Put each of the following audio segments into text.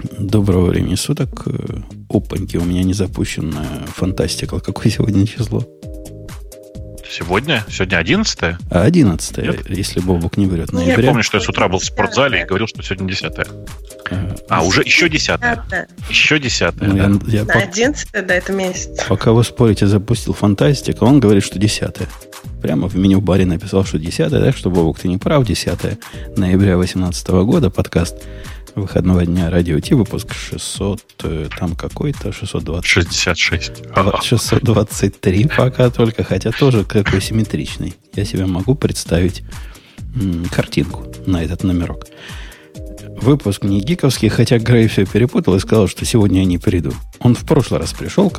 Доброго времени суток. Опаньки, у меня не запущенная фантастика. Какое сегодня число? Сегодня? Сегодня 11-е? 11-е, если Бобук не врет. Я помню, что я с утра был в спортзале и говорил, что сегодня 10-е. Уже еще 10-е. Еще 10-е, да. 11-е, да, это месяц. Пока вы спорите, запустил фантастика, он говорит, что 10-е. Прямо в меню-баре написал, что 10-е, так что, Бобук, ты не прав, 10 ноября 2018 года, подкаст выходного дня Радио Ти, выпуск 600, там какой-то, 620. 66. 623 пока только, хотя тоже какой симметричный. Я себе могу представить картинку на этот номерок. Выпуск не гиковский, хотя Грей все перепутал и сказал, что сегодня я не приду. Он в прошлый раз пришел,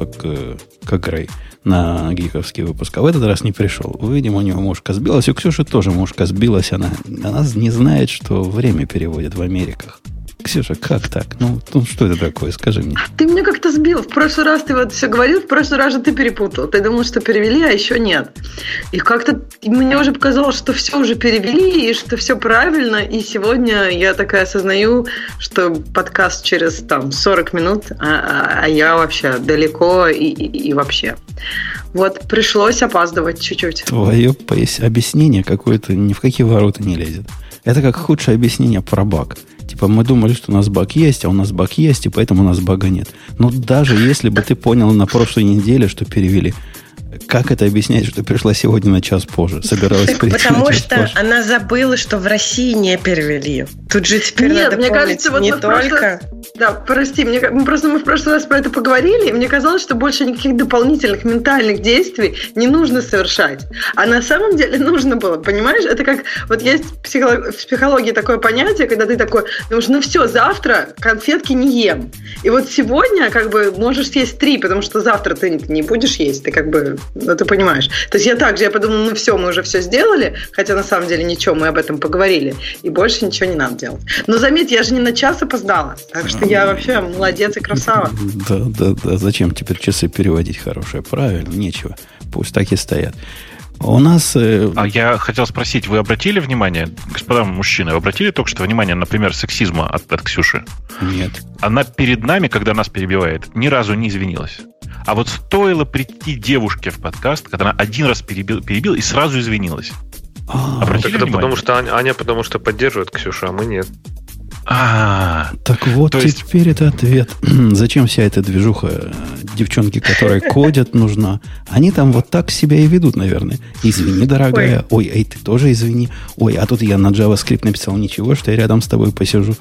как Грей, на гиковский выпуск, а в этот раз не пришел. Видимо, у него мушка сбилась. У Ксюши тоже мушка сбилась. Она не знает, что время переводят в Америках. Ксюша, как так? Ну, что это такое? Скажи мне. Ты меня как-то сбил. В прошлый раз ты вот все говорил, в прошлый раз же ты перепутал. Ты думал, что перевели, а еще нет. И как-то мне уже показалось, что все уже перевели, и что все правильно. И сегодня я такая осознаю, что подкаст через 40 минут, а я вообще далеко и вообще. Вот пришлось опаздывать чуть-чуть. Твое объяснение какое-то ни в какие ворота не лезет. Это как худшее объяснение про баг. Типа мы думали, что у нас баг есть, а у нас баг есть, и поэтому у нас бага нет. Но даже если бы ты понял на прошлой неделе, что перевели, как это объяснять, что пришла сегодня на час позже? Собиралась прийти потому что позже. Она забыла, что в России не перевели. Тут же теперь надо мне помнить, кажется, вот не только... Да, прости, мы в прошлый раз про это поговорили, и мне казалось, что больше никаких дополнительных ментальных действий не нужно совершать. А на самом деле нужно было, понимаешь? Это как, вот есть в психологии такое понятие, когда ты такой, думаешь, все, завтра конфетки не ем. И вот сегодня можешь съесть 3, потому что завтра ты не будешь есть, ты ты понимаешь. То есть я подумала, все, мы уже все сделали, хотя на самом деле ничего, мы об этом поговорили, и больше ничего не надо делать. Но заметь, я же не на час опоздала, так что я вообще молодец и красава. Да. Зачем теперь часы переводить хорошие? Правильно, нечего. Пусть так и стоят. У нас... А я хотел спросить, вы обратили внимание, господа мужчины, вы обратили только что внимание, например, сексизма от Ксюши? Нет. Она перед нами, когда нас перебивает, ни разу не извинилась. А вот стоило прийти девушке в подкаст, когда она один раз перебил и сразу извинилась. Обратили внимание? Потому что Аня поддерживает Ксюшу, а мы нет. Так вот, теперь это ответ. Зачем вся эта движуха, девчонки, которые кодят, нужна? Они там вот так себя и ведут, наверное. Извини, дорогая. Ой, ты тоже извини. Ой, а тут я на JavaScript написал ничего, что я рядом с тобой посижу.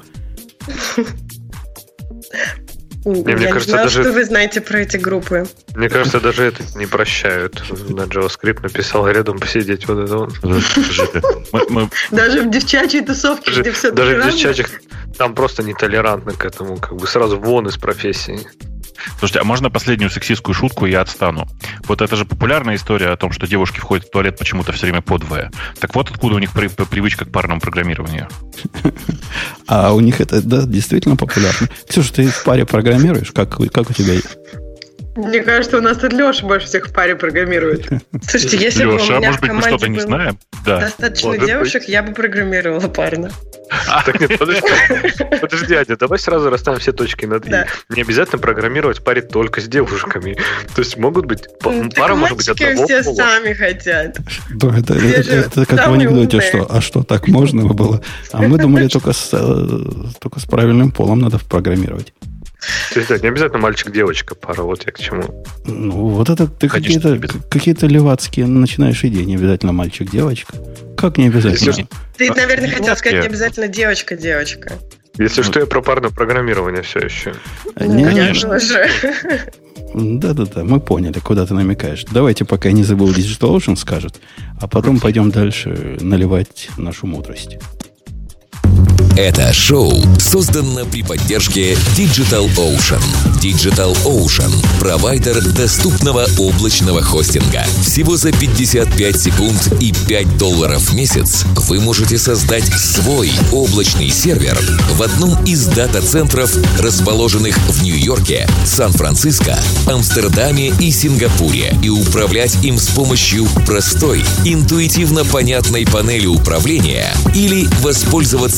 Я не знала, что вы знаете про эти группы. Мне кажется, даже это не прощают. На JavaScript написал рядом посидеть. Вот это вот. Даже в девчачьей тусовке, где все даже в девчачьих там просто нетолерантно к этому. Сразу вон из профессии. Слушайте, а можно последнюю сексистскую шутку, я отстану? Вот это же популярная история о том, что девушки входят в туалет почему-то все время подвое. Так вот откуда у них привычка к парному программированию. А у них это, да, действительно популярно. Ксюша, ты в паре программируешь? Как у тебя? Мне кажется, у нас тут Леша больше всех в паре программирует. Слушайте, если бы у меня в команде было достаточно девушек, я бы программировала парня. Так нет, подожди, Аня, давай сразу расставим все точки над «и». Не обязательно программировать в паре только с девушками. То есть могут быть, пара может быть одного пола. Все сами хотят. Да, это как в анекдоте, что так можно было. А мы думали, только с правильным полом надо программировать. То есть, да, не обязательно мальчик-девочка пара, вот я к чему. Ну, вот это ты какие-то левацкие начинаешь идеи, не обязательно мальчик-девочка. Как не обязательно? Ты, наверное, хотел сказать, не обязательно девочка-девочка. Если что, я про парное программирование все еще. Конечно же. Да, мы поняли, куда ты намекаешь. Давайте, пока я не забыл, DigitalOcean скажет, а потом пойдем дальше наливать нашу мудрость. Это шоу создано при поддержке DigitalOcean. DigitalOcean – провайдер доступного облачного хостинга. Всего за 55 секунд и $5 в месяц вы можете создать свой облачный сервер в одном из дата-центров, расположенных в Нью-Йорке, Сан-Франциско, Амстердаме и Сингапуре, и управлять им с помощью простой, интуитивно понятной панели управления или воспользоваться мощностью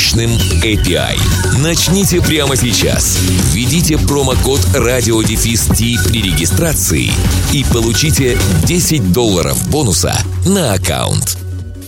мощным API. Начните прямо сейчас. Введите промокод RadioDefist при регистрации и получите $10 бонуса на аккаунт.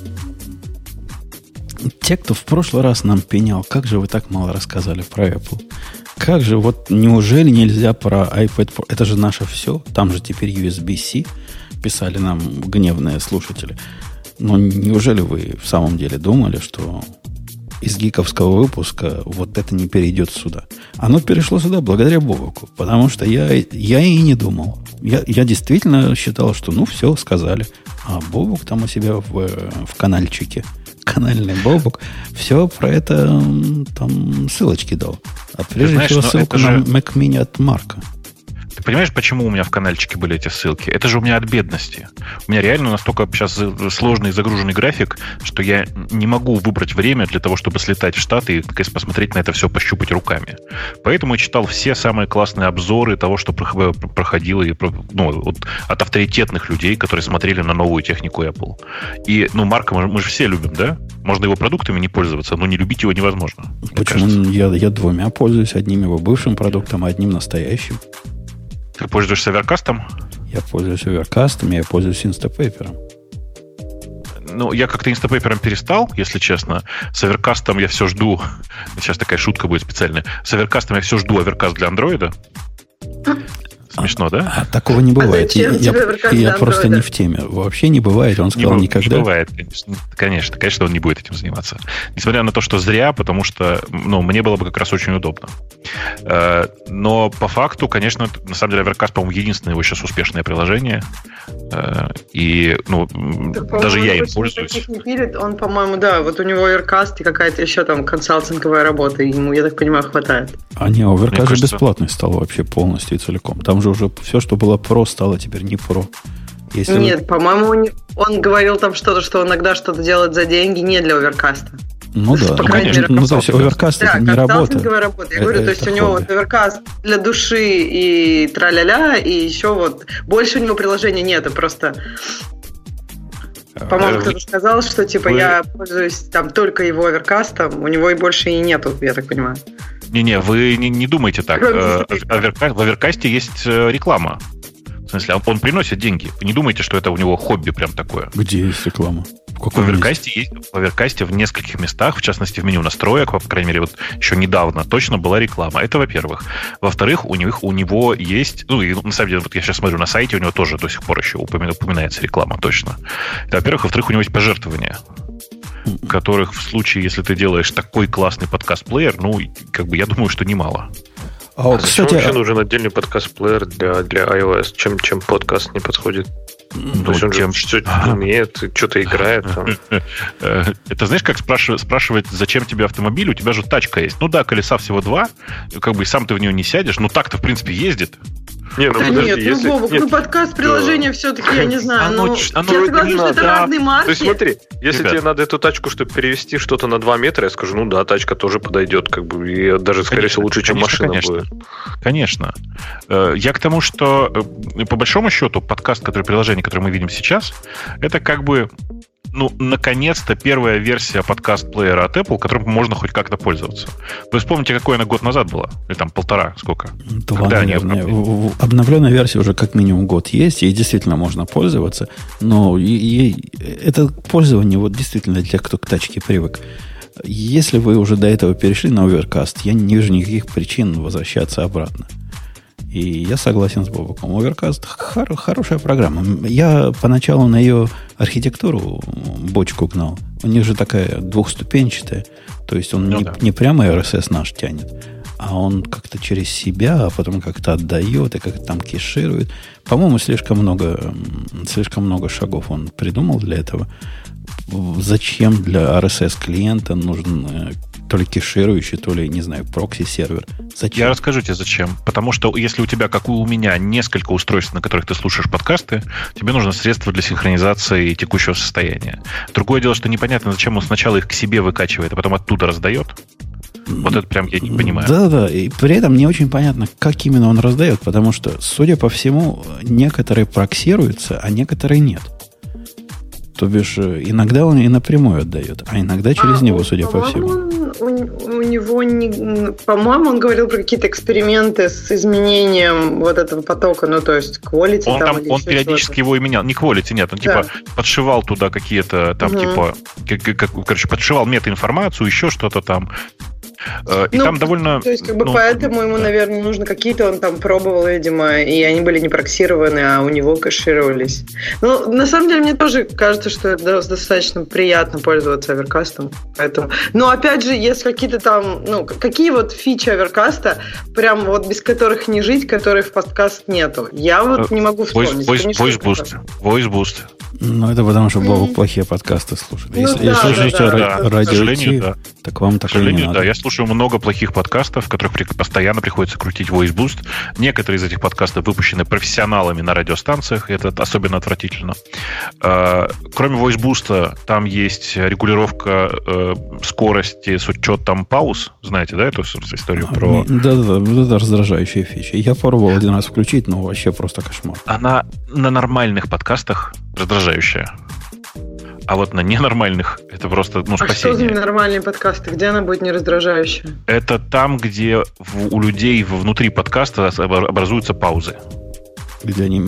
Те, кто в прошлый раз нам пенял, как же вы так мало рассказали про Apple? Как же, вот неужели нельзя про iPad Pro? Это же наше все. Там же теперь USB-C, писали нам гневные слушатели. Но неужели вы в самом деле думали, что из гиковского выпуска вот это не перейдет сюда? Оно перешло сюда благодаря Бобуку, потому что я и не думал. Я действительно считал, что ну все, сказали. А Бобук там у себя в канальчике, канальный Бобук, все про это там ссылочки дал. А прежде всего ссылку на Mac Mini от Марка. Ты понимаешь, почему у меня в канальчике были эти ссылки? Это же у меня от бедности. У меня реально настолько сейчас сложный и загруженный график, что я не могу выбрать время для того, чтобы слетать в Штаты и посмотреть на это все, пощупать руками. Поэтому я читал все самые классные обзоры того, что проходило от авторитетных людей, которые смотрели на новую технику Apple. И, Марка мы же все любим, да? Можно его продуктами не пользоваться, но не любить его невозможно. Почему? Я двумя пользуюсь. Одним его бывшим продуктом, а одним настоящим. Ты пользуешься Overcast'ом? Я пользуюсь Overcast'ом, я пользуюсь Instapaper'ом. Я как-то Instapaper'ом перестал, если честно. С Overcast'ом я все жду. Сейчас такая шутка будет специальная. С Overcast'ом я все жду Overcast для Андроида. Смешно, да? Такого не бывает. Я просто не в теме. Вообще не бывает. Он сказал никогда. Не бывает, конечно. Конечно, он не будет этим заниматься. Несмотря на то, что зря, потому что мне было бы как раз очень удобно. Но по факту, конечно, на самом деле Overcast, по-моему, единственное его сейчас успешное приложение. И даже я им пользуюсь. Он, по-моему, да, вот у него Overcast и какая-то еще там консалтинговая работа. Ему, я так понимаю, хватает. Overcast же бесплатный стал вообще полностью и целиком. Там же уже все, что было про, стало теперь не про. Нет, по-моему, он говорил там что-то, что иногда что-то делает за деньги не для Overcast. Да, по крайней мере, то есть Overcast это не работа. Я говорю, то есть у него Overcast для души и тра-ля-ля, и еще больше у него приложения нет, и просто... По-моему, кто-то сказал, что я пользуюсь там только его Overcast'ом, у него и больше и нету, я так понимаю. Не-не, вы не думайте так. В Overcast есть реклама. В смысле, он приносит деньги. Вы не думайте, что это у него хобби прям такое. Где есть реклама? В Overcast в нескольких местах, в частности, в меню настроек, по крайней мере, еще недавно точно была реклама. Это, во-первых. Во-вторых, у него есть... и на самом деле, я сейчас смотрю на сайте, у него тоже до сих пор еще упоминается реклама, точно. Это, во-первых. Во-вторых, у него есть пожертвования, которых в случае, если ты делаешь такой классный подкаст-плеер, я думаю, что немало. Зачем вообще нужен отдельный подкаст-плеер для iOS? Чем подкаст не подходит? То есть он же что-то умеет, что-то играет. Это знаешь, как спрашивать, зачем тебе автомобиль? У тебя же тачка есть. Колеса всего 2, и сам ты в нее не сядешь. Так-то, в принципе, ездит. подкаст-приложение все-таки, я не знаю. Я согласна, что это разные марки. То есть смотри, если тебе надо эту тачку, чтобы перевести что-то на 2 метра, я скажу, тачка тоже подойдет, и даже, скорее всего, лучше, чем машина будет. Конечно. Я к тому, что по большому счету подкаст, приложение, которое мы видим сейчас, это наконец-то первая версия подкаст-плеера от Apple, которым можно хоть как-то пользоваться. Вы вспомните, какой она год назад была? Или там 1,5, сколько? 2, наверное. Обновленная версия уже как минимум год есть, ей действительно можно пользоваться, но это пользование действительно для кто к тачке привык. Если вы уже до этого перешли на Overcast, я не вижу никаких причин возвращаться обратно. И я согласен с Бобуком. Overcast хорошая программа. Я поначалу на ее архитектуру бочку гнал. У них же такая двухступенчатая. То есть он не прямо RSS наш тянет, а он как-то через себя, а потом как-то отдает и как-то там кеширует. По-моему, слишком много шагов он придумал для этого. Зачем для RSS-клиента нужен то ли кеширующий, то ли, не знаю, прокси-сервер? Зачем? Я расскажу тебе, зачем. Потому что если у тебя, как у меня, несколько устройств, на которых ты слушаешь подкасты, тебе нужно средство для синхронизации текущего состояния. Другое дело, что непонятно, зачем он сначала их к себе выкачивает, а потом оттуда раздает. Вот это прям я не понимаю. Да, и при этом не очень понятно, как именно он раздает, потому что, судя по всему, некоторые проксируются, а некоторые нет. То бишь, иногда он и напрямую отдает, а иногда через него, судя по всему. У него, по-моему, он говорил про какие-то эксперименты с изменением вот этого потока, ну, то есть quality. Он периодически его и менял. Не quality, нет, он типа подшивал туда какие-то там, подшивал метаинформацию, еще что-то там. И там довольно... То есть, поэтому ему, наверное, нужно какие-то, он там пробовал, видимо, и они были не проксированы, а у него кэшировались. Ну, на самом деле, мне тоже кажется, что это достаточно приятно пользоваться Оверкастом. Поэтому... Но, опять же, есть какие-то там... Ну, какие вот фичи Оверкаста, прям вот без которых не жить, которые в подкаст нету? Я вот не могу вспомнить. Voice Boost. Ну, это потому, что Бобук плохие подкасты слушает. Если слушаете радио Ти, так вам такое не надо. Да, я слушаю много плохих подкастов, в которых постоянно приходится крутить Voice Boost. Некоторые из этих подкастов выпущены профессионалами на радиостанциях, и это особенно отвратительно. Кроме Voice Boost, там есть регулировка скорости с учетом пауз. Знаете, да, эту историю про... Да, это раздражающая фича. Я пробовал один раз включить, но вообще просто кошмар. Она на нормальных подкастах раздражающая. А вот на ненормальных это просто спасение. А что за ненормальные подкасты? Где она будет не раздражающая? Это там, где у людей внутри подкаста образуются паузы. Где они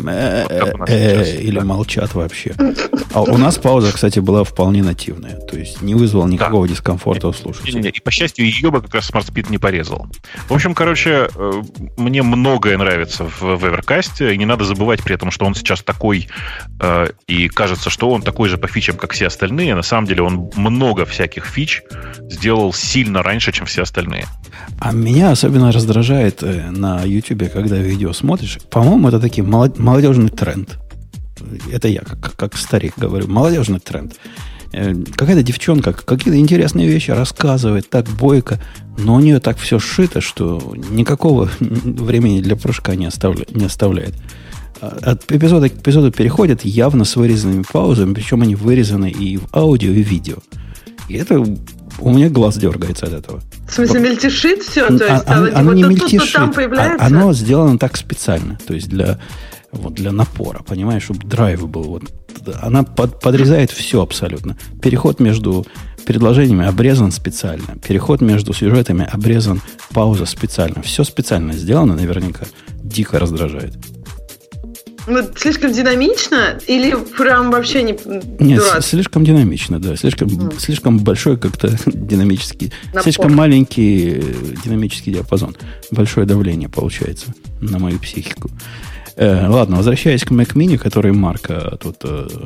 или молчат вообще. А у нас пауза, кстати, была вполне нативная. То есть не вызвала никакого дискомфорта у слушателей. И, по счастью, ее бы как раз SmartSpeed не порезал. В общем, короче, мне многое нравится в Evercast. И не надо забывать при этом, что он сейчас такой, и кажется, что он такой же по фичам, как все остальные. На самом деле он много всяких фич сделал сильно раньше, чем все остальные. А меня особенно раздражает на YouTube, когда видео смотришь. По-моему, это такие молодежный тренд. Это я, как старик говорю. Молодежный тренд. Какая-то девчонка какие-то интересные вещи рассказывает так бойко, но у нее так все сшито, что никакого времени для прыжка не оставляет. От эпизода к эпизоду переходят явно с вырезанными паузами, причем они вырезаны и в аудио, и в видео. И это... У меня глаз дергается от этого. В смысле, мельтешит все? То есть, оно не мельтешит. Оно сделано так специально. То есть для напора, понимаешь, чтобы драйв был. Вот. Она подрезает все абсолютно. Переход между предложениями обрезан специально. Переход между сюжетами обрезан, пауза специально. Все специально сделано, наверняка. Дико раздражает. Вот слишком динамично или прям вообще не Нет, дурацко? Слишком динамично, да. Слишком большой как-то динамический. Напор. Слишком маленький динамический диапазон. Большое давление получается на мою психику. Ладно, возвращаясь к Mac Mini, который Марка тут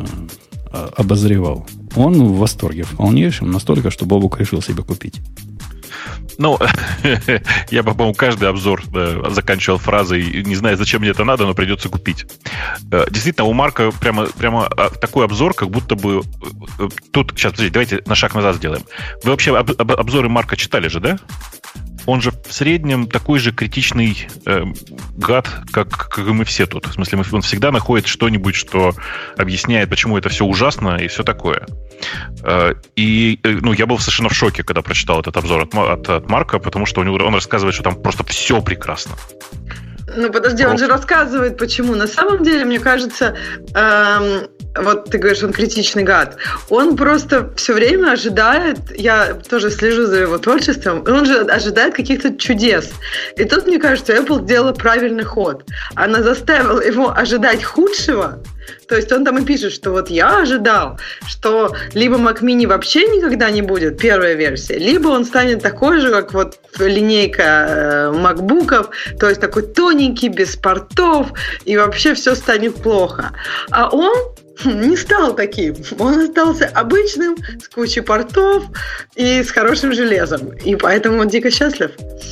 обозревал. Он в восторге в полнейшем, настолько, что Бобук решил себе купить. Ну, я бы, по-моему, каждый обзор заканчивал фразой «не знаю, зачем мне это надо, но придется купить». Действительно, у Марка прямо такой обзор, как будто бы... Тут, сейчас, подождите, давайте на шаг назад сделаем. Вы вообще обзоры Марка читали же, да? Он же в среднем такой же критичный гад, как и мы все тут. В смысле, он всегда находит что-нибудь, что объясняет, почему это все ужасно и все такое. И я был совершенно в шоке, когда прочитал этот обзор от Марка, потому что он рассказывает, что там просто все прекрасно. Ну, подожди, он же рассказывает, почему. На самом деле, мне кажется, вот ты говоришь, он критичный гад. Он просто все время ожидает, я тоже слежу за его творчеством, и он же ожидает каких-то чудес. И тут, мне кажется, Apple сделала правильный ход. Она заставила его ожидать худшего. То есть он там и пишет, что вот я ожидал, что либо Mac Mini вообще никогда не будет, первая версия, либо он станет такой же, как вот линейка MacBook'ов, то есть такой тоненький, без портов, и вообще все станет плохо. А он не стал таким. Он остался обычным, с кучей портов и с хорошим железом. И поэтому он дико счастлив.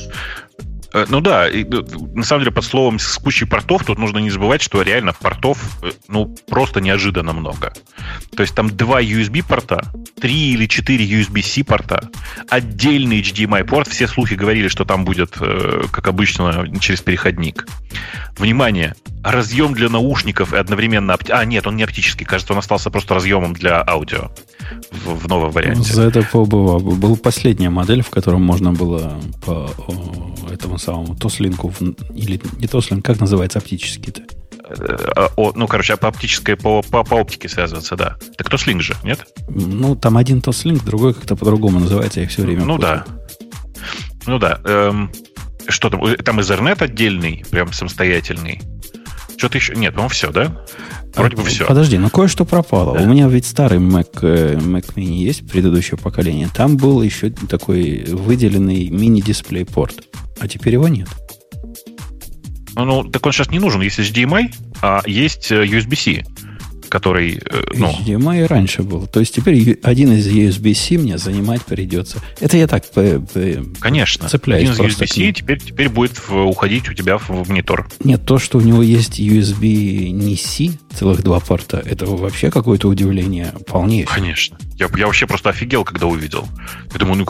Ну да, и, на самом деле под словом «с кучей портов» тут нужно не забывать, что реально портов просто неожиданно много. То есть там 2 USB-порта, 3 или 4 USB-C порта, отдельный HDMI-порт. Все слухи говорили, что там будет, как обычно, через переходник. Внимание! Разъем для наушников и одновременно... нет, он не оптический. Кажется, он остался просто разъемом для аудио в новом варианте. За это была последняя модель, в котором можно было по этому самому Тослинку, или не Тослинг, как называется оптический-то? по оптической, по оптике связываться, да. Так Toslink же, нет? Ну, там один Toslink, другой как-то по-другому называется, я их все время путаю. Что там? Там Ethernet отдельный, прям самостоятельный. Что-то еще? Нет, по-моему, все, да? Вроде бы все. Подожди, кое-что пропало. Да. У меня ведь старый Mac Mini есть, предыдущего поколения. Там был еще такой выделенный мини-дисплей-порт. А теперь его нет. Так он сейчас не нужен. Есть HDMI, а есть USB-C, который... HDMI и раньше был. То есть теперь один из USB-C мне занимать придется. Это я так конечно. Цепляюсь. Один из USB-C теперь будет уходить у тебя в монитор. Нет, то, что у него есть USB не C, целых 2 порта, это вообще какое-то удивление полнейшее. Конечно. Я вообще просто офигел, когда увидел. Я думаю,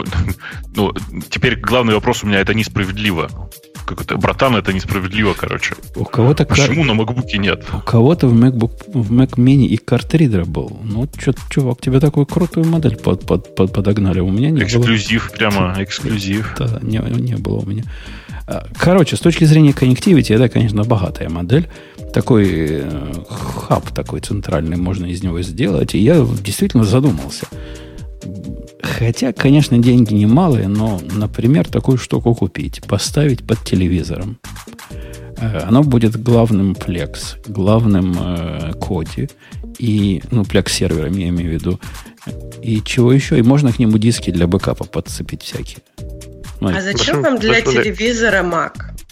теперь главный вопрос у меня, это несправедливо. Братан, это несправедливо, короче. У кого-то почему на MacBook нет? У кого-то в Mac Mini и картридер был. Чувак, тебе такую крутую модель подогнали. У меня не эксклюзив, было. Прямо эксклюзив. Да, не было у меня. Короче, с точки зрения коннективити, это, конечно, богатая модель. Такой хаб такой центральный можно из него сделать. И я действительно задумался. Хотя, конечно, деньги немалые, но, например, такую штуку купить, поставить под телевизором. Оно будет главным Plex, главным Kodi, и, Plex сервером я имею в виду. И чего еще? И можно к нему диски для бэкапа подцепить всякие. А зачем вам для телевизора Mac?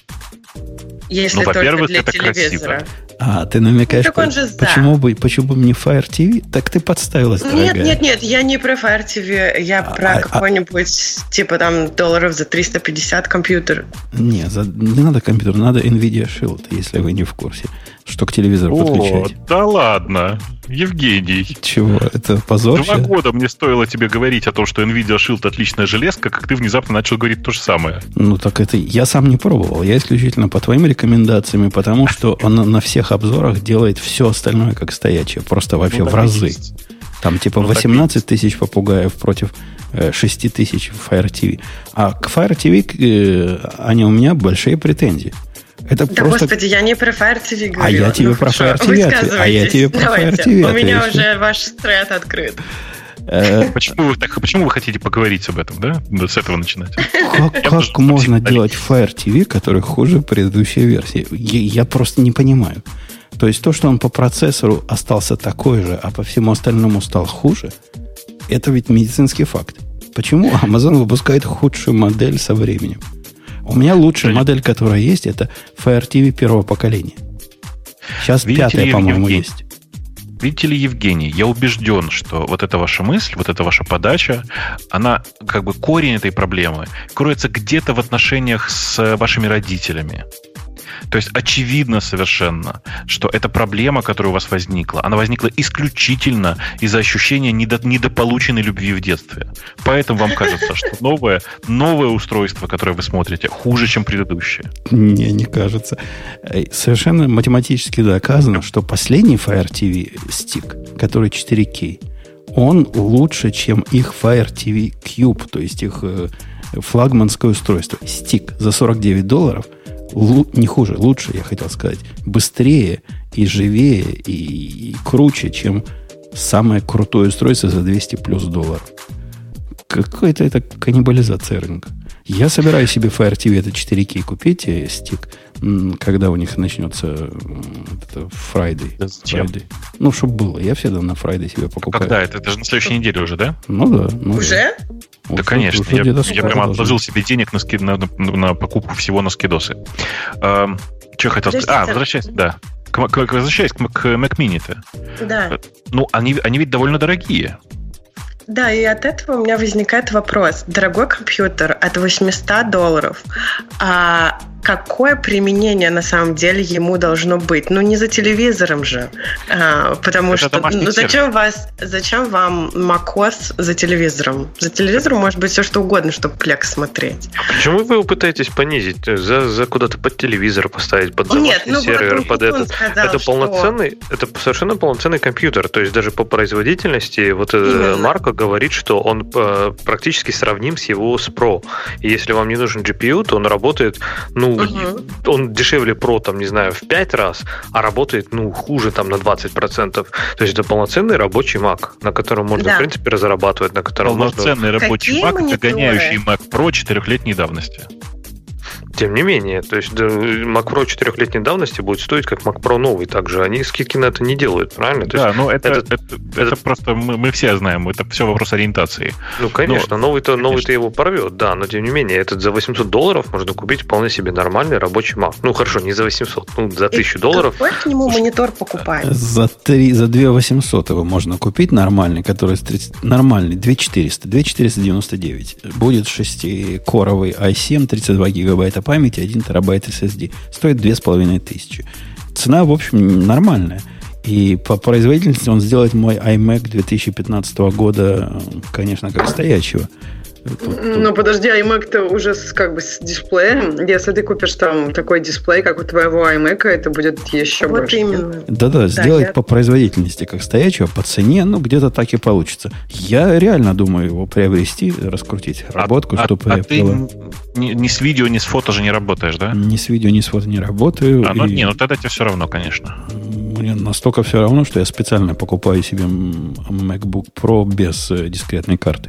Если только для телевизора. Красиво. Ты намекаешь, так он же почему бы мне Fire TV? Так ты подставилась, дорогая. Нет, я не про Fire TV, я про какой-нибудь, типа там $350 за компьютер. Не надо компьютер, надо NVIDIA Shield, если вы не в курсе, что к телевизору подключать. Да ладно, Евгений. Чего? Это позор? 2 года мне стоило тебе говорить о том, что NVIDIA Shield отличная железка, как ты внезапно начал говорить то же самое. Так это я сам не пробовал. Я исключительно по твоим рекомендациям, потому что он на всех обзорах делает все остальное как стоячее. Просто вообще в разы. Там типа 18 тысяч попугаев против 6 тысяч Fire TV. А к Fire TV у меня большие претензии. Это да, просто... Господи, я не про Fire TV говорю. А я тебе про Fire TV отвечу. А я тебе про Fire TV отвечу. У меня уже ваш стред открыт. Почему вы хотите поговорить об этом, да? С этого начинать. Как можно делать Fire TV, который хуже предыдущей версии? Я просто не понимаю. То есть то, что он по процессору остался такой же, а по всему остальному стал хуже, это ведь медицинский факт. Почему Amazon выпускает худшую модель со временем? У меня лучшая модель, которая есть, это Fire TV первого поколения. Сейчас 5-я, по-моему, есть. Видите ли, Евгений, я убежден, что вот эта ваша мысль, вот эта ваша подача, она корень этой проблемы кроется где-то в отношениях с вашими родителями. То есть очевидно совершенно, что эта проблема, которая у вас возникла, она возникла исключительно из-за ощущения недополученной любви в детстве. Поэтому вам кажется, что новое устройство, которое вы смотрите, хуже, чем предыдущее. Не кажется. Совершенно математически доказано, что последний Fire TV Stick, который 4K, он лучше, чем их Fire TV Cube, то есть их флагманское устройство. Стик за $49 не хуже, лучше, я хотел сказать, быстрее и живее и круче, чем самое крутое устройство за $200+. Какая-то это каннибализация рынка. Я собираюсь себе Fire TV это 4K купить, стик, когда у них начнется Friday. Чтобы было. Я всегда на Friday себе покупаю. Когда это? Это же на следующей неделе уже, да? Да. Уже? Да, конечно. Я прямо отложил себе денег на покупку всего на скидосы. Что я хотел сказать? Возвращаясь, да. Возвращаясь к Mac Mini-то. Да. Они ведь довольно дорогие. Да, и от этого у меня возникает вопрос. Дорогой компьютер от $800, а какое применение на самом деле ему должно быть? Не за телевизором же. Потому это что зачем вам macOS за телевизором? За телевизором может быть все что угодно, чтобы Plex смотреть. А почему вы его пытаетесь понизить? За куда-то под телевизор поставить, под домашний сервер, под это. Это полноценный, это совершенно полноценный компьютер. То есть даже по производительности марка говорит, что он практически сравним с его с Pro. И если вам не нужен GPU, то он работает, он дешевле Pro, там, не знаю, в 5 раз, а работает, хуже там на 20%. То есть это полноценный рабочий Mac, на котором можно, в принципе, разрабатывать, на котором полноценный рабочий Mac, догоняющий Mac Pro 4-летней давности. Тем не менее, то есть Mac Pro 4-летней давности будет стоить как Mac Pro новый также. Они скидки на это не делают, правильно? То есть это просто мы все знаем, это все вопрос ориентации. Конечно, новый-то его порвет, да, но тем не менее, этот за $800 можно купить вполне себе нормальный рабочий Mac. Хорошо, не за 800, за $1000. Какой к нему монитор покупаем? За 2800 его можно купить нормальный, который нормальный, 2499. Будет 6-коровый i7, 32 гигабайта памяти, 1 терабайт SSD. Стоит 2500. Цена, в общем, нормальная. И по производительности он сделает мой iMac 2015 года, конечно, как стоячего. Подожди, iMac-то уже с дисплеем. Если ты купишь там такой дисплей, как у твоего iMac, это будет еще больше. Именно. Да, сделать по производительности как стоячего, по цене, где-то так и получится. Я реально думаю его приобрести, раскрутить работку, чтобы... ты ни с видео, ни с фото же не работаешь, да? Ни с видео, ни с фото не работаю. Тогда тебе все равно, конечно. Мне настолько все равно, что я специально покупаю себе MacBook Pro без дискретной карты.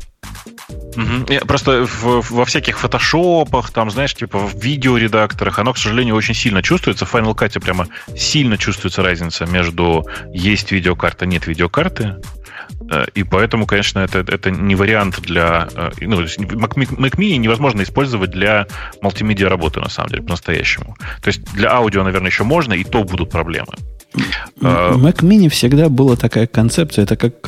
Просто во всяких фотошопах, там, знаешь, в видеоредакторах, оно, к сожалению, очень сильно чувствуется. В Final Cut прямо сильно чувствуется разница между есть видеокарта, нет видеокарты. И поэтому, конечно, это не вариант для... Mac Mini невозможно использовать для мультимедиа работы, на самом деле, по-настоящему. То есть для аудио, наверное, еще можно, и то будут проблемы. Mac Mini всегда была такая концепция, это как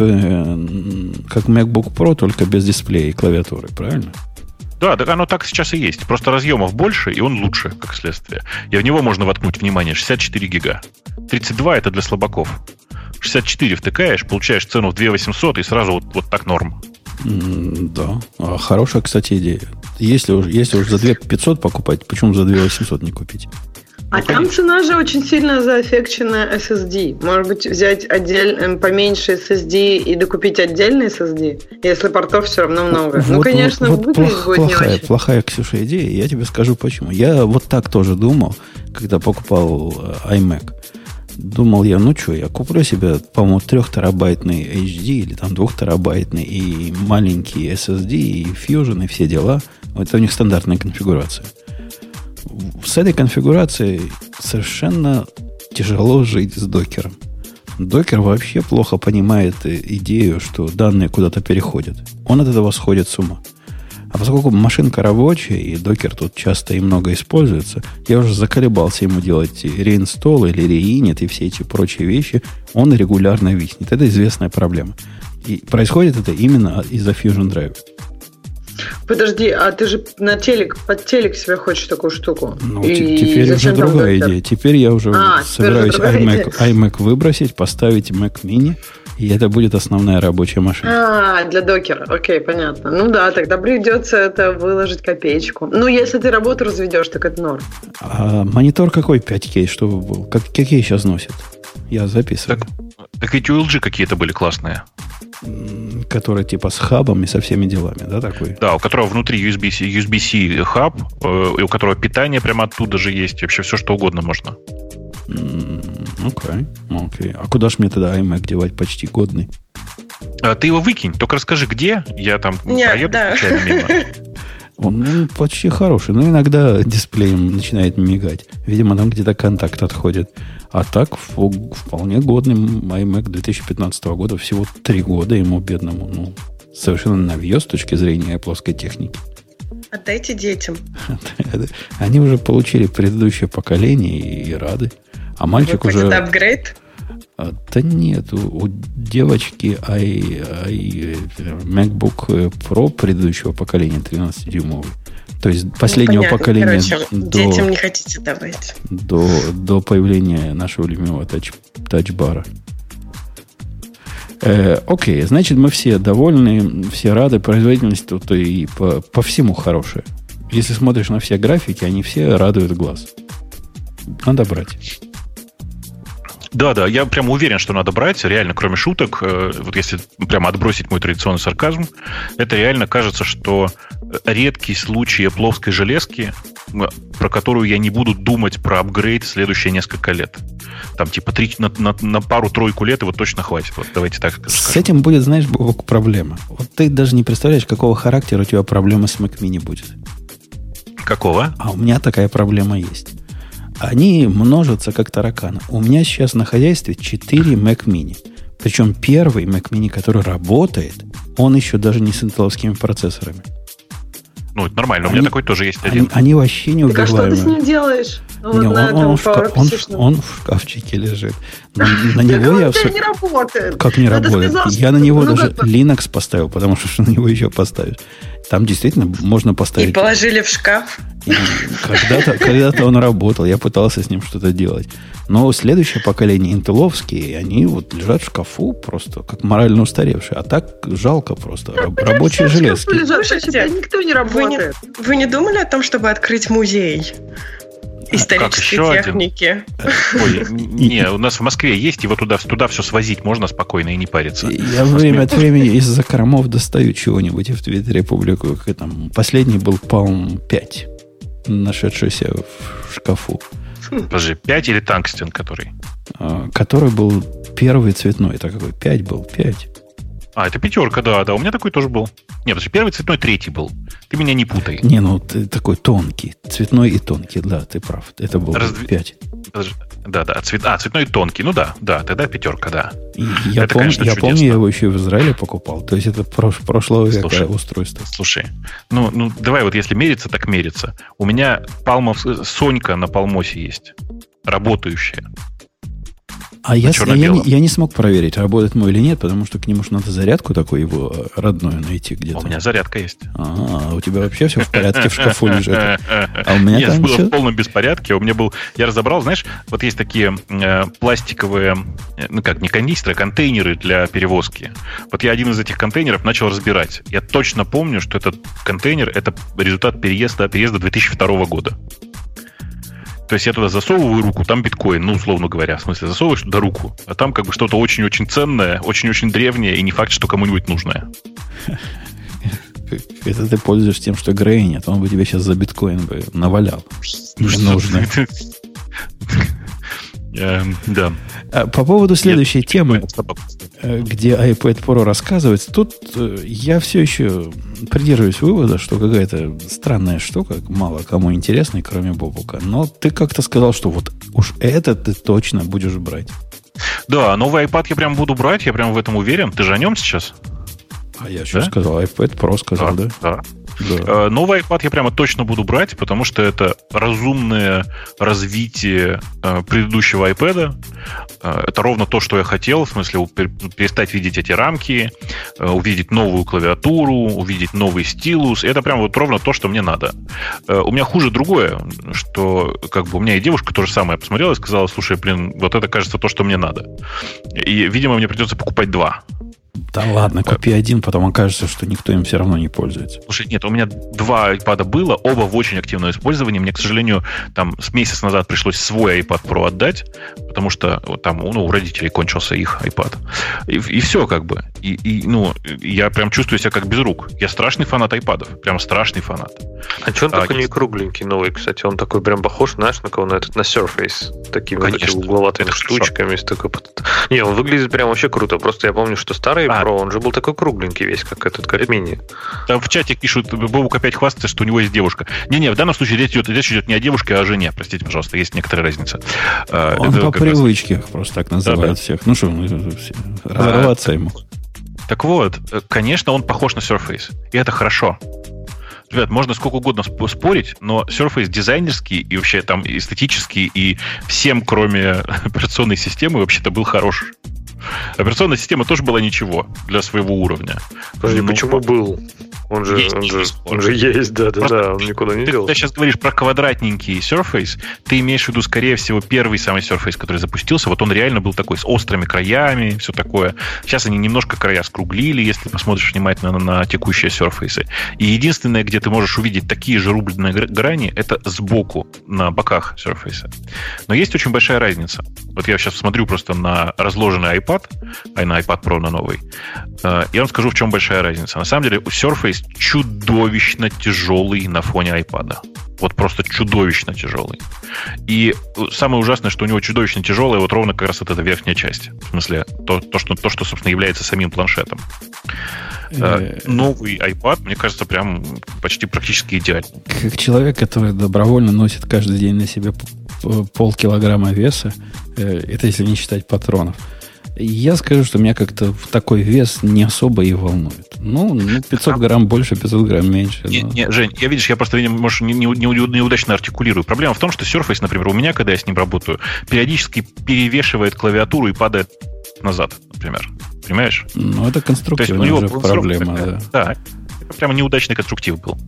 MacBook Pro, только без дисплея и клавиатуры, правильно? Да, так оно так сейчас и есть. Просто разъемов больше, и он лучше, как следствие. И в него можно воткнуть, внимание, 64 гига. 32 это для слабаков. 64 втыкаешь, получаешь цену в 2800, и сразу вот так норм. Да. Хорошая, кстати, идея. Если уж за 2500 покупать, почему за 2800 не купить? Там цена же очень сильно заэффекчена SSD. Может быть, взять поменьше SSD и докупить отдельный SSD, если портов все равно много. Конечно, выглядеть будет не очень. Плохая, Ксюша, идея. Я тебе скажу, почему. Я вот так тоже думал, когда покупал iMac. Думал я, я куплю себе, по-моему, 3-терабайтный HD или там 2-терабайтный и маленький SSD, и Fusion, и все дела. Это у них стандартная конфигурация. С этой конфигурацией совершенно тяжело жить с докером. Докер вообще плохо понимает идею, что данные куда-то переходят. Он от этого сходит с ума. А поскольку машинка рабочая, и докер тут часто и много используется, я уже заколебался ему делать реинстолл или реинит и все эти прочие вещи, он регулярно виснет. Это известная проблема. И происходит это именно из-за Fusion Drive. Подожди, а ты же под телек себе хочешь такую штуку? Теперь уже другая идея. Теперь я уже собираюсь iMac выбросить, поставить Mac Mini, и это будет основная рабочая машина. Для докера. Окей, понятно. Тогда придется это выложить копеечку. Если ты работу разведешь, так это норм. А монитор какой 5К, чтобы был? Какие сейчас носят? Я записываю. Так ведь у LG какие-то были классные. Который типа с хабом и со всеми делами, да, такой? Да, у которого внутри USB-C хаб, и у которого питание прямо оттуда же есть. Вообще все, что угодно можно. Окей. А куда ж мне тогда iMac девать почти годный? Ты его выкинь, только расскажи, где. Я там проеду случайно мимо. Он почти хороший, но иногда дисплеем начинает мигать. Видимо, там где-то контакт отходит. А так вполне годный iMac 2015 года. Всего 3 года ему, бедному. Совершенно новье с точки зрения плоской техники. Отдайте детям. Они уже получили предыдущее поколение и рады. А мальчик уже... Это апгрейд? Да нет, у девочки MacBook Pro предыдущего поколения 13-дюймовый. То есть последнего поколения детям не хотите давать. До появления нашего любимого тачбара. Окей, значит, мы все довольны, все рады, производительность тут и по всему хорошая. Если смотришь на все графики, они все радуют глаз. Надо брать. Да, я прямо уверен, что надо брать. Реально, кроме шуток, вот если прямо отбросить мой традиционный сарказм, это реально кажется, что редкий случай плоской железки, про которую я не буду думать про апгрейд в следующие несколько лет. Там типа на пару-тройку лет его точно хватит. Вот давайте так скажем. С этим будет, знаешь, проблема. Вот ты даже не представляешь, какого характера у тебя проблема с Mac Mini будет. Какого? А у меня такая проблема есть. Они множатся как тараканы. У меня сейчас на хозяйстве 4 Mac Mini. Причем первый Mac Mini, который работает, он еще даже не с интеловскими процессорами. Ну, это нормально. У меня такой тоже есть один. Они вообще не убиваемые. Так а что ты с ним делаешь? Он в шкафчике лежит. На него я все... не работает. Как не работает? Я на него даже Linux поставил, потому что на него еще поставишь. Там действительно можно поставить... И положили в шкаф. Когда-то он работал, я пытался с ним что-то делать. Но следующее поколение интеловские, они вот лежат в шкафу просто, как морально устаревшие. А так жалко просто. Рабочие железки. Слушайте, никто не работает. Вы не думали о том, чтобы открыть музей исторической техники? Ой, не, у нас в Москве есть, его туда все свозить можно спокойно и не париться. Я время от времени из закромов достаю чего-нибудь и в Твиттере публикую. Там последний был Palm 5, нашедшийся в шкафу. Подожди, 5 или Tungsten, который? Который был первый цветной. Это какой? 5 был? 5. Это 5, да. У меня такой тоже был. Нет, подожди, первый цветной, 3 был. Ты меня не путай. Не, ну ты такой тонкий. Цветной и тонкий, да, ты прав. Это был 5. Подожди. Да, цветной и тонкий. Ну да, тогда 5, да. Я помню, я его еще и в Израиле покупал. То есть это прошлого века устройство. Слушай, ну давай вот если мериться, так мериться. У меня Сонька на Палмосе есть. Работающая. А я не смог проверить, работает мой или нет, потому что к нему же надо зарядку такую его родную найти где-то. У меня зарядка есть. У тебя вообще все в порядке в шкафу лежит. А у меня нет, было в полном беспорядке. У меня был... Я разобрал, знаешь, вот есть такие пластиковые, ну как, не канистры, а контейнеры для перевозки. Вот я один из этих контейнеров начал разбирать. Я точно помню, что этот контейнер — это результат переезда 2002 года. То есть я туда засовываю руку, там биткоин, ну, условно говоря, в смысле, засовываешь туда руку, а там как бы что-то очень-очень ценное, очень-очень древнее, и не факт, что кому-нибудь нужное. Это ты пользуешься тем, что Грей нет, он бы тебе сейчас за биткоин бы навалял. Не нужно. Да. По поводу следующей темы, где iPad Pro рассказывается, тут я все еще придерживаюсь вывода, что какая-то странная штука, мало кому интересная, кроме Бобука. Но ты как-то сказал, что вот уж это ты точно будешь брать. Да, новый iPad я прям буду брать, я прям в этом уверен. Ты же о нем сейчас? А я что сказал? iPad Pro сказал, да? Да. Новый iPad я прямо точно буду брать, потому что это разумное развитие предыдущего iPad. Это ровно то, что я хотел, в смысле перестать видеть эти рамки, увидеть новую клавиатуру, увидеть новый стилус. Это прям вот ровно то, что мне надо. У меня хуже другое, что как бы у меня и девушка то же самое посмотрела и сказала: слушай, вот это кажется то, что мне надо. И, видимо, мне придется покупать 2. Да ладно, купи один, потом окажется, что никто им все равно не пользуется. Слушай, нет, у меня 2 iPad было, оба в очень активном использовании. Мне, к сожалению, там с месяц назад пришлось свой iPad Pro отдать, потому что там у родителей кончился их iPad. И все как бы. Я прям чувствую себя как без рук. Я страшный фанат iPad'ов, прям страшный фанат. А что он такой не кругленький новый, кстати? Он такой прям похож, знаешь, на кого? На Surface. Такими вот угловатыми штучками. Не, он выглядит прям вообще круто. Просто я помню, что старый Pro, он же был такой кругленький весь, как мини. Там в чате пишут, Бобук опять хвастается, что у него есть девушка. Не-не, в данном случае речь идет не о девушке, а о жене. Простите, пожалуйста, есть некоторая разница. Он по привычке просто так называет всех. Ну что, разорваться ему. Так вот, конечно, он похож на Surface. И это хорошо. Ребят, можно сколько угодно спорить, но Surface дизайнерский и вообще там эстетический, и всем, кроме операционной системы, вообще-то был хорош. Операционная система тоже была ничего для своего уровня. Подожди, почему был? Он же есть, да, он никуда не делся. Ты сейчас говоришь про квадратненький Surface, ты имеешь в виду, скорее всего, первый самый Surface, который запустился, вот он реально был такой с острыми краями, все такое. Сейчас они немножко края скруглили, если посмотришь внимательно на текущие Surface. И единственное, где ты можешь увидеть такие же рубленые грани, это сбоку, на боках Surface. Но есть очень большая разница. Вот я сейчас смотрю просто на разложенный iPad, а на iPad Pro на новый. Я вам скажу, в чем большая разница. На самом деле, у Surface чудовищно тяжелый на фоне iPad. Вот просто чудовищно тяжелый. И самое ужасное, что у него чудовищно тяжелая вот ровно как раз вот эта верхняя часть. В смысле, то, что, собственно, является самим планшетом. Новый iPad, мне кажется, прям почти практически идеальный. Как человек, который добровольно носит каждый день на себе полкилограмма веса, это если не считать патронов, я скажу, что меня как-то в такой вес не особо и волнует. 500 грамм больше, 500 грамм меньше. Не, Жень, я просто, может, неудачно артикулирую. Проблема в том, что Surface, например, у меня, когда я с ним работаю, периодически перевешивает клавиатуру и падает назад, например. Понимаешь? Это конструктивная уже проблема. Да. Прямо неудачный конструктив был.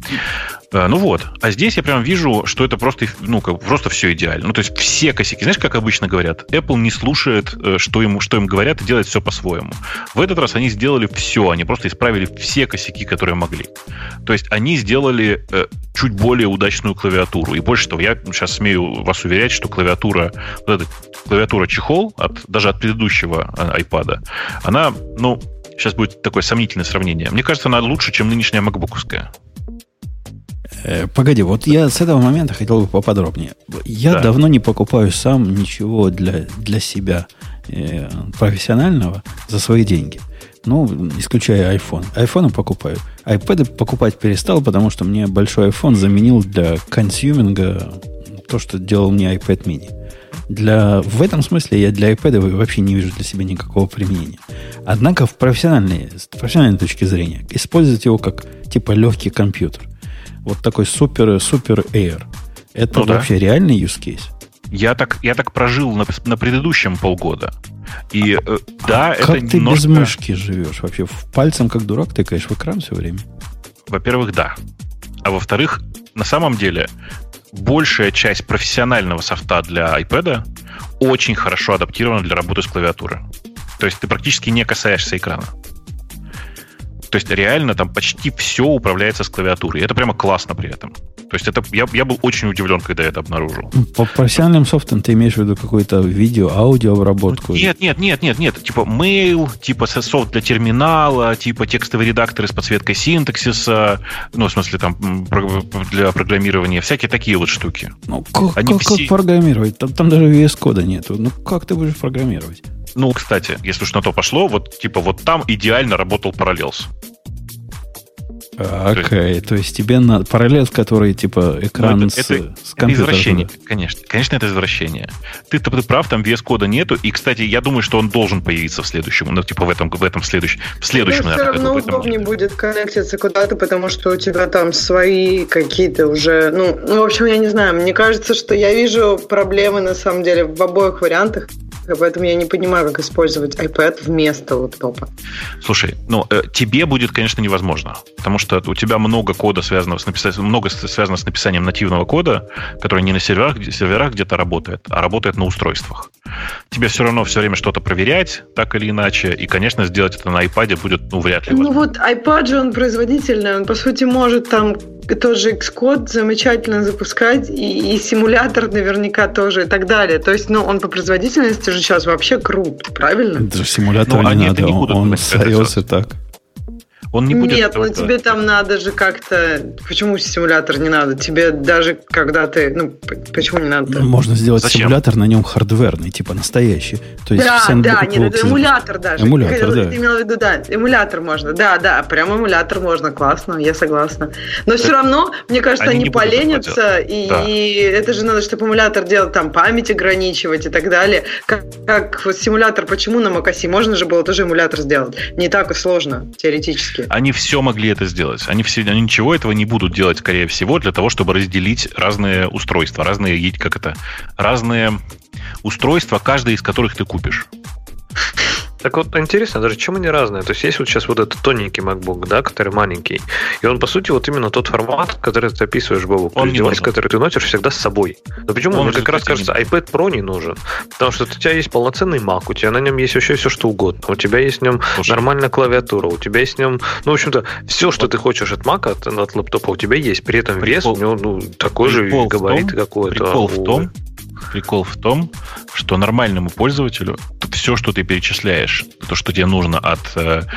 А здесь я прям вижу, что это просто, просто все идеально. То есть все косяки. Знаешь, как обычно говорят, Apple не слушает, что им говорят, и делает все по-своему. В этот раз они сделали все. Они просто исправили все косяки, которые могли. То есть они сделали чуть более удачную клавиатуру. И больше того, я сейчас смею вас уверять, что клавиатура чехол, даже от предыдущего iPad, она, сейчас будет такое сомнительное сравнение. Мне кажется, она лучше, чем нынешняя макбуковская. Погоди, вот я с этого момента хотел бы поподробнее. Я давно не покупаю сам ничего для себя профессионального за свои деньги. Исключая iPhone. iPhone покупаю. iPad покупать перестал, потому что мне большой iPhone заменил для консюминга то, что делал мне iPad mini. В этом смысле я для iPad вообще не вижу для себя никакого применения. Однако с профессиональной точки зрения использовать его как типа легкий компьютер. Вот такой супер Air. Это вообще реальный use case? Я так прожил на предыдущем полгода. И это как ты немножко... без мышки живешь? Вообще пальцем как дурак тыкаешь в экран все время? Во-первых, да. А во-вторых, на самом деле большая часть профессионального софта для iPad очень хорошо адаптирована для работы с клавиатурой. То есть ты практически не касаешься экрана. То есть реально там почти все управляется с клавиатурой. И это прямо классно при этом. То есть это я был очень удивлен, когда я это обнаружил. По профессиональным софтам ты имеешь в виду какую-то видео, аудиообработку? Нет. Типа mail, типа софт для терминала, типа текстовый редактор с подсветкой синтаксиса, в смысле там для программирования, всякие такие вот штуки. Как программировать? Там даже VS кода нету. Как ты будешь программировать? Кстати, если уж на то пошло, вот там идеально работал Parallels. Окей, то есть тебе надо Parallels, который типа экран с компьютера. Это извращение, конечно. Конечно, это извращение. Ты прав, там VS кода нету. И, кстати, я думаю, что он должен появиться в следующем, в этом следующем, наверное. Все равно удобнее будет коннектиться куда-то, потому что у тебя там свои какие-то уже... в общем, я не знаю. Мне кажется, что я вижу проблемы, на самом деле, в обоих вариантах. Поэтому я не понимаю, как использовать iPad вместо лэптопа. Слушай, тебе будет, конечно, невозможно. Потому что у тебя много кода связано с написанием нативного кода, который не на серверах где-то работает, а работает на устройствах. Тебе все равно все время что-то проверять, так или иначе. И, конечно, сделать это на iPad будет, вряд ли возможно. iPad же он производительный. Он, по сути, может там тоже Xcode замечательно запускать, и симулятор наверняка тоже, и так далее. То есть, он по производительности же сейчас вообще крут, правильно? Даже симулятор не надо, он с iOS и так. Он не будет... Нет, тебе там надо же как-то... Почему симулятор не надо? Тебе даже когда ты... почему не надо? Можно сделать симулятор на нем хардверный, типа настоящий. То есть это эмулятор даже. Эмулятор, да. Ты имела в виду, эмулятор можно. Да, прям эмулятор можно, классно, я согласна. Но все равно, мне кажется, они поленятся, и это же надо, чтобы эмулятор делал, там, память ограничивать и так далее. Как симулятор, почему на macOS? Можно же было тоже эмулятор сделать. Не так и сложно, теоретически. Они все могли это сделать. Они ничего этого не будут делать, скорее всего, для того, чтобы разделить разные устройства, разные устройства, каждое из которых ты купишь. Так вот, интересно, даже чем они разные? То есть есть вот сейчас вот этот тоненький MacBook, да, который маленький, и он, по сути, вот именно тот формат, который ты описываешь, Бобок, то есть девайс, который ты носишь всегда с собой. Но почему? Мне как раз кажется, iPad Pro не нужен. Потому что у тебя есть полноценный Mac, у тебя на нем есть вообще все, что угодно. У тебя есть в нем нормальная клавиатура, у тебя есть в нем, в общем-то, все, что ты хочешь от Mac, от лэптопа, у тебя есть. При этом вес у него такой же габарит какой-то. Прикол в том, что нормальному пользователю все, что ты перечисляешь, то, что тебе нужно от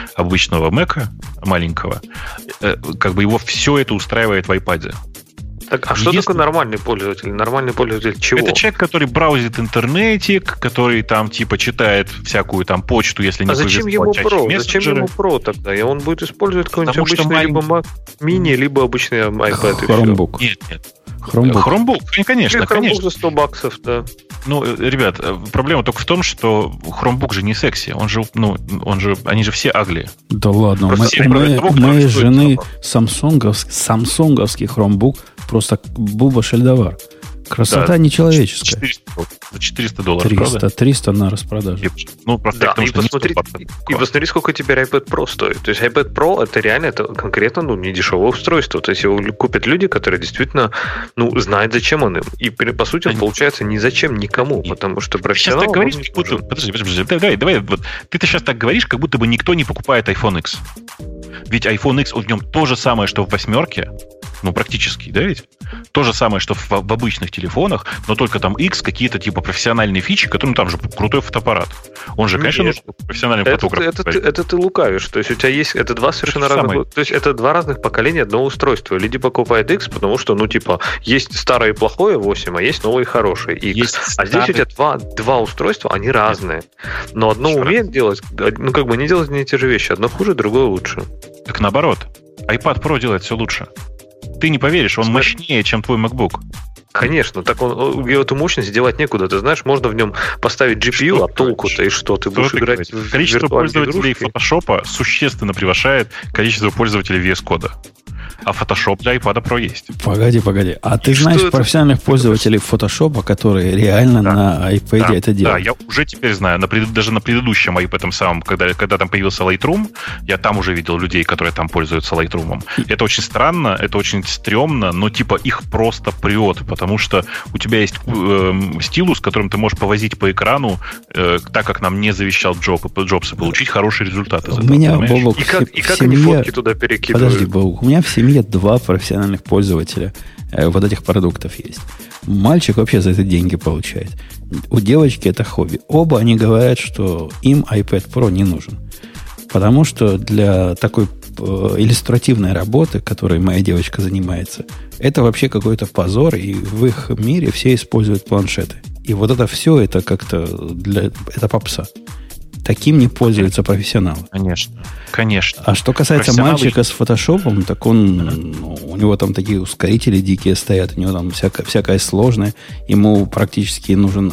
обычного Mac маленького, как бы его все это устраивает в iPad. Так, а что такое нормальный пользователь? Нормальный пользователь чего? Это человек, который браузит интернетик, который там типа читает всякую там почту, если не повезло. Зачем ему Pro? Зачем ему Pro тогда? И он будет использовать какой-нибудь обычный либо Mac Mini, либо обычный iPad. Chromebook. Нет. Chromebook, конечно. Chromebook за $100, да. Ну, ребят, проблема только в том, что Chromebook же не секси. Они же все агли. Да ладно, у моей жены самсунговский Chromebook просто буба шельдовар. Красота нечеловеческая. За $400, 300 на распродаже. И посмотри, сколько теперь iPad Pro стоит. То есть iPad Pro это реально, это конкретно не дешевое устройство. То есть его купят люди, которые действительно знают, зачем он им. И по сути он получается ни зачем никому, потому что профессионал... Подожди, давай. Вот, ты-то сейчас так говоришь, как будто бы никто не покупает iPhone X. Ведь iPhone X, в нем то же самое, что в 8-ке, практически, да ведь? То же самое, что в обычных телефонах, но только там X, какие-то типа профессиональные фичи, которые там же крутой фотоаппарат. Он же, конечно, нужен профессиональный фотограф. Это ты лукавишь. То есть у тебя есть... Это два совершенно разных... То есть это два разных поколения одного устройства. Люди покупают X, потому что, есть старое и плохое 8, а есть новое и хорошее X. А здесь у тебя два устройства, они разные. Но одно умеет делать... они делают не те же вещи. Одно хуже, другое лучше. Так наоборот. iPad Pro делает все лучше. Ты не поверишь, он мощнее, чем твой MacBook. Конечно, так эту мощность девать некуда. Ты знаешь, можно в нем поставить GPU, а толку-то и что? Ты будешь играть в количество пользователей Photoshop существенно превышает количество пользователей VS Code. А Photoshop для iPad Pro есть. Погоди. А ты знаешь профессиональных пользователей Photoshop, которые реально на iPad это делают? Да, я уже теперь знаю. Даже на предыдущем iPad самом, когда там появился Lightroom, я там уже видел людей, которые там пользуются Lightroom. Это очень странно, это очень стрёмно, но их просто прет, потому что у тебя есть стилус, которым ты можешь повозить по экрану, так как нам не завещал Джобс, и получить хороший результат из этого. У меня, Бобок, и как они фотки туда перекидывают? Подожди, Бобок, у меня в семье 2 профессиональных пользователя вот этих продуктов есть. Мальчик вообще за это деньги получает. У девочки это хобби. Оба они говорят, что им iPad Pro не нужен. Потому что для такой иллюстративной работы, которой моя девочка занимается, это вообще какой-то позор, и в их мире все используют планшеты. И вот это все, это как-то это попса. Таким не пользуются профессионалы. Конечно. А что касается мальчика с фотошопом, так у него там такие ускорители дикие стоят, у него там всякое сложное. Ему практически нужен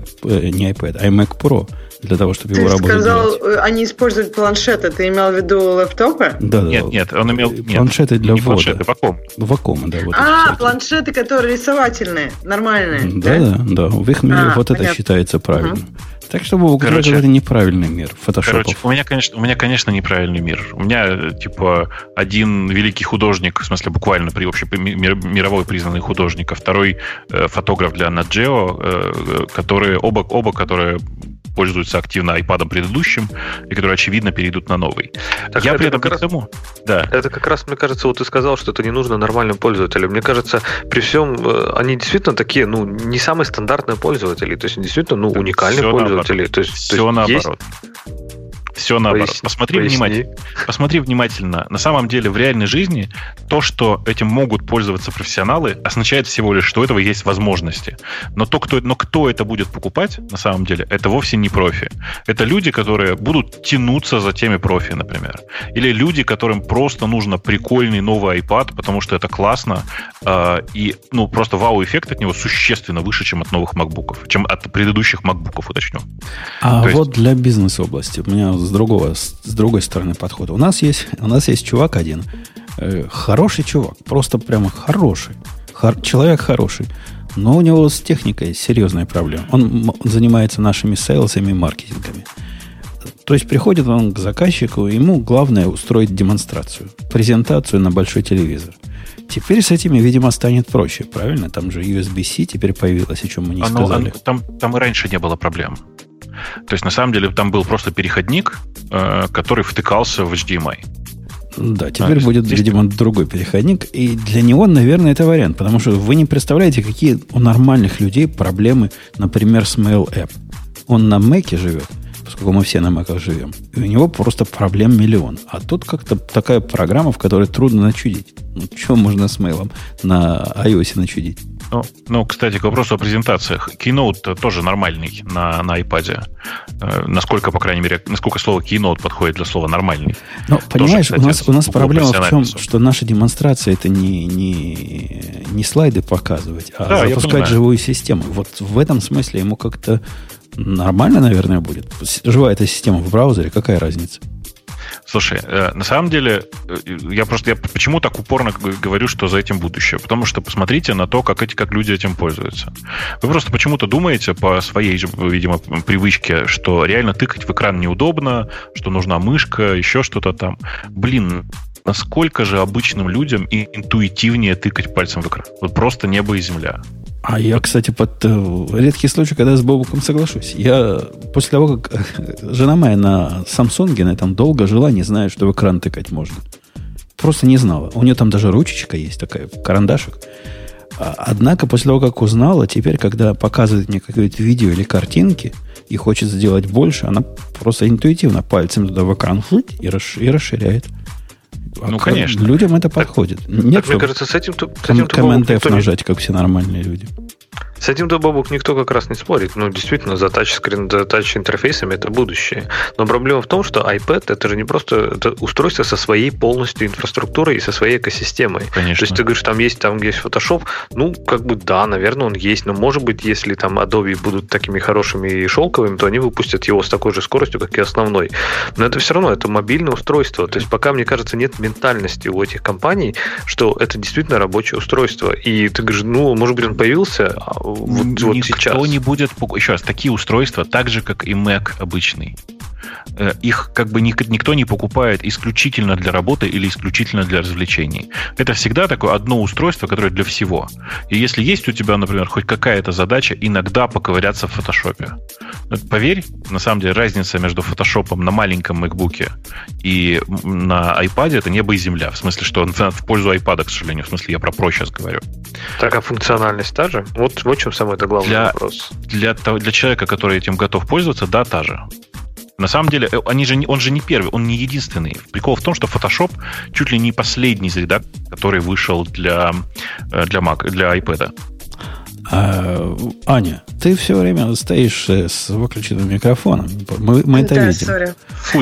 iMac Pro для того, чтобы его работу делать. Ты сказал, они используют планшеты. Ты имел в виду лэптопы? Да. Нет, он имел... Планшеты для ввода. Планшеты, вакуума, да. Вот планшеты, которые рисовательные, нормальные. Да. В их мире это считается правильным. Так что, Бог, это неправильный мир фотошопов. У меня, конечно, неправильный мир. У меня, один великий художник, в смысле, буквально мировой признанный художник, а второй фотограф для Nat Geo, которые оба которые пользуются активно iPad'ом предыдущим, и которые, очевидно, перейдут на новый. Так я при этом к тому... Да. Это как раз, мне кажется, ты сказал, что это не нужно нормальным пользователям. Мне кажется, при всем, они действительно такие, не самые стандартные пользователи, то есть действительно, уникальные пользователи. Все наоборот. Все наоборот. Посмотри внимательно. На самом деле, в реальной жизни то, что этим могут пользоваться профессионалы, означает всего лишь, что у этого есть возможности. Но кто это будет покупать, на самом деле, это вовсе не профи. Это люди, которые будут тянуться за теми профи, например. Или люди, которым просто нужно прикольный новый iPad, потому что это классно, и просто вау-эффект от него существенно выше, чем от новых MacBook'ов, чем от предыдущих MacBook'ов, уточню. Для бизнес-области у меня с другой стороны подхода. У нас есть чувак один, хороший чувак, просто прямо хороший, человек хороший, но у него с техникой серьезная проблема. Он занимается нашими сейлсами и маркетингами. То есть приходит он к заказчику, ему главное устроить демонстрацию, презентацию на большой телевизор. Теперь с этими, видимо, станет проще, правильно? Там же USB-C теперь появилось, о чем мы не сказали. Там и раньше не было проблем. То есть, на самом деле, там был просто переходник, который втыкался в HDMI. Да, теперь будет, видимо, другой переходник. И для него, наверное, это вариант. Потому что вы не представляете, какие у нормальных людей проблемы, например, с Mail App. Он на Mac'е живет. поскольку мы все на Mac'ах живем. И у него просто проблем миллион. А тут как-то такая программа, в которой трудно начудить. Ну, что можно с мейлом на iOS начудить? Ну, кстати, к вопросу о презентациях. Keynote тоже нормальный на iPad. Насколько, по крайней мере, насколько слово Keynote подходит для слова нормальный. Ну, понимаешь, тоже, кстати, у нас проблема в чем, что наша демонстрация это не слайды показывать, а запускать живую систему. Вот в этом смысле ему как-то нормально, наверное, будет. Живая эта система в браузере, какая разница? Слушай, на самом деле, я почему так упорно говорю, что за этим будущее? Потому что посмотрите на то, как люди этим пользуются. Вы просто почему-то думаете по своей, видимо, привычке, что реально тыкать в экран неудобно, что нужна мышка, еще что-то там. Блин, насколько же обычным людям и интуитивнее тыкать пальцем в экран? Вот просто небо и земля. А я, кстати, под редкий случай, когда я с Бобуком соглашусь. Я после того, как жена моя на Samsung, на этом долго жила, не зная, что в экран тыкать можно. Просто не знала. У нее там даже ручечка есть такая, карандашик. Однако, после того, как узнала, теперь, когда показывает мне какое-то видео или картинки и хочет сделать больше, она просто интуитивно пальцем туда в экран и расширяет. Ну, конечно. Людям это подходит. Нет, мне кажется, с этим-то Command F нажать, как все нормальные люди. С этим-то, Бобук, никто как раз не спорит. Ну, действительно, за тачскрин, за тач-интерфейсами это будущее. Но проблема в том, что iPad это же не просто это устройство со своей полностью инфраструктурой и со своей экосистемой. Конечно. То есть ты говоришь, там есть Photoshop. Ну, как бы да, наверное, он есть. Но может быть, если там Adobe будут такими хорошими и шелковыми, то они выпустят его с такой же скоростью, как и основной. Но это все равно, это мобильное устройство. То есть пока, мне кажется, нет ментальности у этих компаний, что это действительно рабочее устройство. И ты говоришь, ну, может быть, он появился вот никто сейчас. Не будет... Еще раз, такие устройства, так же, как и Mac обычный, их как бы никто не покупает исключительно для работы или исключительно для развлечений. Это всегда такое одно устройство, которое для всего. И если есть у тебя, например, хоть какая-то задача иногда поковыряться в фотошопе, поверь, на самом деле разница между фотошопом на маленьком MacBook и на iPad это небо и земля. В смысле, что в пользу iPad, к сожалению. В смысле, я про Pro сейчас говорю. Так, а функциональность та же? Вот в чем самый главный вопрос. Для человека, который этим готов пользоваться, да, та же. На самом деле, он же не первый, он не единственный. Прикол в том, что Photoshop чуть ли не последний из редакторов, который вышел для Mac, для iPad. Аня, ты все время стоишь с выключенным микрофоном. Мы это видим.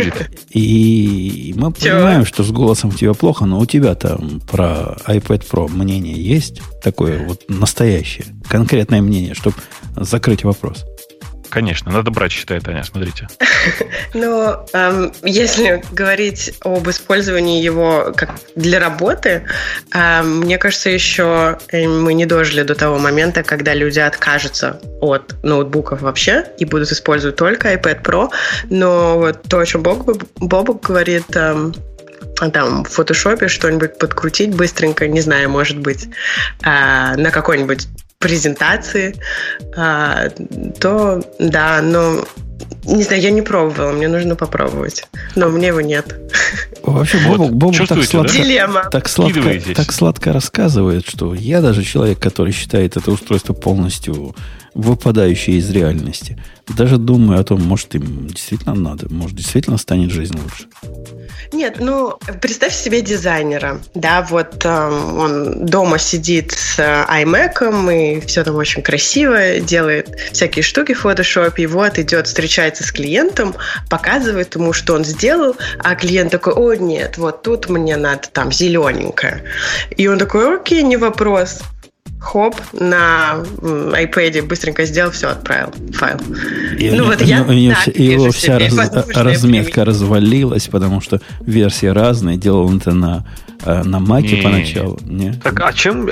И мы понимаем, что с голосом у тебя плохо, но у тебя там про iPad Pro мнение есть? Такое вот настоящее, конкретное мнение, чтобы закрыть вопрос. Конечно, надо брать, считает Аня, смотрите. Но если говорить об использовании его как для работы, мне кажется, еще мы не дожили до того момента, когда люди откажутся от ноутбуков вообще и будут использовать только iPad Pro. Но вот то, о чем Бобук говорит, там в фотошопе что-нибудь подкрутить быстренько, не знаю, может быть, на какой-нибудь презентации, то да, но не знаю, я не пробовала, мне нужно попробовать, но мне его нет. Вообще, Бобук так сладко рассказывает, что я даже человек, который считает это устройство полностью выпадающее из реальности, даже думаю о том, может, им действительно надо, может, действительно станет жизнь лучше. Нет, представь себе дизайнера, да, вот он дома сидит с iMac'ом, и все там очень красиво, делает всякие штуки в фотошопе, и вот идет, встречается с клиентом, показывает ему, что он сделал, а клиент такой, о, нет, вот тут мне надо там зелененькое. И он такой, окей, не вопрос. Хоп, на iPad быстренько сделал, все, отправил файл. Его вся разметка развалилась, потому что версии разные. Делал он это на Mac поначалу. Так, а чем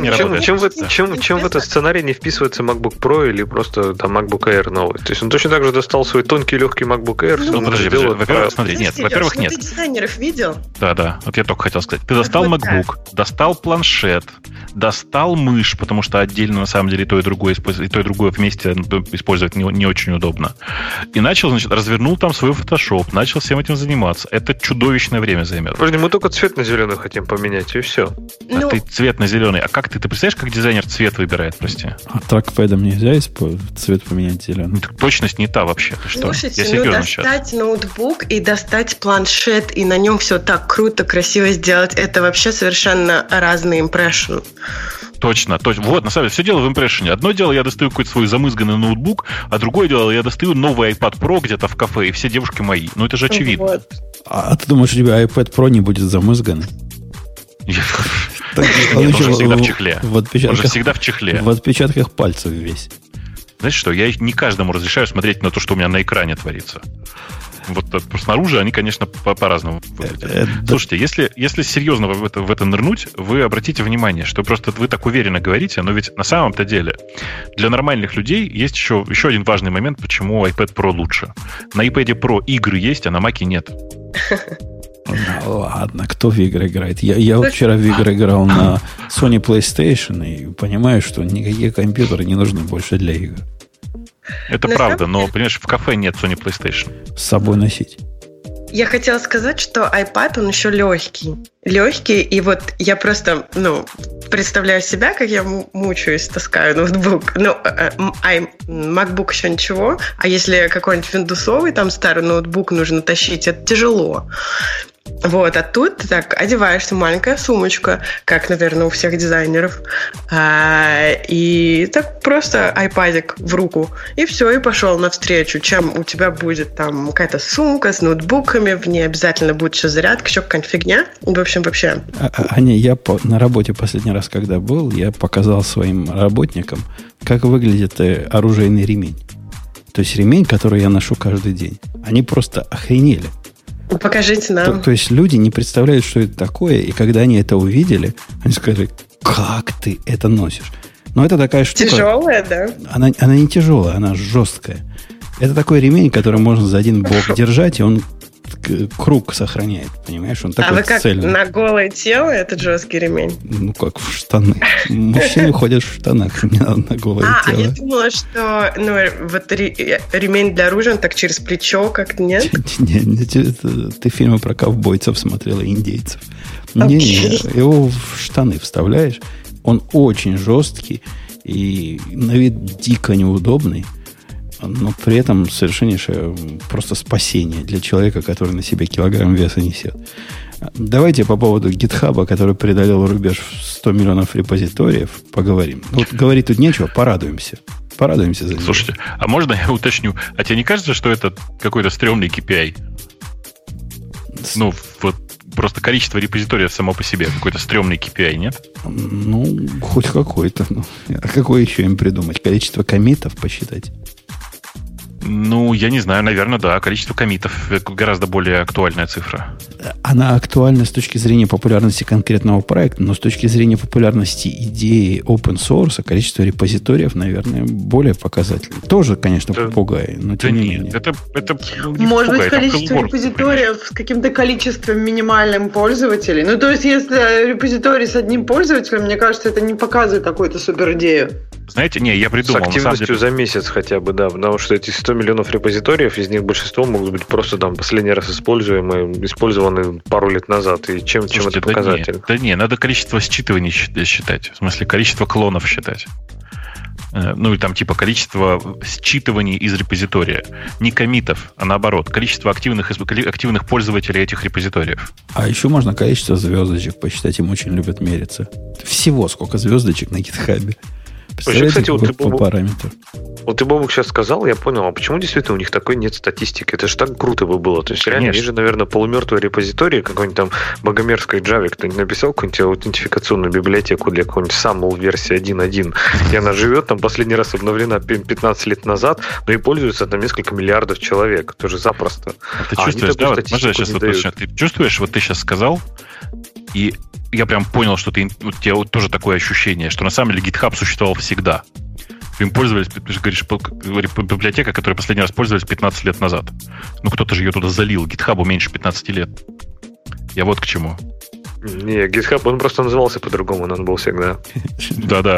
в этот сценарий не вписывается MacBook Pro или просто там MacBook Air новый? То есть он точно так же достал свой тонкий легкий MacBook Air. Подожди, во-первых, смотри, нет, во-первых, нет. Ты дизайнеров видел? Да, вот я только хотел сказать. Ты достал MacBook, достал планшет, достал мышь, потому что отдельно, на самом деле, и то, и другое вместе использовать не очень удобно. И начал, развернул там свой Photoshop, начал всем этим заниматься. Это чудовищное время займет. Подожди, мы только цвет на зеленый хотим поменять, и все. А ты цвет на зеленый. А как ты представляешь, как дизайнер цвет выбирает, прости? А трекпэдом нельзя цвет поменять зеленый? Точность не та вообще. Ты что? Слушайте, достать ноутбук и достать планшет, и на нем все так круто, красиво сделать, это вообще совершенно разный импрессион. Точно. Вот, на самом деле, все дело в импрессионе. Одно дело, я достаю какой-то свой замызганный ноутбук, а другое дело, я достаю новый iPad Pro где-то в кафе, и все девушки мои. Ну, это же очевидно. Вот. А ты думаешь, у тебя iPad Pro не будет замызганный? Он же всегда в чехле. Он же всегда в чехле. В отпечатках пальцев весь. Знаешь что, я не каждому разрешаю смотреть на то, что у меня на экране творится. Вот снаружи они, конечно, по-разному выглядят. Слушайте, если серьезно в это нырнуть, вы обратите внимание, что просто вы так уверенно говорите, но ведь на самом-то деле для нормальных людей есть еще один важный момент, почему iPad Pro лучше. На iPad Pro игры есть, а на Mac нет. Ладно, кто в игры играет? Я вот вчера в игры играл на Sony PlayStation и понимаю, что никакие компьютеры не нужны больше для игр. Это правда, но, понимаешь, в кафе нет Sony PlayStation. С собой носить. Я хотела сказать, что iPad, он еще легкий. Легкий, и вот я просто, представляю себя, как я мучаюсь, таскаю ноутбук. MacBook еще ничего, а если какой-нибудь виндусовый, там старый ноутбук нужно тащить, это тяжело. Вот, а тут ты так одеваешься, маленькая сумочка, как, наверное, у всех дизайнеров, и так просто айпадик в руку, и все, и пошел навстречу, чем у тебя будет там какая-то сумка с ноутбуками, в ней обязательно будет еще зарядка, еще какая-нибудь фигня, в общем, вообще. Аня, я на работе последний раз, когда был, я показал своим работникам, как выглядит оружейный ремень. То есть ремень, который я ношу каждый день. Они просто охренели. Покажите нам. То есть люди не представляют, что это такое, и когда они это увидели, они сказали, как ты это носишь? Но это такая штука... Тяжелая, да? Она не тяжелая, она жесткая. Это такой ремень, который можно за один бок держать, и он круг сохраняет, понимаешь? Он такой цельный. Как, на голое тело этот жесткий ремень? Ну, как в штаны. Мужчины ходят в штанах, не надо на голое тело. А я думала, что вот ремень для оружия, он так через плечо, как нет? Нет, ты фильмы про ковбойцев смотрела, индейцев. Не, его в штаны вставляешь. Он очень жесткий и на вид дико неудобный. Но при этом совершеннейшее просто спасение для человека, который на себе килограмм веса несет. Давайте по поводу GitHub, который преодолел рубеж в 100 миллионов репозиториев, поговорим. Вот говорить тут нечего, порадуемся. Порадуемся за него. Слушайте, а можно я уточню? А тебе не кажется, что это какой-то стрёмный KPI? Ну, вот просто количество репозиториев само по себе какой-то стрёмный KPI, нет? Ну, хоть какой-то. А какое еще им придумать? Количество коммитов посчитать? Ну, я не знаю, наверное, да. Количество коммитов гораздо более актуальная цифра. Она актуальна с точки зрения популярности конкретного проекта, но с точки зрения популярности идеи open source, количество репозиториев, наверное, более показательно. Тоже, конечно, попугай, но тем не менее. Это может быть, количество репозиториев с каким-то количеством минимальным пользователей. Ну, то есть, если репозиторий с одним пользователем, мне кажется, это не показывает какую-то супер идею. Знаете, я придумал. С активностью за месяц хотя бы, да, потому что эти 100 миллионов репозиториев, из них большинство могут быть просто там последний раз использованы пару лет назад. И чем это показатель? Надо количество считываний считать. В смысле, количество клонов считать. Ну, и там типа количество считываний из репозитория. Не коммитов, а наоборот. Количество активных пользователей этих репозиториев. А еще можно количество звездочек посчитать. Им очень любят мериться. Всего сколько звездочек на GitHub. Представляете, кстати, по параметру. Вот ты, Бобук, сейчас сказал, я понял, а почему действительно у них такой нет статистики? Это же так круто бы было. То есть, реально, есть же, наверное, полумертвый репозиторий, какой-нибудь там богомерзкой Java, кто-нибудь написал какую-нибудь аутентификационную библиотеку для какой-нибудь SAML версии 1.1, и она живет, там последний раз обновлена 15 лет назад, но и пользуется там несколько миллиардов человек. тоже запросто. Ты чувствуешь, да? Вот, можно сейчас уточню? Ты чувствуешь, вот ты сейчас сказал, и я прям понял, что у тебя вот тоже такое ощущение, что на самом деле GitHub существовал всегда. Им пользовались, ты же говоришь, библиотека, которой последний раз пользовались 15 лет назад. Ну, кто-то же ее туда залил. GitHub меньше 15 лет. Я вот к чему. Не, GitHub, он просто назывался по-другому, но он был всегда. Да.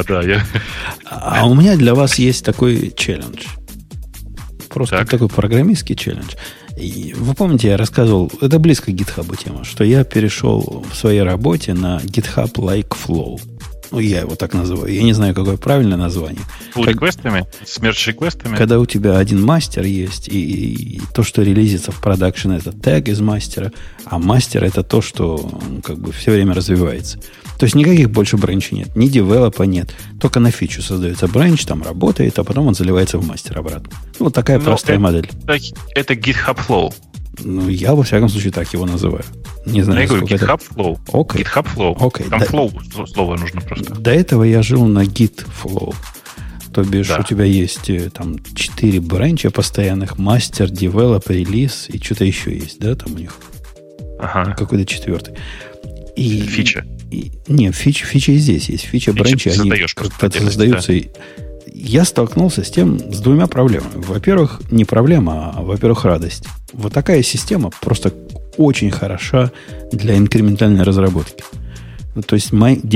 А у меня для вас есть такой челлендж. Просто такой программистский челлендж. И вы помните, я рассказывал, это близко к GitHub тема, что я перешел в своей работе на GitHub Like Flow. Ну, я его так называю. Я не знаю, какое правильное название. Pull-реквестами? С мерч-реквестами? Когда у тебя один мастер есть, и то, что релизится в продакшн, это тег из мастера, а мастер это то, что как бы все время развивается. То есть никаких больше бренчей нет. Ни девелопа нет. Только на фичу создается бренч, там работает, а потом он заливается в мастер обратно. Ну, вот такая простая модель. Это GitHub Flow. Ну, я, во всяком случае, так его называю. Не знаю, я говорю, GitHub Flow. Okay. GitHub Flow. Okay. Там flow слово нужно просто. До этого я жил на Git Flow. То бишь, у тебя есть там 4 бренча постоянных. Мастер, девелоп, релиз и что-то еще есть, да, там у них? Ага. Какой-то 4. И фича. Нет, фича и здесь есть. Фича бренчи, они как-то создаются. Да. Я столкнулся с двумя проблемами. Во-первых, не проблема, а, во-первых, радость. Вот такая система просто очень хороша для инкрементальной разработки. То есть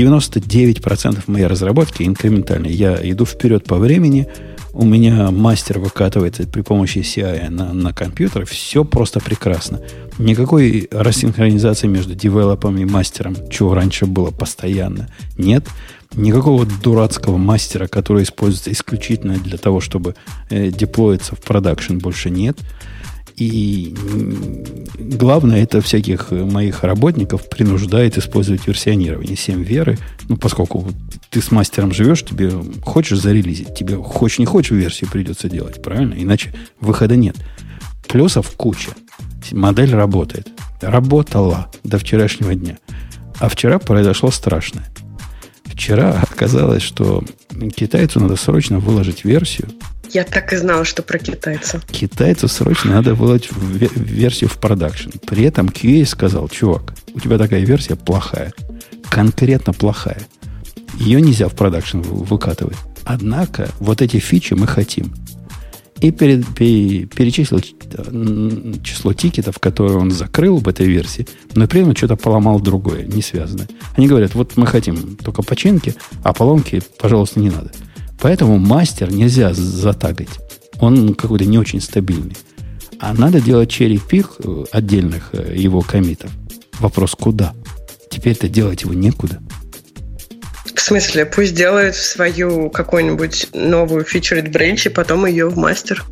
99% моей разработки инкрементальной. Я иду вперед по времени, у меня мастер выкатывается при помощи CI на компьютер, все просто прекрасно. Никакой рассинхронизации между девелопом и мастером, чего раньше было постоянно, нет. Никакого дурацкого мастера, который используется исключительно для того, чтобы деплоиться в продакшн, больше нет. И главное, это всяких моих работников принуждает использовать версионирование 7 веры. Ну, поскольку ты с мастером живешь, тебе хочешь зарелизить, тебе хочешь не хочешь версию придется делать, правильно? Иначе выхода нет. Плюсов куча. Модель работает. Работала до вчерашнего дня. А вчера произошло страшное. Вчера оказалось, что китайцу надо срочно выложить версию. Я так и знала, что про китайца. Китайцу срочно надо выложить версию в продакшн. При этом QA сказал: чувак, у тебя такая версия плохая. Конкретно плохая. Ее нельзя в продакшн выкатывать. Однако вот эти фичи мы хотим. И перечислил число тикетов, которые он закрыл в этой версии, но при этом что-то поломал другое, не связанное. Они говорят: вот мы хотим только починки, а поломки, пожалуйста, не надо. Поэтому мастер нельзя затагать. Он какой-то не очень стабильный. А надо делать черри-пик отдельных его коммитов. Вопрос: куда? Теперь-то делать его некуда. В смысле? Пусть делают свою какую-нибудь новую featured branch, и потом ее в мастер.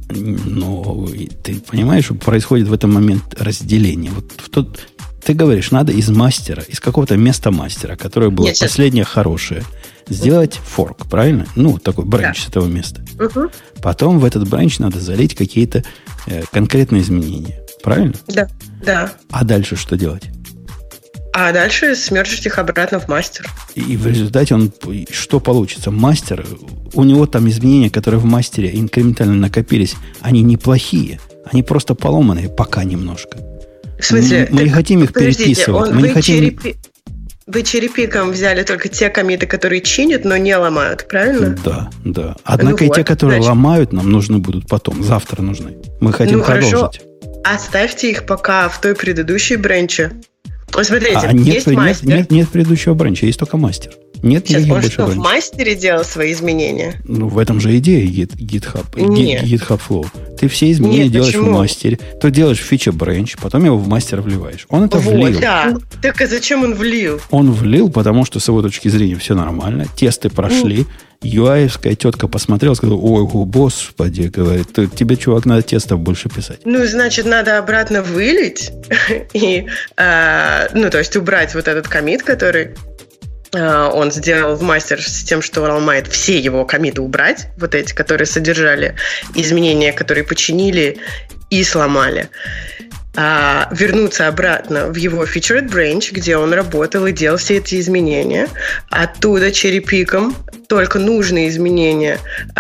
Но ты понимаешь, что происходит в этот момент разделение. Вот ты говоришь, надо из мастера, из какого-то места мастера, которое было последнее хорошее, сделать форк, правильно? Ну, такой бранч с этого места. Угу. Потом в этот бранч надо залить какие-то конкретные изменения. Правильно? Да. А дальше что делать? А дальше смержить их обратно в мастер. И в результате что получится? Мастер, у него там изменения, которые в мастере инкрементально накопились, они неплохие. Они просто поломанные пока немножко. В смысле? Мы не хотим их переписывать. Вы черепиком взяли только те коммиты, которые чинят, но не ломают, правильно? Да. Однако и те, которые ломают, нам нужны будут потом. Завтра нужны. Мы хотим продолжить. Хорошо. Оставьте их пока в той предыдущей бренче. Смотрите, есть мастер. Нет предыдущего бранча, есть только мастер. Нет сейчас никаких он больше что, бранчей. В мастере делал свои изменения? Ну, в этом же идея GitHub. Нет. GitHub Flow. Ты все изменения делаешь в мастере. Ты делаешь фича бранч, потом его в мастер вливаешь. Он это влил. Да. Так а зачем он влил? Он влил, потому что с его точки зрения все нормально. Тесты прошли. UI-евская тетка посмотрела, сказала: ой, господи, говорит, тебе, чувак, надо тестов больше писать. Ну, значит, надо обратно вылить и, то есть убрать вот этот коммит, который он сделал в мастер с тем, что он ломает все его коммиты, убрать, вот эти, которые содержали изменения, которые починили и сломали. Вернуться обратно в его featured branch, где он работал и делал все эти изменения, оттуда черепиком только нужные изменения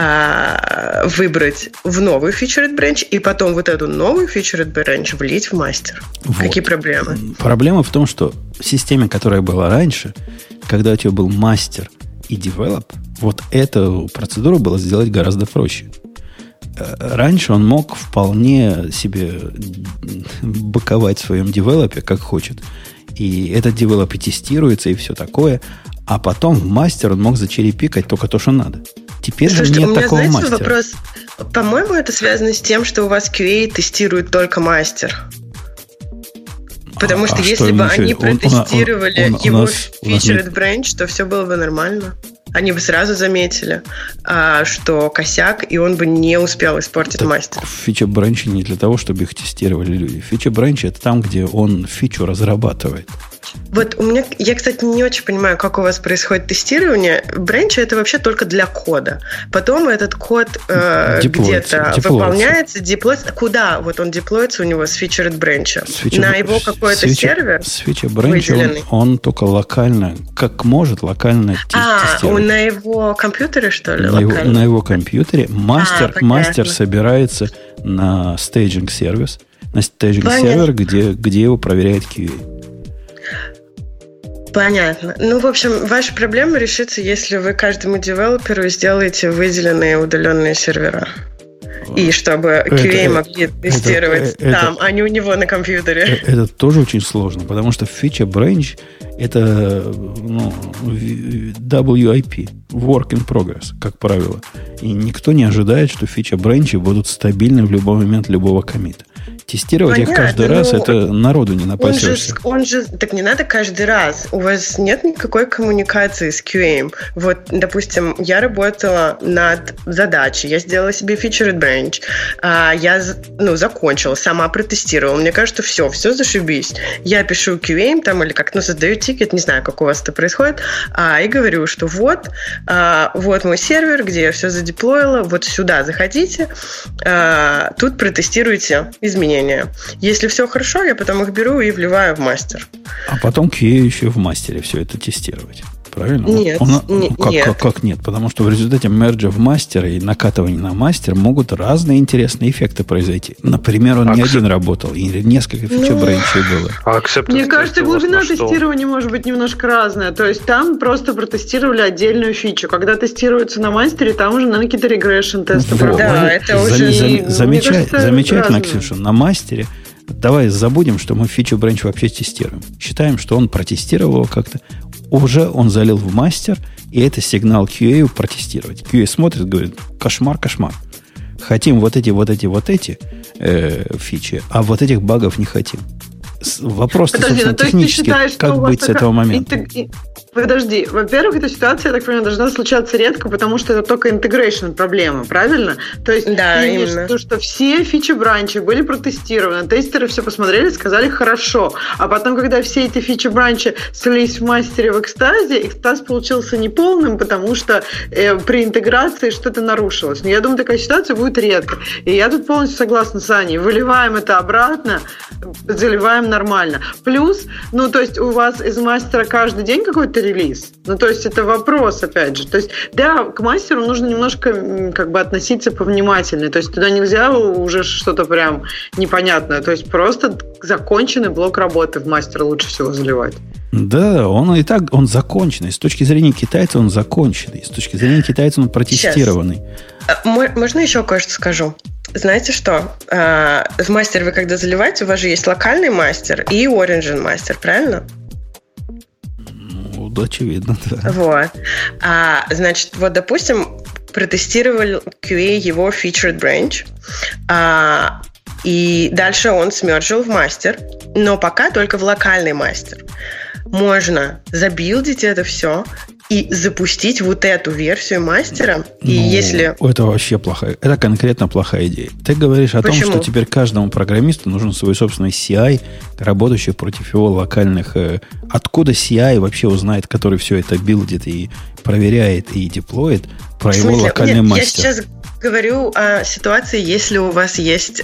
выбрать в новый featured branch и потом вот эту новую featured branch влить в мастер. Вот. Какие проблемы? Проблема в том, что в системе, которая была раньше, когда у тебя был мастер и девелоп, вот эту процедуру было сделать гораздо проще. Раньше он мог вполне себе быковать в своем девелопе, как хочет. И этот девелоп и тестируется, и все такое. А потом в мастер он мог зачерепикать только то, что надо. Теперь же нет такого мастера. По-моему, это связано с тем, что у вас QA тестирует только мастер. Потому что если бы они протестировали его featured branch, то все было бы нормально. Они бы сразу заметили, что косяк, и он бы не успел испортить мастер. Фича-бранчи не для того, чтобы их тестировали люди. Фича-бранчи — это там, где он фичу разрабатывает. Вот у меня, я, кстати, не очень понимаю, как у вас происходит тестирование. Бренчи — это вообще только для кода. Потом этот код где-то выполняется, деплоится. Куда вот он деплоится у него с featured бренча? На его какой-то сервер? С featured бренча он только локально, как может, локально тестирует. На его компьютере, что ли? На его компьютере. Мастер собирается на стейджинг-сервис, на стейджинг-сервер, где его проверяет QA. Понятно. Ну, в общем, ваша проблема решится, если вы каждому девелоперу сделаете выделенные удаленные сервера. И чтобы QA могли тестировать там, а не у него на компьютере. Это тоже очень сложно, потому что feature branch — это WIP, work in progress, как правило. И никто не ожидает, что feature branch будут стабильны в любой момент любого коммита. Тестировать их каждый раз, это народу не напасешься. Так не надо каждый раз. У вас нет никакой коммуникации с QA. Вот, допустим, я работала над задачей, я сделала себе featured branch, я закончила, сама протестировала. Мне кажется, все зашибись. Я пишу QA там, или как, создаю тикет, не знаю, как у вас это происходит, и говорю, что вот мой сервер, где я все задеплоила, вот сюда заходите, тут протестируйте изменения. Если все хорошо, я потом их беру и вливаю в мастер. А потом QA еще в мастере все это тестировать. Правильно? Нет. Как нет? Потому что в результате мерджа в мастер и накатывания на мастер могут разные интересные эффекты произойти. Например, он не один работал, или несколько фича-бренчей было. Мне кажется, глубина тестирования может быть немножко разная. То есть там просто протестировали отдельную фичу. Когда тестируется на мастере, там уже, наверное, какие-то регрессион-тесты. Да, это уже... Замечательно, Ксюша. На мастере давай забудем, что мы фичу-бренч вообще тестируем. Считаем, что он протестировал его как-то. Уже он залил в мастер, и это сигнал QA протестировать. QA смотрит, говорит, кошмар. Хотим вот эти фичи, а вот этих багов не хотим. Вопрос, собственно, технически, как быть с этого момента? Подожди, во-первых, эта ситуация, я так понимаю, должна случаться редко, потому что это только integration проблема, правильно? То есть то, что все фичи-бранчи были протестированы, тестеры все посмотрели, сказали хорошо, а потом, когда все эти фичи-бранчи слились в мастере в экстазе, экстаз получился неполным, потому что при интеграции что-то нарушилось. Но я думаю, такая ситуация будет редко. И я тут полностью согласна с Аней. Выливаем это обратно, заливаем нормально. Плюс, то есть у вас из мастера каждый день какой-то релиз. То есть это вопрос, опять же. То есть, да, к мастеру нужно немножко относиться повнимательнее. То есть туда нельзя уже что-то прям непонятное. То есть просто законченный блок работы в мастер лучше всего заливать. Да, он и так, он законченный. С точки зрения китайца он законченный. С точки зрения китайца он протестированный. Можно еще кое-что скажу? Знаете что? В мастер вы когда заливаете, у вас же есть локальный мастер и origin мастер, правильно? Очевидно, да. Вот. Значит, допустим, протестировал QA его featured branch, и дальше он смержил в мастер, но пока только в локальный мастер. Можно забилдить это все и запустить вот эту версию мастера. И если... Это вообще плохая. Это конкретно плохая идея. Ты говоришь о том, что теперь каждому программисту нужен свой собственный CI, работающий против его локальных... Откуда CI вообще узнает, который все это билдит и проверяет и деплоит, про его локальный мастер? Я сейчас говорю о ситуации, если у вас есть...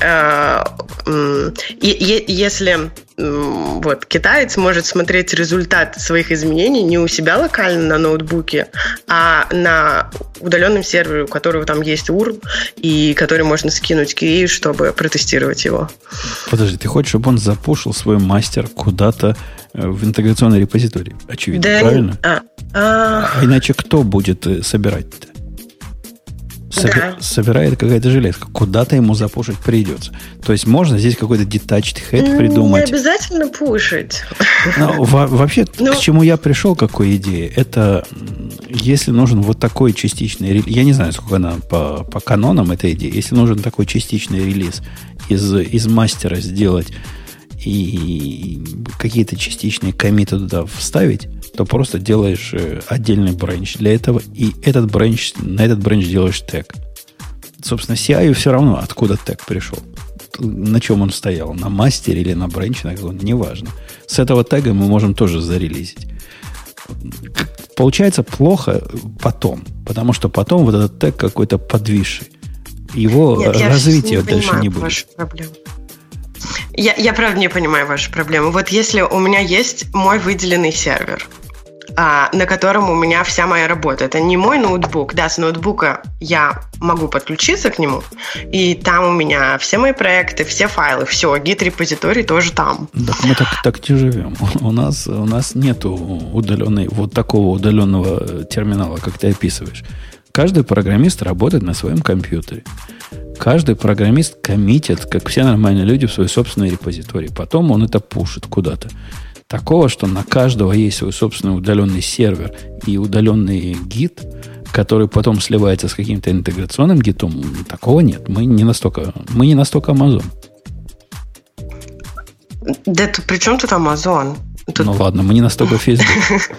Если... китаец может смотреть результат своих изменений не у себя локально на ноутбуке, а на удаленном сервере, у которого там есть URL, и который можно скинуть QA, чтобы протестировать его. Подожди, ты хочешь, чтобы он запушил свой мастер куда-то в интеграционный репозиторий? Очевидно, правильно? А иначе кто будет собирать-то? собирает какая-то железка. Куда-то ему запушить придется. То есть можно здесь какой-то detached head придумать. Не обязательно пушить. Вообще, к чему я пришел, к какой идее, это если нужен вот такой частичный релиз, я не знаю, сколько она по канонам эта идея, если нужен такой частичный релиз из мастера сделать и какие-то частичные коммиты туда вставить, то просто делаешь отдельный бренч для этого, и на этот бренч делаешь тег. Собственно, CI все равно, откуда тег пришел. На чем он стоял, на мастере или на бренче, на каком-то, неважно. С этого тега мы можем тоже зарелизить. Получается плохо потом, потому что потом вот этот тег какой-то подвисший. Его развития дальше не будет. Я правда не понимаю вашу проблему. Вот если у меня есть мой выделенный сервер, на котором у меня вся моя работа. Это не мой ноутбук. Да, с ноутбука я могу подключиться к нему, и там у меня все мои проекты, все файлы, все, гид-репозиторий тоже там. Так мы так не живем. У нас нету вот такого удаленного терминала, как ты описываешь. Каждый программист работает на своем компьютере. Каждый программист коммитит, как все нормальные люди, в свой собственный репозиторий. Потом он это пушит куда-то. Такого, что на каждого есть свой собственный удаленный сервер и удаленный гид, который потом сливается с каким-то интеграционным гитом, такого нет. Мы не настолько Amazon. Да при чем тут Amazon? Ну ладно, мы не настолько Facebook.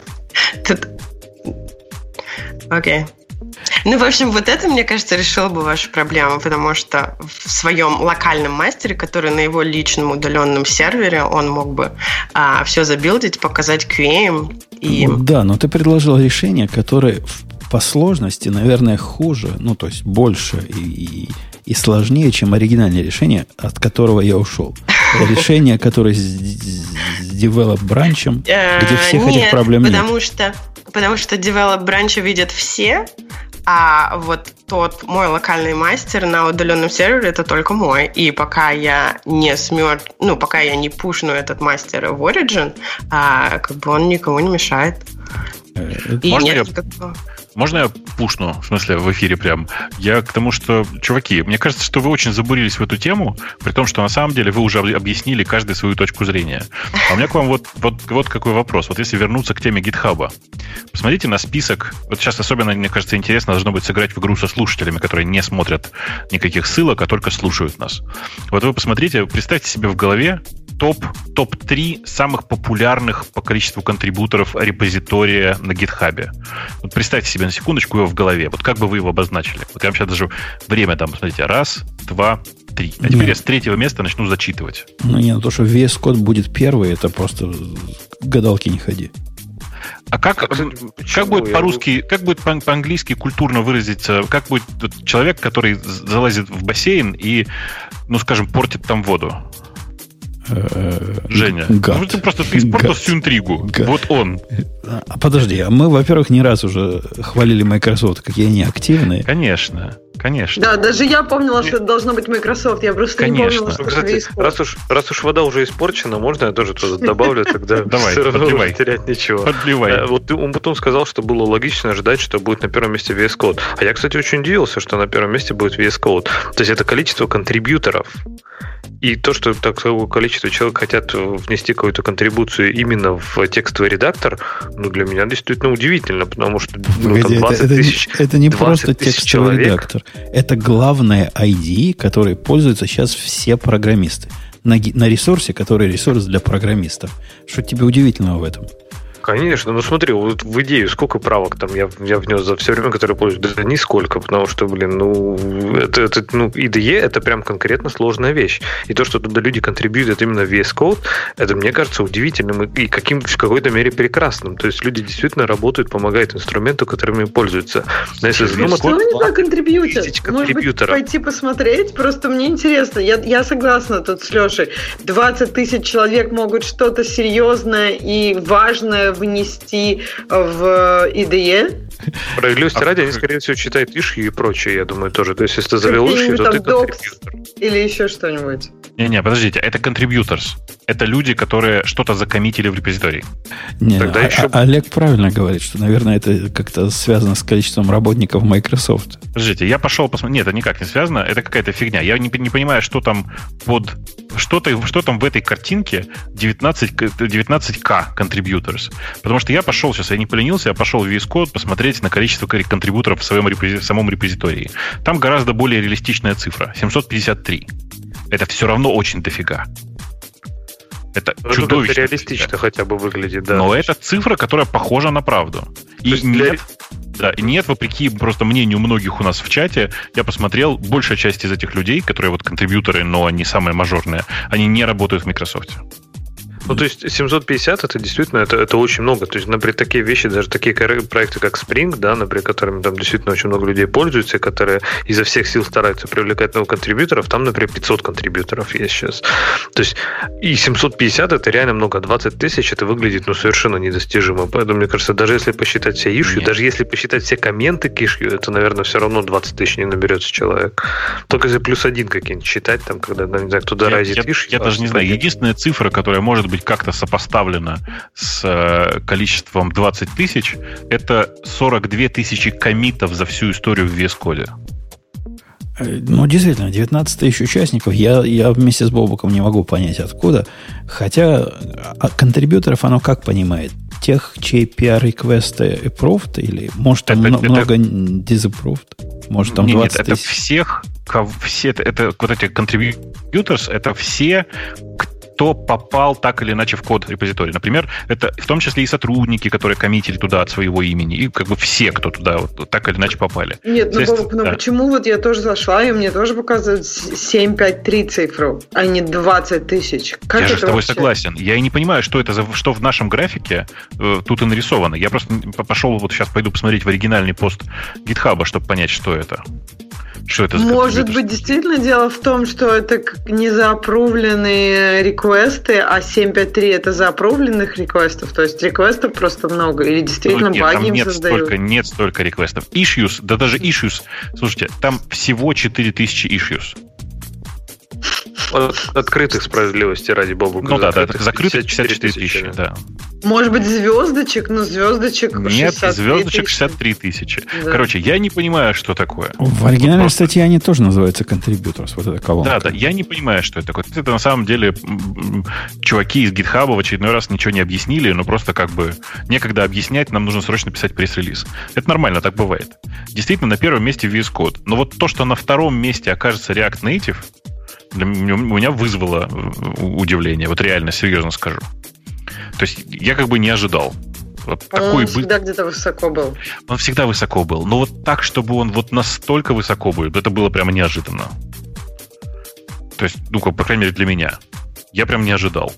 Окей. Ну, в общем, вот это, мне кажется, решило бы вашу проблему, потому что в своем локальном мастере, который на его личном удаленном сервере, он мог бы все забилдить, показать QA. Да, но ты предложил решение, которое по сложности, наверное, хуже, ну, то есть больше и сложнее, чем оригинальное решение, от которого я ушел. Решение, которое с develop бранчем, где всех этих проблем нет. Потому что develop бранча видят все, а вот тот мой локальный мастер на удаленном сервере это только мой. И пока я пока я не пушну этот мастер в Origin, как бы он никому не мешает. Можно я пушну, в смысле, в эфире прям? Я к тому, что, чуваки, мне кажется, что вы очень забурились в эту тему, при том, что на самом деле вы уже объяснили каждый свою точку зрения. А у меня к вам вот какой вопрос. Вот если вернуться к теме GitHub, посмотрите на список. Вот сейчас особенно, мне кажется, интересно должно быть сыграть в игру со слушателями, которые не смотрят никаких ссылок, а только слушают нас. Вот вы посмотрите, представьте себе в голове топ-3 самых популярных по количеству контрибуторов репозитория на GitHub. Вот представьте себе на секундочку его в голове. Вот как бы вы его обозначили? Вот я вам сейчас даже время дам. Смотрите. 1, 2, 3. А теперь я с 3-го места начну зачитывать. То, что VS Code будет первый, это просто гадалки не ходи. А как будет по-русски, как будет по-английски культурно выразиться, как будет человек, который залазит в бассейн и, скажем, портит там воду? Женя, ты просто испортил всю интригу. Вот он. Подожди, мы, во-первых, не раз уже хвалили Microsoft, какие они активные. Конечно. Да, даже я помнила, что это должно быть Microsoft. Я просто не помнила, что это раз уж вода уже испорчена, можно я тоже туда добавлю, тогда все равно не терять ничего. Подливай. Вот он потом сказал, что было логично ожидать, что будет на первом месте VS Code. А я, кстати, очень удивился, что на первом месте будет VS Code. То есть это количество контрибьюторов. И то, что такое количество человек хотят внести какую-то контрибуцию именно в текстовый редактор, для меня действительно удивительно, потому что там 20 тысяч это не просто текстовый редактор. Это главное IDE, которой пользуются сейчас все программисты. На ресурсе, который ресурс для программистов. Что тебе удивительного в этом? Конечно, смотри, вот в идею сколько правок там я внес за все время, которое пользуюсь? Да нисколько, потому что, IDE это прям конкретно сложная вещь. И то, что туда люди контрибьютят именно VS Code, это, мне кажется, удивительным и в какой-то мере прекрасным. То есть люди действительно работают, помогают инструменту, которыми пользуются. Но если задуматься... Что они так контрибьютят? Может быть, пойти посмотреть? Просто мне интересно. Я согласна тут с Лешей. 20 тысяч человек могут что-то серьезное и важное внести в IDE. Справедливости ради, они, скорее всего, читают issue и прочее, я думаю, тоже. То есть, если ты завел issue, то ты контрибьютор. Или еще что-нибудь. Не, подождите, это contributors. Это люди, которые что-то закоммитили в репозитории. Не, Олег правильно говорит, что, наверное, это как-то связано с количеством работников Microsoft. Подождите, я пошел посмотреть. Нет, это никак не связано, это какая-то фигня. Я не понимаю, что там под... Что там в этой картинке 19К contributors. Потому что я пошел сейчас, я не поленился, я пошел в VS Code посмотреть на количество контрибьюторов в самом репозитории. Там гораздо более реалистичная цифра. 753. Это все равно очень дофига. Это чудовищно. Это реалистично хотя бы выглядит, да. Но это цифра, которая похожа на правду. И нет, вопреки просто мнению многих у нас в чате, я посмотрел, большая часть из этих людей, которые вот контрибьюторы, но они самые мажорные, они не работают в Microsoft. Ну, то есть 750 это действительно это очень много. То есть, например, такие вещи, даже такие проекты, как Spring, да, например, которыми там действительно очень много людей пользуются, которые изо всех сил стараются привлекать новых контрибьюторов, там, например, 500 контрибьюторов есть сейчас. То есть, и 750 это реально много. 20 тысяч это выглядит, совершенно недостижимо. Поэтому, мне кажется, даже если посчитать все issue, даже если посчитать все комменты к issue, это, наверное, все равно 20 тысяч не наберется человек. Только если плюс один какие-нибудь считать, там, когда, не знаю, кто-то разит issue. Я даже не знаю. Единственная цифра, которая может быть как-то сопоставлена с количеством 20 тысяч, это 42 тысячи коммитов за всю историю в VS Code. Ну, действительно, 19 тысяч участников. Я вместе с Бобуком не могу понять, откуда. Хотя контрибьюторов оно как понимает? Тех, чей PR-реквесты approved? Или, может, там много disapproved? Может, там 20 тысяч? Это всех, это вот эти contributors, это все, кто попал так или иначе в код репозитория. Например, это в том числе и сотрудники, которые коммитили туда от своего имени, и как бы все, кто туда вот так или иначе попали. Нет, почему вот я тоже зашла, и мне тоже показывают 753 цифру, а не 20 тысяч. Как я же с тобой согласен. Я и не понимаю, что в нашем графике тут и нарисовано. Я просто пошел, вот сейчас пойду посмотреть в оригинальный пост GitHub, чтобы понять, что это. Что это за Может быть, действительно дело в том, что это не заапрувленные реквесты, а 753 это заапрувленных реквестов. То есть реквестов просто много. Или действительно баги им создают. Нет столько реквестов. Issues, да даже issues. Слушайте, там всего 4000 issues. Открытых справедливости ради бога. Ну да, закрытых 54 тысячи, да. Может быть, звездочек, но звездочек 63 Нет, звездочек 63 тысячи. Да. Короче, я не понимаю, что такое. В оригинальной статье они тоже называются contributors, вот эта колонка. Да, я не понимаю, что это такое. Это на самом деле чуваки из GitHub в очередной раз ничего не объяснили, но просто как бы некогда объяснять, нам нужно срочно писать пресс-релиз. Это нормально, так бывает. Действительно, на первом месте VS Code. Но вот то, что на втором месте окажется React Native, у меня вызвало удивление. Вот реально, серьезно скажу. То есть я как бы не ожидал. Вот такой он всегда где-то высоко был. Он всегда высоко был. Но вот так, чтобы он вот настолько высоко был, это было прямо неожиданно. То есть, по крайней мере, для меня. Я прям не ожидал.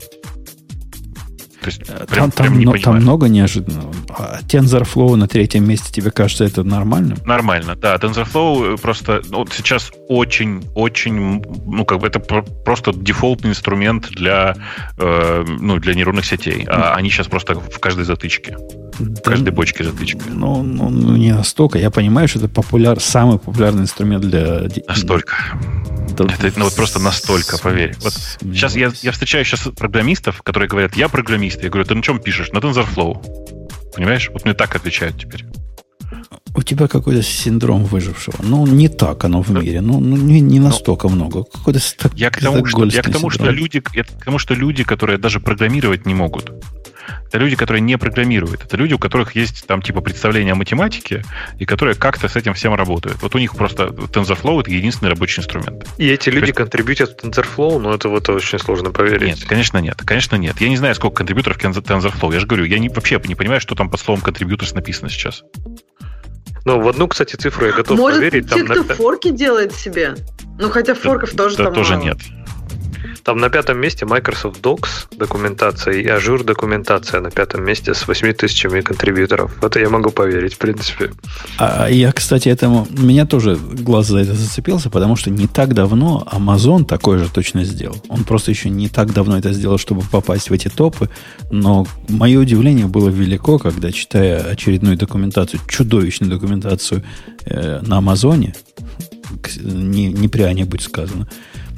То есть, прям не понимаю. Там много неожиданного. А TensorFlow на третьем месте, тебе кажется, это нормальным? Нормально, да. TensorFlow просто сейчас очень, это просто дефолтный инструмент для нейронных сетей. А они сейчас просто в каждой затычке. В каждой бочке затычки. Ну, не настолько. Я понимаю, что это самый популярный инструмент для... Настолько. Это просто настолько, поверь. Вот сейчас я встречаю программистов, которые говорят, я программист. Я говорю, ты на чем пишешь? На TensorFlow. Понимаешь? Вот мне так отвечают теперь. У тебя какой-то синдром выжившего. Не так оно в мире. Не настолько много. Какой-то я к тому, что люди, которые даже программировать не могут. Это люди, которые не программируют. Это люди, у которых есть там типа представление о математике, и которые как-то с этим всем работают. Вот у них просто TensorFlow — это единственный рабочий инструмент. И эти люди контрибьютят в TensorFlow, но это очень сложно поверить. Нет, конечно нет. Я не знаю, сколько контрибьюторов в TensorFlow. Я же говорю, я вообще не понимаю, что там под словом contributors написано сейчас. Ну, в одну, кстати, цифру я готов поверить. Может, те, кто форки делает себе? Хотя форков тоже там тоже мало. Нет. Там на пятом месте Microsoft Docs документация и Azure документация на пятом месте с 8000 контрибьюторов. Это я могу поверить, в принципе. Я, кстати, меня тоже глаз за это зацепился, потому что не так давно Amazon такое же точно сделал. Он просто еще не так давно это сделал, чтобы попасть в эти топы, но мое удивление было велико, когда, читая очередную документацию, чудовищную документацию на Амазоне, не пря-нибудь сказано,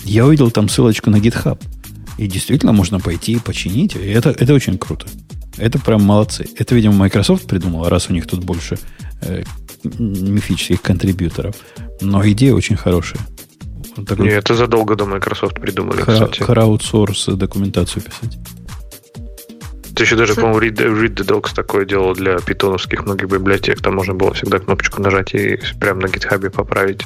Я увидел там ссылочку на GitHub. И действительно можно пойти и починить. И это очень круто. Это прям молодцы. Это, видимо, Microsoft придумал, раз у них тут больше мифических контрибьюторов. Но идея очень хорошая. Вот такой... Нет, это задолго до Microsoft придумали, кстати. Краудсорс документацию писать. Ты еще даже, по-моему, read the docs такое делал для питоновских многих библиотек. Там можно было всегда кнопочку нажать и прямо на GitHub поправить.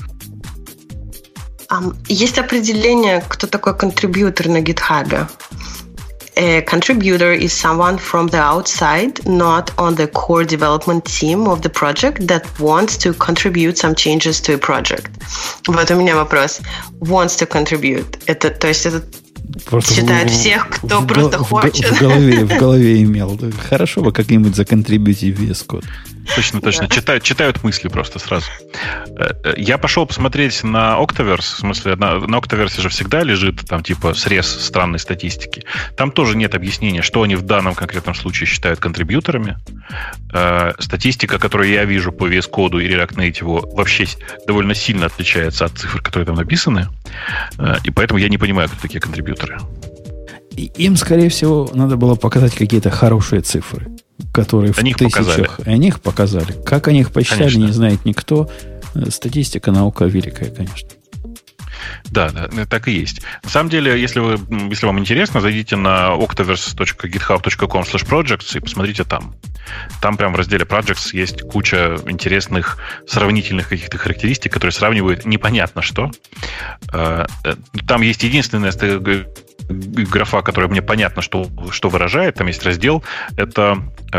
Есть определение, кто такой контрибьютор на GitHub. A contributor is someone from the outside, not on the core development team of the project, that wants to contribute some changes to a project. Вот у меня вопрос. Wants to contribute. Это, то есть это просто считает всех, кто просто хочет. В голове имел. Хорошо бы как-нибудь законтрибьютить VS Code. Точно. Читают мысли просто сразу. Я пошел посмотреть на Octaverse. В смысле, на Octaverse же всегда лежит там типа срез странной статистики. Там тоже нет объяснения, что они в данном конкретном случае считают контрибьюторами. Статистика, которую я вижу по VS Code и React Native, вообще довольно сильно отличается от цифр, которые там написаны. И поэтому я не понимаю, кто такие контрибьюторы. Им, скорее всего, надо было показать какие-то хорошие цифры, которые в тысячах. Они их показали. Как они их посчитали, конечно, не знает никто. Статистика, наука великая, конечно. Да, так и есть. На самом деле, если вам интересно, зайдите на octaverse.github.com/projects и посмотрите там. Там прямо в разделе Projects есть куча интересных сравнительных каких-то характеристик, которые сравнивают непонятно что. Там есть единственная графа, которая мне понятно, что выражает. Там есть раздел. Это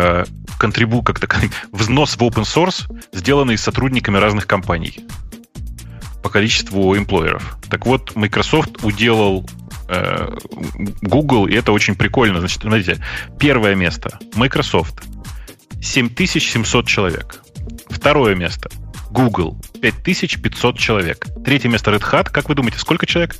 взнос в open source, сделанный сотрудниками разных компаний по количеству эмплойеров. Так вот, Microsoft уделал Google, и это очень прикольно. Значит, смотрите, первое место Microsoft 7700 человек. Второе место Google 5500 человек. Третье место Red Hat. Как вы думаете, сколько человек?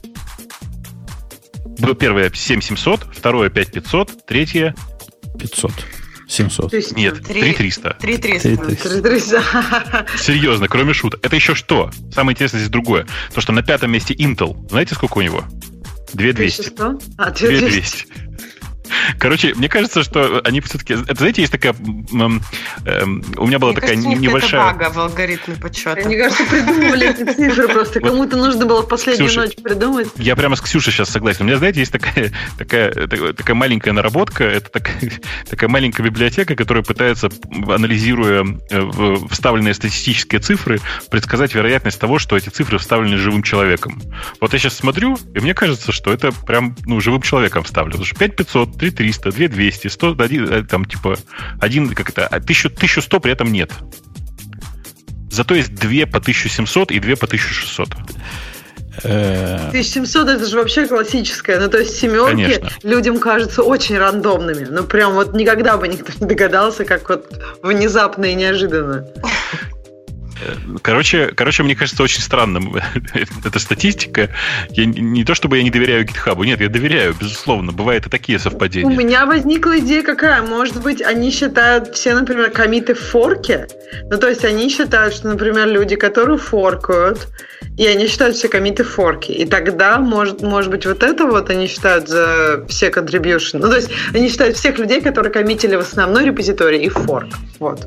Первое 7700, второе 5500, третье 500. 700. Нет, 3300. 3300. Серьезно, кроме шуток. Это еще что? Самое интересное здесь другое. То, что на пятом месте Intel. Знаете, сколько у него? 2200. 2200. Короче, мне кажется, что они все-таки... Это, знаете, есть такая... у меня была такая небольшая... Это бага в алгоритме подсчета. Мне кажется, придумывали эти цифры просто. Кому-то нужно было в последнюю ночь придумать. Я прямо с Ксюшей сейчас согласен. У меня, знаете, есть такая маленькая наработка. Это такая маленькая библиотека, которая пытается, анализируя вставленные статистические цифры, предсказать вероятность того, что эти цифры вставлены живым человеком. Вот я сейчас смотрю, и мне кажется, что это прям живым человеком вставлено. Потому что 5500, 3300, 2200, 100, там типа 1100 при этом нет. Зато есть 2 по 1700 и 2 по 1600. 1700 это же вообще классическое. Ну, то есть семерки, конечно, людям кажутся очень рандомными. Ну, прям вот никогда бы никто не догадался, как вот внезапно и неожиданно. Короче, мне кажется, очень странным эта статистика. Не то, чтобы я не доверяю GitHub. Нет, я доверяю, безусловно. Бывают и такие совпадения. У меня возникла идея какая. Может быть, они считают все, например, коммиты в форке. Ну, то есть они считают, что, например, люди, которые форкают, и они считают все коммиты в форке. И тогда, может быть, вот это вот они считают за все contribution. Ну, то есть они считают всех людей, которые коммитили в основной репозитории и в форк. Вот.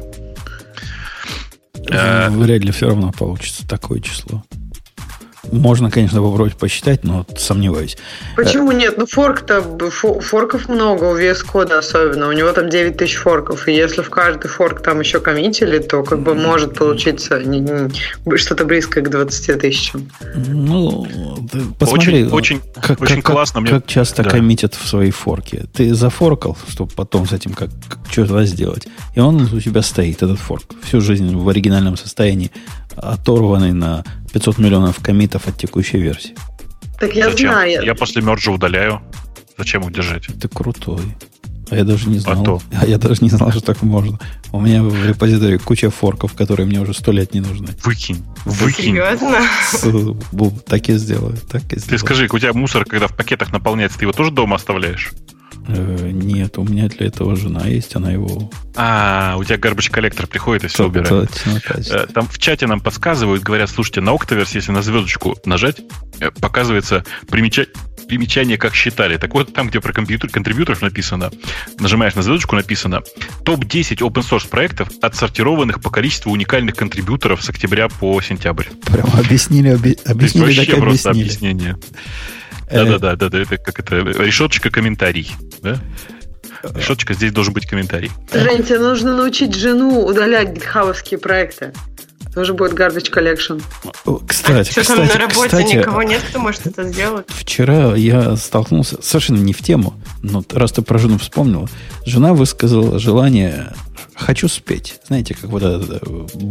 Вряд ли все равно получится такое число. Можно, конечно, попробовать посчитать, но сомневаюсь. Почему нет? Ну, форков много у VS Code особенно. У него там 9000 форков. И если в каждый форк там еще коммитили, то как бы может получиться что-то близкое к 20 тысячам. Ну, посмотри, очень классно. Как часто коммитят в свои форки. Ты зафоркал, чтобы потом с этим что-то сделать. И он у тебя стоит, этот форк. Всю жизнь в оригинальном состоянии, оторванный на 500 миллионов коммитов от текущей версии. Так я знаю. Я после мерджа удаляю. Зачем их держать? Ты крутой. А я даже не знал. Я даже не знал, что так можно. У меня в репозитории куча форков, которые мне уже 100 лет не нужны. Выкинь. Серьезно? Так и сделаю. Ты скажи, у тебя мусор, когда в пакетах наполняется, ты его тоже дома оставляешь? Нет, у меня для этого жена есть, она его... у тебя garbage collector приходит и все убирает. Там в чате нам подсказывают, говорят, слушайте, на Octaverse, если на звездочку нажать, показывается примечание, как считали. Так вот, там, где про контрибьюторов написано, нажимаешь на звездочку, написано топ-10 open-source проектов, отсортированных по количеству уникальных контрибьюторов с октября по сентябрь. Прям объяснили, вообще просто объяснение. Да, это как это, решеточка комментарий, да? Решеточка, здесь должен быть комментарий. Жень, тебе нужно научить жену удалять гитхабовские проекты. Тоже будет garbage collection. Кстати, на работе никого нет, кто может это сделать. Вчера я столкнулся совершенно не в тему, но раз ты про жену вспомнила, жена высказала желание «хочу спеть». Знаете, как вот этот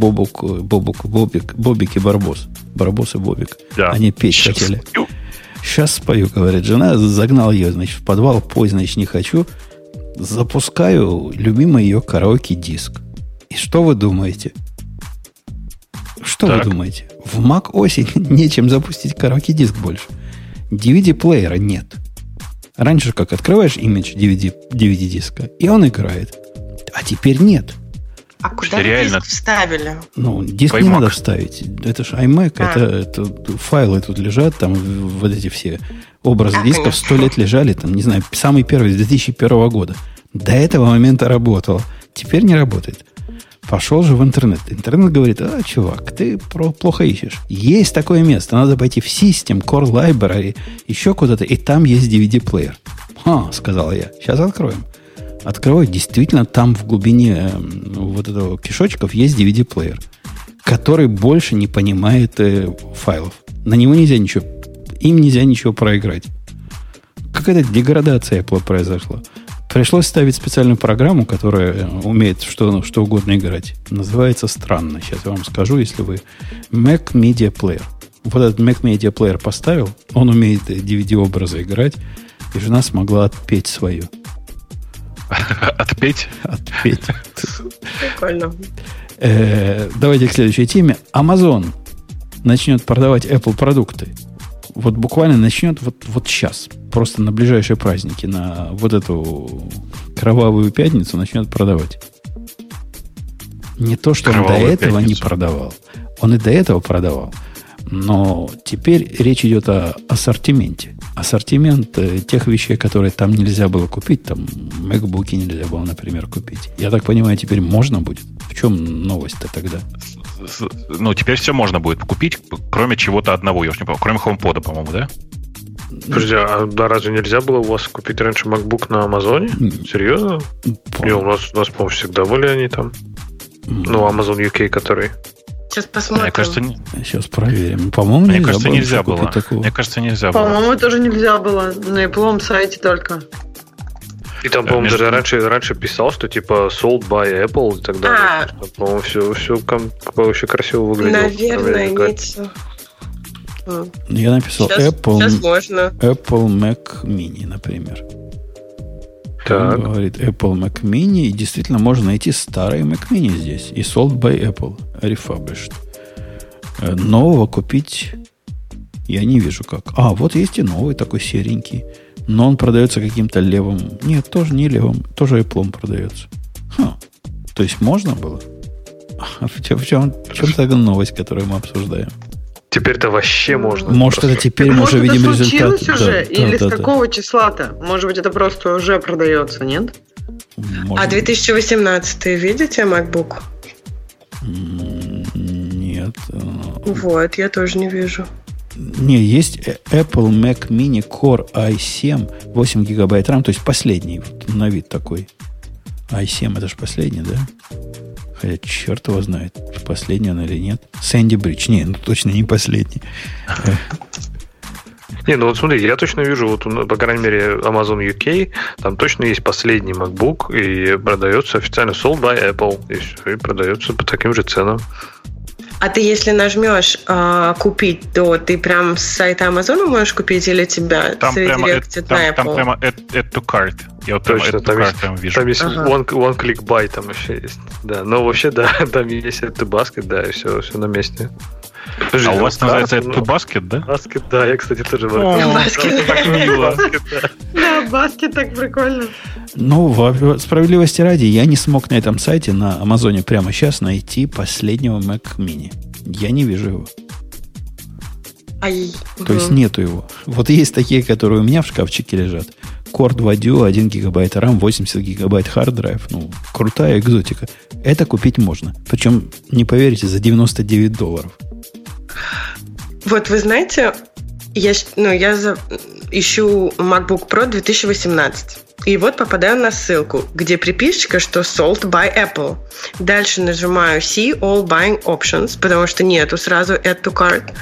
Бобик и Барбос. Барбос и Бобик. Да. Они петь хотели. Сейчас спою, говорит жена. Загнал ее, значит, в подвал. Пой, значит, не хочу. Запускаю любимый ее караоке-диск. И что вы думаете? Что вы думаете? В Mac OS нечем запустить караоке-диск больше. DVD-плеера нет. Раньше как открываешь имидж DVD-диска, и он играет. А теперь нет. А куда вы диск вставили? Ну, диск не надо вставить. Это же iMac, это файлы тут лежат, там вот эти все образы дисков 100 лет лежали, там, не знаю, самый первый с 2001 года. До этого момента работало. Теперь не работает. Пошел же в интернет. Интернет говорит: чувак, ты плохо ищешь. Есть такое место. Надо пойти в System, Core Library, еще куда-то, и там есть DVD-плеер. Сказал я. Сейчас откроем. Открываю. Действительно, там в глубине вот этого кишочков есть DVD-плеер, который больше не понимает файлов. На него нельзя ничего проиграть. Какая-то деградация Apple произошла. Пришлось ставить специальную программу, которая умеет что угодно играть. Называется странно. Сейчас я вам скажу, если вы Mac Media Player. Вот этот Mac Media Player поставил, он умеет DVD-образы играть, и жена смогла отпеть свою. Отпеть? Отпеть. Прикольно. Давайте к следующей теме. Amazon начнет продавать Apple продукты. Вот буквально начнет вот сейчас. Просто на ближайшие праздники, на вот эту кровавую пятницу начнет продавать. Не то, что он до этого не продавал. Он и до этого продавал. Но теперь речь идет о ассортименте. Ассортимент тех вещей, которые там нельзя было купить, там MacBook'и нельзя было, например, купить. Я так понимаю, теперь можно будет? В чем новость-то тогда? Ну, теперь все можно будет купить, кроме чего-то одного, я уж не помню, кроме HomePod, по-моему, да? Подожди, разве нельзя было у вас купить раньше MacBook на Амазоне? Серьезно? Не, у нас, по-моему, всегда были они там. Ну, Amazon UK, который... Сейчас посмотрим. Мне кажется, сейчас проверим. По-моему, нельзя было. Мне кажется, нельзя было. По-моему, тоже нельзя было. На Apple сайте только. И там, по-моему, даже раньше писал, что типа sold by Apple и так далее. По-моему, все вообще красиво выглядело. Наверное, нет. Я написал сейчас можно. Apple Mac Mini, например. Так. Он говорит Apple Mac Mini, и действительно можно найти старый Mac Mini здесь. И sold by Apple, refurbished. Нового купить я не вижу как. Вот есть и новый такой серенький. Но он продается каким-то левым. Нет, тоже не левым. Тоже Apple продается. То есть можно было? В чем тогда новость, которую мы обсуждаем? Теперь-то вообще можно. Может, это теперь мы уже видим результат. Может, это случилось уже? Или с какого числа-то? Может быть, это просто уже продается, нет? А 2018 видите MacBook? Нет. Вот, я тоже не вижу. Не, есть Apple Mac Mini Core i7, 8 гигабайт RAM, то есть последний на вид такой. i7 это же последний, да? Хотя черт его знает, последний он или нет. Sandy Bridge. Не, точно не последний. Не, ну вот смотри, я точно вижу, вот, по крайней мере, Amazon UK, там точно есть последний MacBook, и продается официально sold by Apple, и все, и продается по таким же ценам. А ты, если нажмешь купить, то ты прям с сайта Amazon можешь купить, или тебя редиректит на Apple? Там прямо add to cart. Я вот точно, там вижу. Там есть one click buy, там еще есть. Да, но вообще, да, там есть add to basket, да, и все на месте. Подожди, у вас называется add to basket, да? Basket, да, я, кстати, тоже Basket так мило. Да, basket так прикольно. Ну, справедливости ради, я не смог на этом сайте, на Амазоне прямо сейчас найти последнего Mac Mini. Я не вижу его. То есть нету его. Вот есть такие, которые у меня в шкафчике лежат. Core 2 Duo, 1 гигабайт RAM, 80 гигабайт hard-драйв. Ну, крутая экзотика. Это купить можно. Причем, не поверите, за $99. Вот вы знаете, я ищу MacBook Pro 2018. И вот попадаю на ссылку, где приписочка, что sold by Apple. Дальше нажимаю See all buying options, потому что нету сразу add to cart.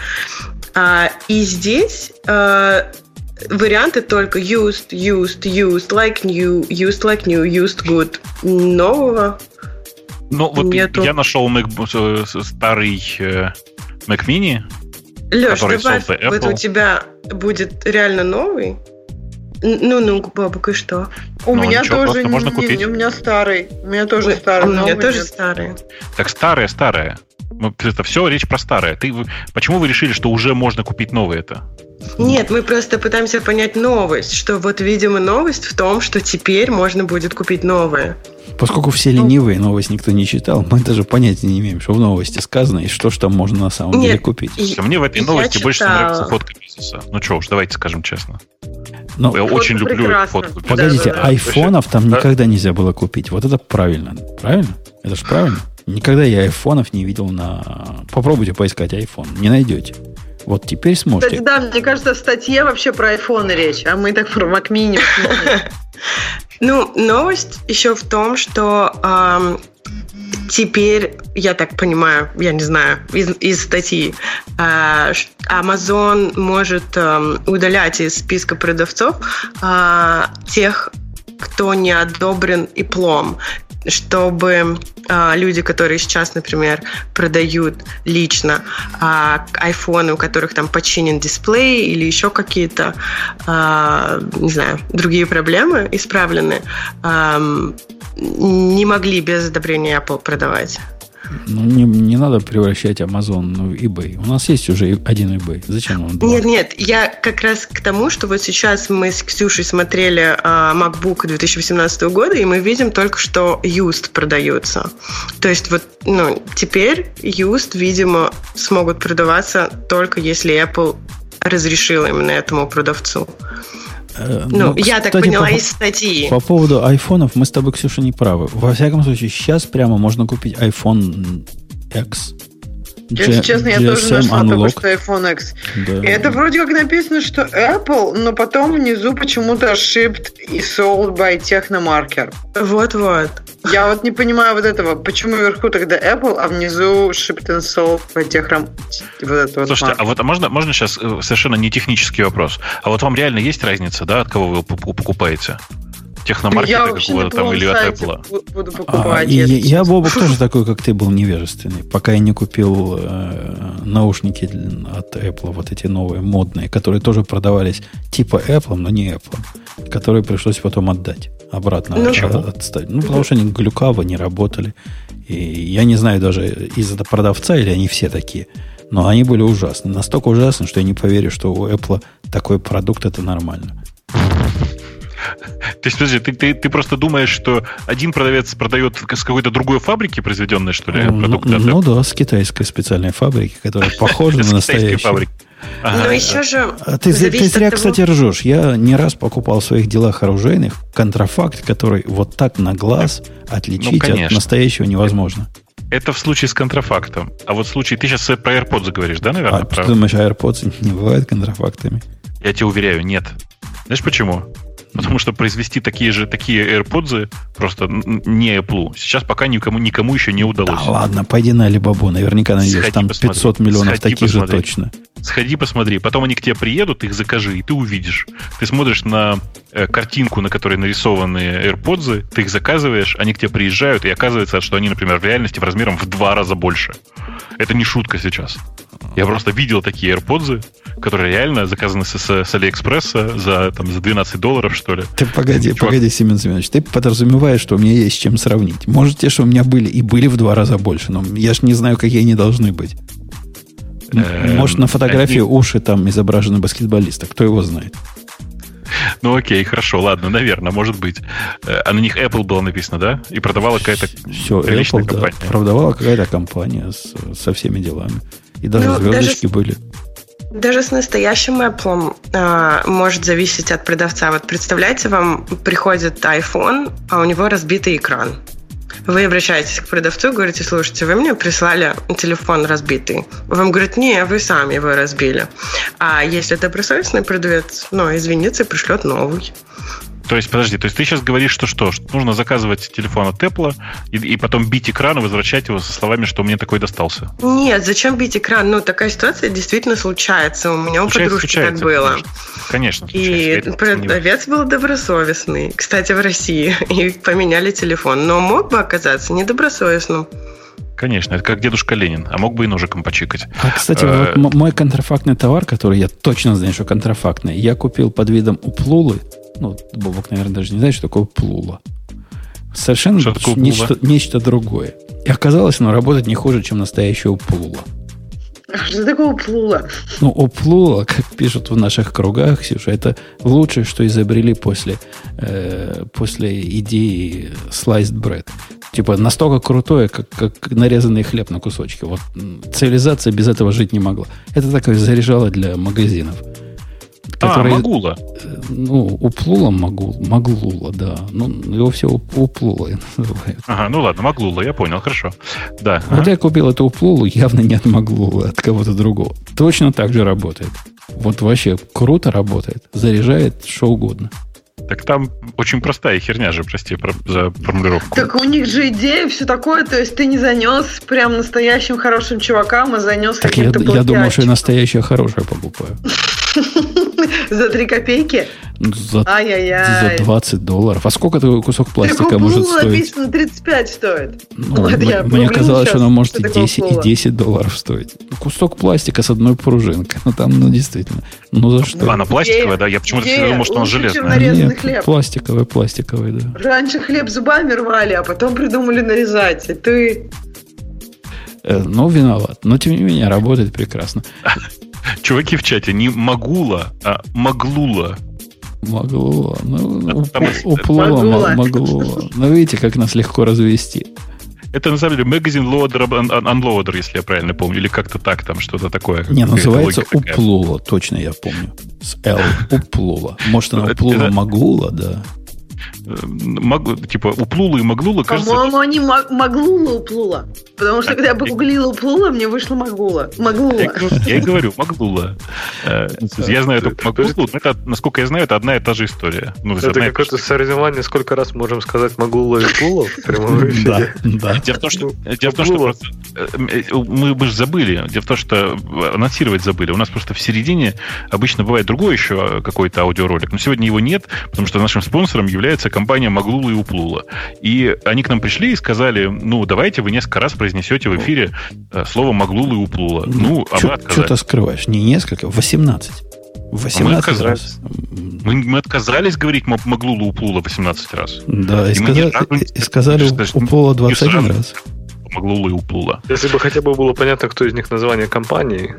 И здесь варианты только used, like new, used good. Нового вот нету. Я нашел старый Mac Mini, Леш, добавь, вот у тебя будет реально новый. Ну, бабука, и что? У меня тоже можно купить. У меня старый. У меня тоже старый. У меня тоже старый. Так старое. Это все речь про старое. Почему вы решили, что уже можно купить новое это? Нет, мы просто пытаемся понять новость, что вот, видимо, новость в том, что теперь можно будет купить новое. Поскольку все ленивые, новость никто не читал, мы даже понятия не имеем, что в новости сказано и что ж там можно на самом деле купить. Мне в этой новости больше нравится фотка бизнеса. Ну что уж, давайте скажем честно. Я очень люблю фотку. Погодите, айфонов там никогда нельзя было купить. Вот это правильно. Правильно? Это же правильно. Никогда я айфонов не видел на... Попробуйте поискать айфон. Не найдете. Вот теперь сможете. Кстати, да, мне кажется, в статье вообще про айфоны речь, а мы так про Mac Mini. Ну, новость еще в том, что теперь, я так понимаю, я не знаю, из статьи, Amazon может удалять из списка продавцов тех, кто не одобрен Apple, чтобы люди, которые сейчас, например, продают лично айфоны, у которых там починен дисплей или еще какие-то, не знаю, другие проблемы исправлены, не могли без одобрения Apple продавать. Ну, не надо превращать Amazon в eBay. У нас есть уже один eBay. Зачем он? Нет, я как раз к тому, что вот сейчас мы с Ксюшей смотрели MacBook 2018 года, и мы видим только, что used продается. То есть вот, теперь used, видимо, смогут продаваться только если Apple разрешила именно этому продавцу. Я кстати, так поняла из статьи. По поводу айфонов мы с тобой, Ксюша, не правы. Во всяком случае, сейчас прямо можно купить iPhone X. Если честно, я тоже нашла только что iPhone X. Да. И это вроде как написано, что Apple, но потом внизу почему-то shipped и sold by Technomarker. Вот. Я вот не понимаю вот этого. Почему вверху тогда Apple, а внизу shipped and sold by Technomarker? Слушайте, а можно сейчас совершенно не технический вопрос? А вот вам реально есть разница, да, от кого вы покупаете? Техномаркета какого-то там или от Apple? Буду покупать. Я, Бобок, тоже такой, как ты, был невежественный. Пока я не купил наушники от Apple, вот эти новые, модные, которые тоже продавались типа Apple, но не Apple, которые пришлось потом отдать. Обратно отставить. Потому что они глюкаво не работали. И я не знаю даже из-за продавца, или они все такие. Но они были ужасны. Настолько ужасны, что я не поверю, что у Apple такой продукт это нормально. То есть, подожди, ты просто думаешь, что один продавец продает с какой-то другой фабрики произведенной, что ли, продукты? Да, с китайской специальной фабрики, которая похожа на настоящую. Но еще же... Ты зря, кстати, ржешь. Я не раз покупал в своих делах оружейных контрафакт, который вот так на глаз отличить от настоящего невозможно. Это в случае с контрафактом. А вот в случае... Ты сейчас про AirPods говоришь, да, наверное? Ты думаешь, AirPods не бывают контрафактами? Я тебе уверяю, нет. Знаешь почему? Потому что произвести такие AirPods просто не Apple. Сейчас пока никому еще не удалось. Да ладно, пойди на Alibaba, наверняка найдешь там 500 миллионов таких же точно. Сходи, посмотри. Потом они к тебе приедут, их закажи, и ты увидишь. Ты смотришь на картинку, на которой нарисованы AirPods, ты их заказываешь, они к тебе приезжают, и оказывается, что они, например, в реальности размером в 2 раза больше. Это не шутка сейчас. Я просто видел такие AirPods, которые реально заказаны с Алиэкспресса за $12, что ли. Ты погоди, Семен Семенович, ты подразумеваешь, что у меня есть с чем сравнить. Может, те, что у меня были, и были в 2 раза больше, но я ж не знаю, какие они должны быть. Может, на фотографии уши там изображены баскетболиста, кто его знает. Ну окей, хорошо, ладно, наверное, может быть. А на них Apple было написано, да? И продавала какая-то приличная компания. Да, продавала какая-то компания со всеми делами. И даже звездочки были. Даже с настоящим Apple может зависеть от продавца. Вот представляете, вам приходит iPhone, а у него разбитый экран. Вы обращаетесь к продавцу и говорите: слушайте, вы мне прислали телефон разбитый. Вам говорят: не, вы сами его разбили. А если добросовестный продавец, извинится и пришлет новый. То есть, подожди, ты сейчас говоришь, что нужно заказывать телефон от Apple и потом бить экран и возвращать его со словами, что мне такой достался? Нет, зачем бить экран? Такая ситуация действительно случается. У меня у подружки так было. Конечно. И продавец был добросовестный, кстати, в России, и поменяли телефон. Но мог бы оказаться недобросовестным. Конечно, это как дедушка Ленин, а мог бы и ножиком почикать. Кстати, вот мой контрафактный товар, который я точно знаю, что контрафактный, я купил под видом Уплулы. Бобок, наверное, даже не знает, что такое Уплула. Совершенно нечто другое. И оказалось, оно работает не хуже, чем настоящая Уплула. Что такое Уплула? Уплула, как пишут в наших кругах, Ксюша, это лучшее, что изобрели после идеи sliced bread. Типа настолько крутое, как нарезанный хлеб на кусочки. Вот цивилизация без этого жить не могла. Это такое заряжало для магазинов. Магула. Уплула Маглула, да. Его все Уплула называют. Ладно, Маглула, я понял, хорошо. Да. Вот я купил эту Уплулу явно не от Маглула, от кого-то другого. Точно так же работает. Вот вообще круто работает. Заряжает что угодно. Так там очень простая херня же, прости за формулировку. Так у них же идея, все такое, то есть ты не занес прям настоящим хорошим чувакам, а занес каким-то платьячикам. Я думаю, что я настоящее хорошее покупаю. За 3 копейки? За 20 долларов. А сколько такой кусок пластика может стоить? Написано 35 стоит. Мне казалось, что оно может и 10 долларов стоить. Кусок пластика с одной пружинкой. Там, действительно. За что? Она пластиковая, да? Я почему-то думал, может, она железная. Нет, пластиковый, да. Раньше хлеб зубами рвали, а потом придумали нарезать. И ты... Виноват. Но, тем не менее, работает прекрасно. Чуваки в чате, не Магула, а Маглула. Маглула. Уплула, Маглула. Видите, как нас легко развести. Это, на самом деле, Magazine Loader Unloader, если я правильно помню. Или как-то так, там что-то такое. Называется Уплула, точно я помню. С L. Уплула. Может, она Уплула Маглула, да. Типа Уплула и Маглула, кажется... По-моему, они Маглула Уплула. Потому что, когда я погуглила Уплула, мне вышла Маглула. Я и говорю, Маглула. Я знаю эту Маглулу, но, насколько я знаю, это одна и та же история. Это какое-то соревнование, сколько раз можем сказать Маглула и Уплула в прямом эфире. Да. Дело в том, что мы же забыли. Дело в том, что анонсировать забыли. У нас просто в середине обычно бывает другой еще какой-то аудиоролик. Но сегодня его нет, потому что нашим спонсором является компания Маглула и Уплула. И они к нам пришли и сказали: давайте вы несколько раз произнесете в эфире слово Маглула и Уплула. А мы отказались. Что ты скрываешь? Не несколько, 18. 18 раз. Мы отказались говорить Маглула и Уплула 18 раз. Да, и сказали Уплула 21 раз. Маглула и Уплула. Если бы хотя бы было понятно, кто из них название компании.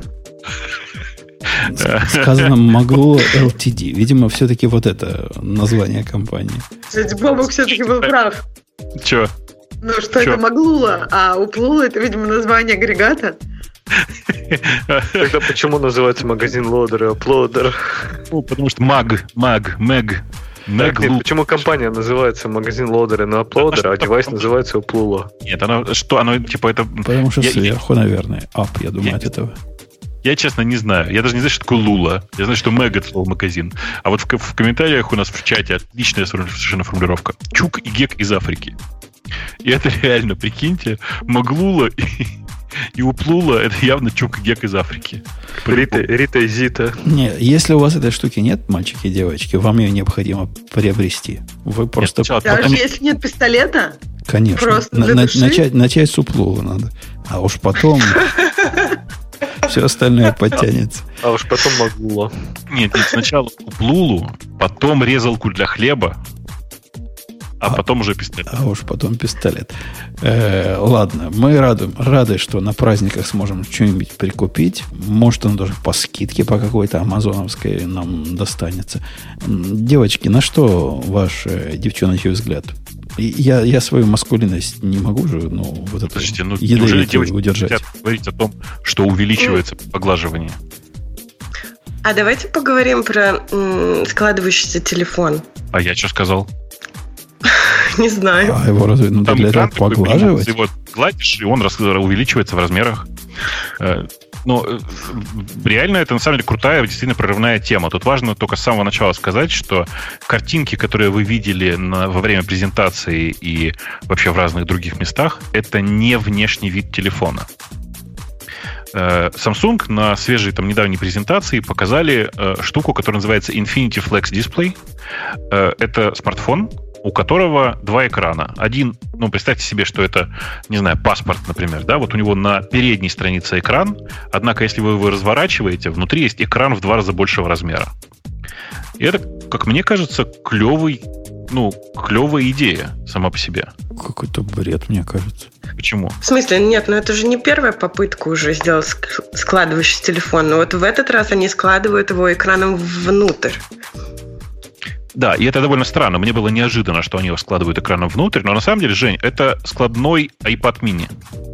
Сказано Маглула LTD. Видимо, все-таки вот это название компании. Кстати, Бобок все-таки был прав. Че? Это Маглула, а Уплула это, видимо, название агрегата. Тогда почему называется магазин Loader и Uploader? Потому что Мэг. Почему компания называется магазин Loader и Uploader, а девайс называется Уплула? Нет, оно типа это... Потому что сверху, наверное, я думаю, от этого. Я, честно, не знаю. Я даже не знаю, что такое Лула. Я знаю, что Мэг — это слово магазин. А вот в комментариях у нас в чате отличная совершенно формулировка. Чук и Гек из Африки. И это реально, прикиньте, Маглула и Уплула — это явно Чук и Гек из Африки. Рита и Зита. Не, если у вас этой штуки нет, мальчики и девочки, вам ее необходимо приобрести. Вы просто... Даже если нет пистолета? Конечно. Начать с Уплула надо. А уж потом... Все остальное подтянется. А уж потом Маглула. Нет, сначала Уплулу, потом резалку для хлеба, а потом уже пистолет. А уж потом пистолет. Ладно, мы рады, что на праздниках сможем что-нибудь прикупить. Может, оно даже по скидке по какой-то амазоновской нам достанется. Девочки, на что ваш девчоночий взгляд? Я свою маскулинность не могу же, вот это неужели девочки удержать. Хотят говорить о том, что увеличивается поглаживание? А давайте поговорим про складывающийся телефон. А я что сказал? Не знаю. А его разве надо для этого поглаживать? Ты его гладишь, и он увеличивается в размерах. Но реально это на самом деле крутая, действительно прорывная тема. Тут важно только с самого начала сказать, что картинки, которые вы видели во время презентации и вообще в разных других местах, это не внешний вид телефона. Samsung на свежей недавней презентации показали штуку, которая называется Infinity Flex Display. Это смартфон, у которого два экрана. Один, представьте себе, что это, не знаю, паспорт, например, да, вот у него на передней странице экран, однако, если вы его разворачиваете, внутри есть экран в 2 раза большего размера. И это, как мне кажется, клевая идея сама по себе. Какой-то бред, мне кажется. Почему? В смысле? Нет, это же не первая попытка уже сделать складывающийся телефон. Но вот в этот раз они складывают его экраном внутрь. Да, и это довольно странно. Мне было неожиданно, что они его складывают экраном внутрь. Но на самом деле, Жень, это складной iPad mini,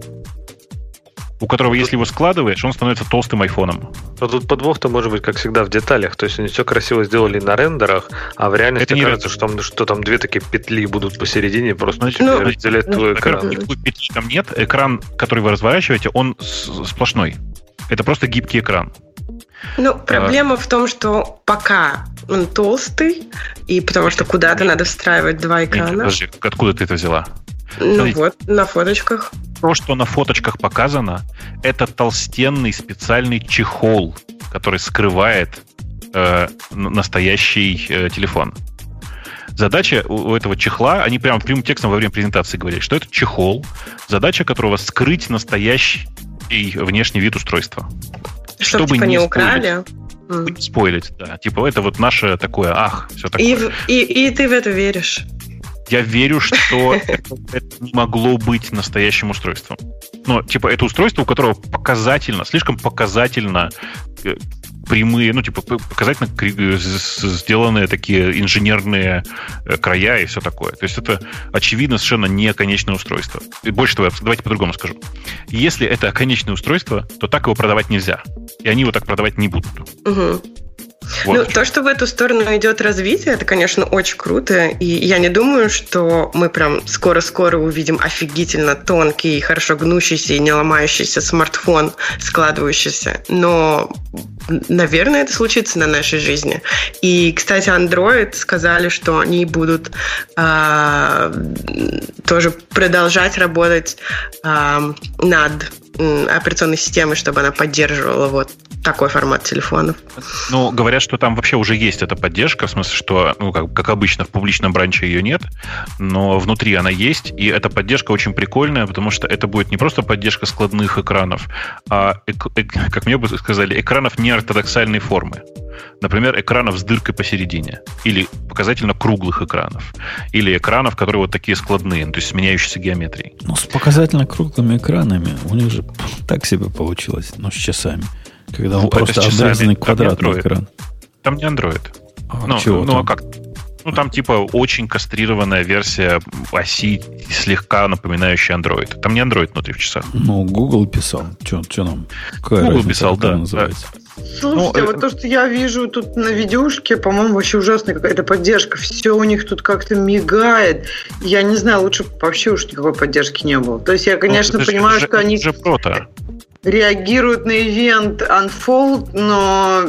у которого, если его складываешь, он становится толстым айфоном. Но тут подвох-то может быть, как всегда, в деталях. То есть они все красиво сделали на рендерах, а в реальности это кажется, что там две такие петли будут посередине, просто разделять твой экран. Никакой петли там нет. Экран, который вы разворачиваете, он сплошной. Это просто гибкий экран. Проблема в том, что пока он толстый, и потому что куда-то надо встраивать два экрана. Нет, подожди, откуда ты это взяла? Вот, на фоточках. То, что на фоточках показано, это толстенный специальный чехол, который скрывает настоящий телефон. Задача у этого чехла, они прямо прямым текстом во время презентации говорили, что это чехол, задача которого скрыть настоящий внешний вид устройства. Чтобы не украли. Спойлить, да. Это вот наше такое, все такое. И ты в это веришь? Я верю, что это не могло быть настоящим устройством. Это устройство, у которого слишком показательно прямые, показательно сделанные такие инженерные края и все такое. То есть это, очевидно, совершенно не конечное устройство. И больше того, давайте по-другому скажу. Если это конечное устройство, то так его продавать нельзя. И они его так продавать не будут. Угу. Вот то, что в эту сторону идет развитие, это, конечно, очень круто. И я не думаю, что мы прям скоро-скоро увидим офигительно тонкий, хорошо гнущийся и не ломающийся смартфон, складывающийся. Но, наверное, это случится на нашей жизни. И, кстати, Android сказали, что они будут тоже продолжать работать над операционной системой, чтобы она поддерживала такой формат телефонов. Говорят, что там вообще уже есть эта поддержка, в смысле, что, как обычно, в публичном бранче ее нет, но внутри она есть, и эта поддержка очень прикольная, потому что это будет не просто поддержка складных экранов, а, как мне бы сказали, экранов неортодоксальной формы. Например, экранов с дыркой посередине. Или показательно круглых экранов. Или экранов, которые вот такие складные, то есть с меняющейся геометрией. С показательно круглыми экранами у них же так себе получилось, с часами. Когда он просто обрезанный квадратный экран. Там не Android. Чего а как? Там очень кастрированная версия оси, слегка напоминающая Android. Там не Android внутри в часах. Google писал. Что нам? Google писал, да. Называется? Слушайте, то, что я вижу тут на видюшке, по-моему, вообще ужасная какая-то поддержка. Все у них тут как-то мигает. Я не знаю, лучше вообще уж никакой поддержки не было. То есть я, конечно, понимаю, что они реагируют на ивент Unfold, но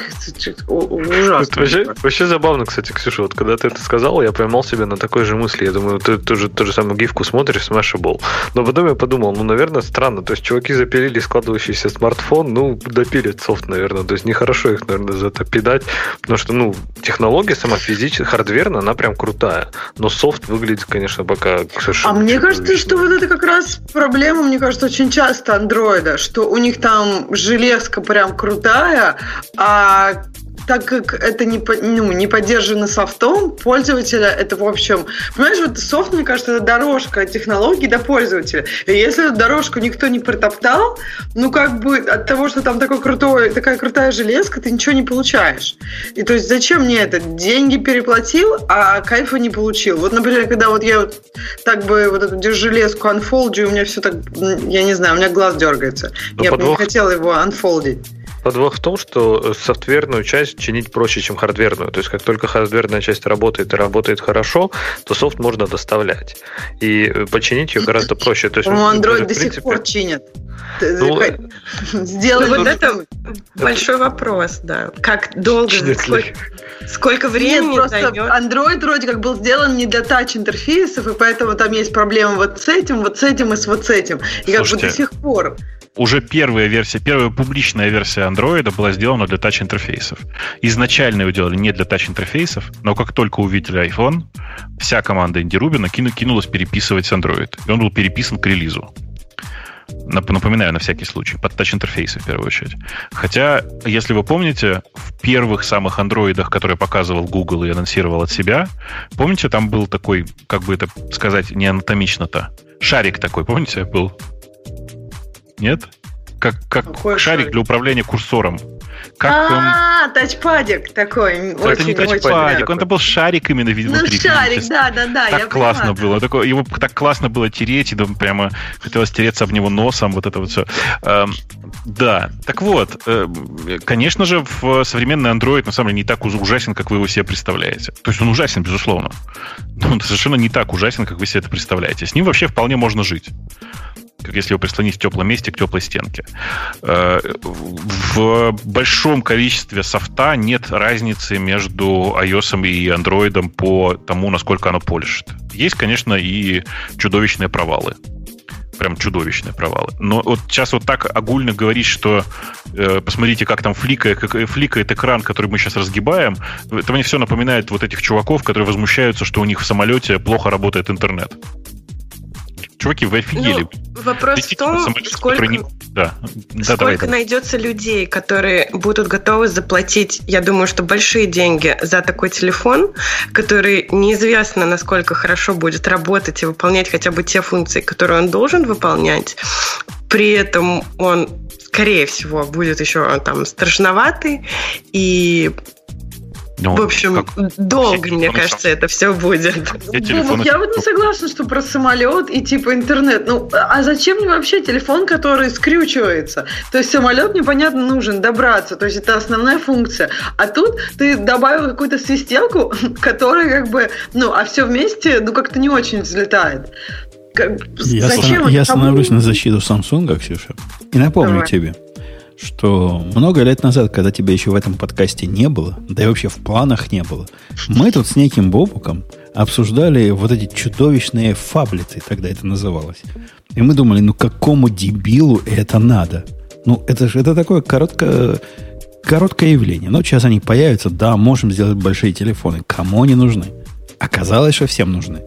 ужасно. Вообще забавно, кстати, Ксюша, когда ты это сказала, я поймал себя на такой же мысли. Я думаю, ты тоже ту же самую гифку смотришь, Smashable. Но потом я подумал, наверное, странно. То есть чуваки запилили складывающийся смартфон, допилят софт, наверное. То есть нехорошо их, наверное, за это пидать. Потому что, технология сама физически, хардверно, она прям крутая. Но софт выглядит, конечно, пока совершенно... А мне кажется, что вот это как раз проблема, мне кажется, очень часто андроида, что у них там железка прям крутая, а так как это не поддержано софтом пользователя, это, в общем... Понимаешь, софт, мне кажется, это дорожка технологий до пользователя. И если эту дорожку никто не протоптал, от того, что там такая крутая железка, ты ничего не получаешь. И то есть зачем мне это? Деньги переплатил, а кайфа не получил. Например, когда я эту железку анфолджу, у меня все так... Я не знаю, у меня глаз дергается. Я бы не хотела его анфолдить. Подвох в том, что софтверную часть чинить проще, чем хардверную. То есть, как только хардверная часть работает и работает хорошо, то софт можно доставлять. И починить ее гораздо проще. То есть, Android до сих пор чинят. Сделай вот это большой вопрос, да. Как долго, сколько времени просто Android вроде как был сделан не для тач-интерфейсов, и поэтому там есть проблемы вот с этим и с вот с этим. И как бы до сих пор. Уже первая публичная версия Android была сделана для тач-интерфейсов. Изначально ее делали не для тач-интерфейсов, но как только увидели iPhone, вся команда Инди Рубина кинулась переписывать Android. И он был переписан к релизу. Напоминаю, на всякий случай, под тач-интерфейсы в первую очередь. Хотя, если вы помните, в первых самых андроидах, которые показывал Google и анонсировал от себя, помните, там был такой, как бы это сказать, не анатомично-то, шарик такой, помните, был? Нет? Как шарик для управления курсором. Тачпадик такой. Это не тачпадик, это был шарик именно внутри. Шарик, да. Так классно было. Его так классно было тереть, и прямо хотелось тереться об него носом, вот это вот все. Да, так вот, конечно же, в современный Android на самом деле не так ужасен, как вы его себе представляете. То есть он ужасен, безусловно. Но он совершенно не так ужасен, как вы себе это представляете. С ним вообще вполне можно жить. Как если его прислонить в теплом месте к теплой стенке. В большом количестве софта нет разницы между iOS и Android по тому, насколько оно полишит. Есть, конечно, и чудовищные провалы. Прям чудовищные провалы. Но вот сейчас вот так огульно говорить, что посмотрите, как там фликает экран, который мы сейчас разгибаем, это мне все напоминает вот этих чуваков, которые возмущаются, что у них в самолете плохо работает интернет. Чуваки, вы офигели. Вопрос в том, сколько найдется людей, которые будут готовы заплатить, я думаю, что большие деньги за такой телефон, который неизвестно, насколько хорошо будет работать и выполнять хотя бы те функции, которые он должен выполнять. При этом он, скорее всего, будет еще там страшноватый и... в общем, долго, мне кажется, это все будет. Я вот не согласна, что про самолет и типа интернет. А зачем мне вообще телефон, который скрючивается? То есть самолет непонятно нужен добраться. То есть это основная функция. А тут ты добавил какую-то свистелку, которая как бы, а все вместе, как-то не очень взлетает. Я становлюсь на защиту Samsung, Ксюша, и напомню тебе, что много лет назад, когда тебя еще в этом подкасте не было, да и вообще в планах не было, мы тут с неким Бобуком обсуждали вот эти чудовищные фаблеты, тогда это называлось. И мы думали, какому дебилу это надо? Это такое короткое явление. Но сейчас они появятся, да, можем сделать большие телефоны. Кому они нужны? Оказалось, что всем нужны.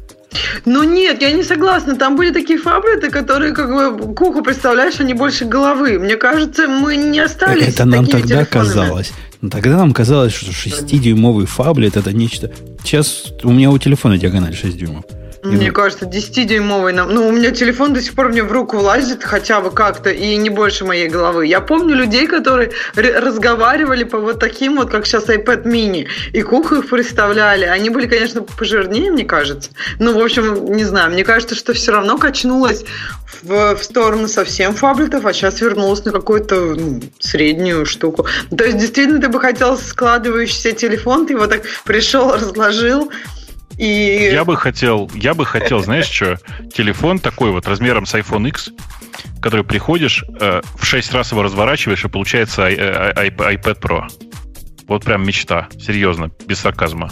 Нет, я не согласна. Там были такие фаблеты, которые, как бы, к уху, представляешь, они больше головы. Мне кажется, мы не остались это нам тогда казалось. Тогда нам казалось, что 6-дюймовый фаблет это нечто... Сейчас у меня у телефона диагональ 6 дюймов. Мне кажется, 10-дюймовый. У меня телефон до сих пор мне в руку влазит хотя бы как-то, и не больше моей головы. Я помню людей, которые разговаривали по вот таким вот, как сейчас iPad mini, и к уху их представляли. Они были, конечно, пожирнее, мне кажется. В общем, не знаю. Мне кажется, что все равно качнулось в сторону совсем фаблетов, а сейчас вернулось на какую-то среднюю штуку. То есть, действительно, ты бы хотел складывающийся телефон, ты его так пришел, разложил. И... Я бы хотел, знаешь что, телефон такой вот размером с iPhone X, который приходишь, в 6 раз его разворачиваешь, и получается iPad Pro. Вот прям мечта, серьезно, без сарказма.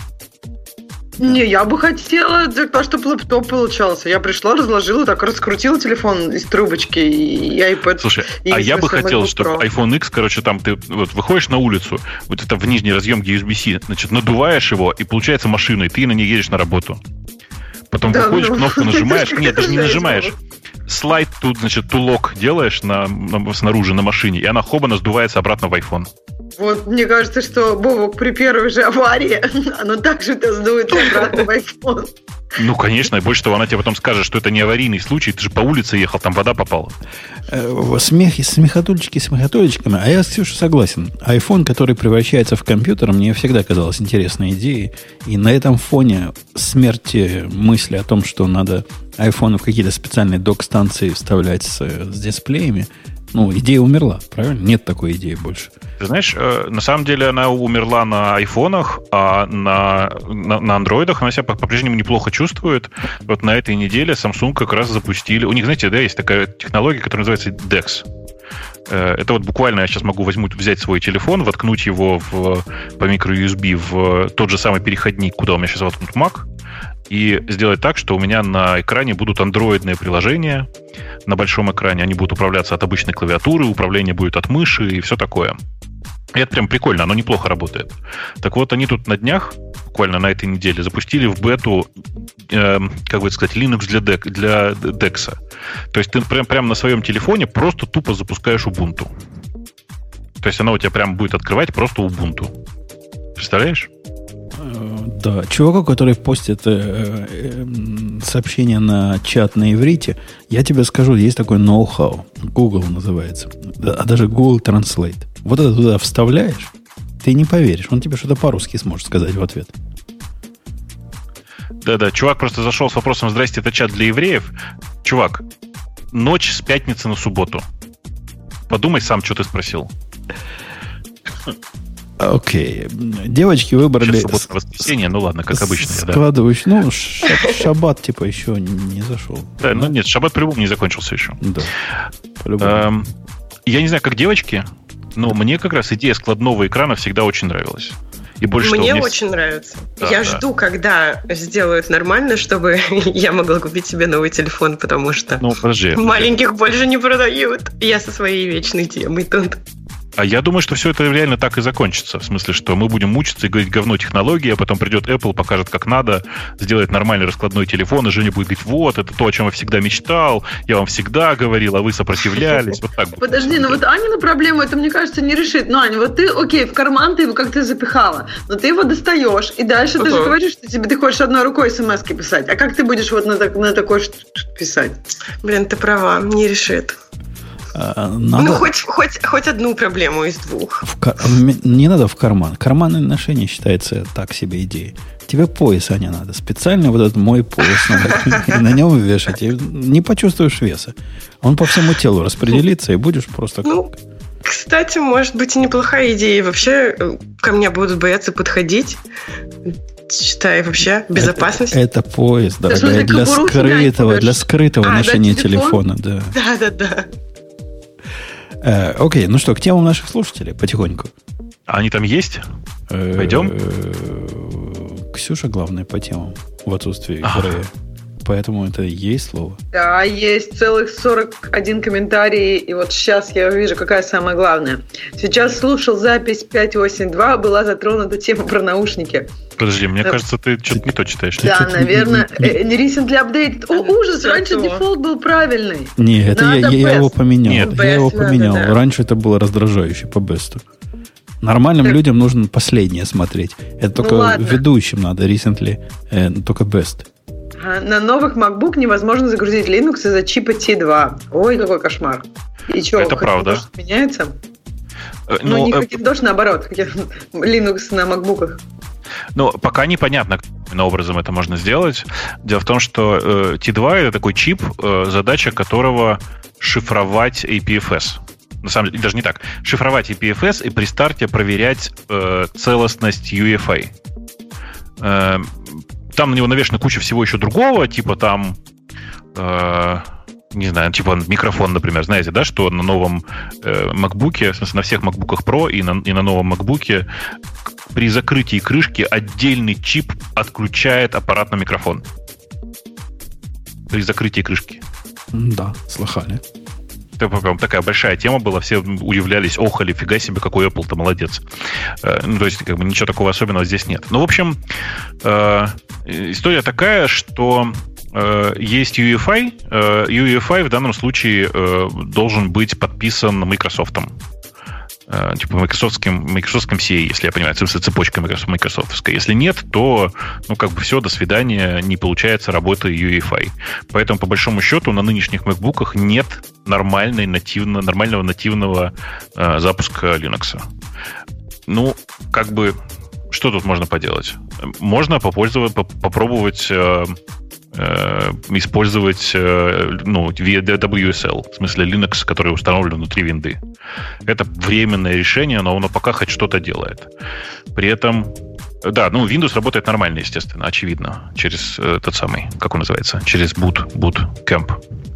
Не, я бы хотела, чтобы лэптоп получался. Я пришла, разложила, так раскрутила телефон из трубочки и iPad. Слушай, я бы хотел, чтобы iPhone X, там ты вот выходишь на улицу, вот это в нижний разъем USB-C, надуваешь его, и получается машина, и ты на ней едешь на работу. Потом выходишь, кнопку нажимаешь. Нет, даже не нажимаешь. Слайд тут, тулок делаешь снаружи на машине, и она хобана сдувается обратно в iPhone. Вот, мне кажется, что, Бобок, при первой же аварии оно так же сдуется обратно в iPhone. Конечно, и больше того, она тебе потом скажет, что это не аварийный случай, ты же по улице ехал, там вода попала. Смехотульчики смехотулечками, а я с Ксюшей согласен. iPhone, который превращается в компьютер, мне всегда казалась интересной идеей. И на этом фоне смерти мысли о том, что надо iPhone в какие-то специальные док-станции вставлять с дисплеями, Ну, идея умерла, правильно? Нет такой идеи больше. Ты знаешь, на самом деле она умерла на айфонах, а на андроидах она себя по-прежнему неплохо чувствует. Вот на этой неделе Samsung как раз запустили... У них, знаете, да, есть такая технология, которая называется DeX. Это вот буквально я сейчас могу взять свой телефон, воткнуть его по микро-USB в тот же самый переходник, куда у меня сейчас воткнут Mac, и сделать так, что у меня на экране будут андроидные приложения на большом экране. Они будут управляться от обычной клавиатуры, управление будет от мыши и все такое. И это прям прикольно, оно неплохо работает. Так вот, они тут на днях, буквально на этой неделе, запустили в бету, как бы сказать, Linux для DeX. То есть ты прям на своем телефоне просто тупо запускаешь Ubuntu. То есть она у тебя прям будет открывать просто Ubuntu. Представляешь? Да, чуваку, который постит сообщения на чат на иврите, я тебе скажу, есть такой ноу-хау. Google называется. А даже Google Translate. Вот это туда вставляешь, ты не поверишь. Он тебе что-то по-русски сможет сказать в ответ. Да-да, чувак просто зашел с вопросом: «Здрасте, это чат для евреев». Чувак, ночь с пятницы на субботу. Подумай сам, что ты спросил. Окей. Девочки выбрали... Сейчас суббота-воскресенье, ну ладно, как обычно. Складывающий, да. Ну, шаббат типа еще не зашел. Да, ну нет, шаббат по-любому не закончился еще. Да, по-любому. Я не знаю, как девочки, но мне как раз идея складного экрана всегда очень нравилась. И больше мне очень нравится. Да, я жду, когда сделают нормально, чтобы я могла купить себе новый телефон, потому что маленьких больше не продают. Я со своей вечной темой тут. А я думаю, что все это реально так и закончится. В смысле, что мы будем мучиться и говорить говно технологии, а потом придет Apple, покажет, как надо, сделает нормальный раскладной телефон, и Женя будет говорить: вот, это то, о чем я всегда мечтал, я вам всегда говорил, а вы сопротивлялись. Вот так. Подожди, ну вот Анину проблему это, мне кажется, не решит. Ну, Аня, вот ты, окей, в карман ты его как-то запихала, но ты его достаешь, и дальше ты же говоришь, что ты хочешь одной рукой смс-ки писать. А как ты будешь вот на такой писать? Блин, ты права, не решит. Надо... Ну, хоть одну проблему из двух. Не надо в карман. Карманное ношение считается так себе идеей. Тебе пояс, Аня, надо. Специально вот этот мой пояс надо. И на нем вешать. И не почувствуешь веса. Он по всему телу распределится, и будешь просто... Ну, кстати, может быть и неплохая идея. Вообще ко мне будут бояться подходить. Считай, вообще безопасность. Это пояс, дорогая, для скрытого ношения телефона. Да. Окей, ну что, к темам наших слушателей потихоньку. Они там есть? Пойдем? Ксюша, главное, по темам в отсутствии Грея. Поэтому это есть слово. Да, есть целых 41 комментарий. И вот сейчас я вижу, какая самая главная. Сейчас слушал запись 582, была затронута тема про наушники. Подожди, мне кажется, ты что-то не то читаешь. Да, наверное. Recently updated. О, ужас, раньше дефолт был правильный. Нет, это я его поменял. Нет, я его поменял. Раньше это было раздражающе по бесту. Нормальным людям нужно последнее смотреть. Это только ведущим надо recently, только best. На новых MacBook невозможно загрузить Linux из-за чипа T2. Ой, какой кошмар. И что, это правда. Меняется? Ну, не Hackintosh, наоборот. Linux на MacBook'ах. Ну, пока непонятно, каким образом это можно сделать. Дело в том, что T2 это такой чип, задача которого шифровать APFS. На самом деле, даже не так. Шифровать APFS и при старте проверять целостность UEFI. Там на него навешана куча всего еще другого, типа там, не знаю, типа микрофон, например, знаете, да, что на новом MacBook'е, в смысле, на всех MacBook'ах Pro и на новом MacBook'е при закрытии крышки отдельный чип отключает аппарат на микрофон. При закрытии крышки. Да, слыхали. Это такая большая тема была, все удивлялись, охали, фига себе, какой Apple-то молодец. Ну, то есть, как бы ничего такого особенного здесь нет. Ну, в общем, история такая, что есть UEFI. UEFI в данном случае должен быть подписан Microsoft'ом. Типа майкрософтским CA, если я понимаю, цепочка майкрософтовская. Если нет, то, ну, как бы все, до свидания, не получается работа UEFI. Поэтому, по большому счету, на нынешних MacBook'ах нет нормального нативного запуска Linux. Ну, как бы, что тут можно поделать? Можно попробовать использовать WSL, в смысле Linux, который установлен внутри винды. Это временное решение, но оно пока хоть что-то делает. При этом, да, Windows работает нормально, естественно, очевидно, через тот самый, как он называется, через Bootcamp.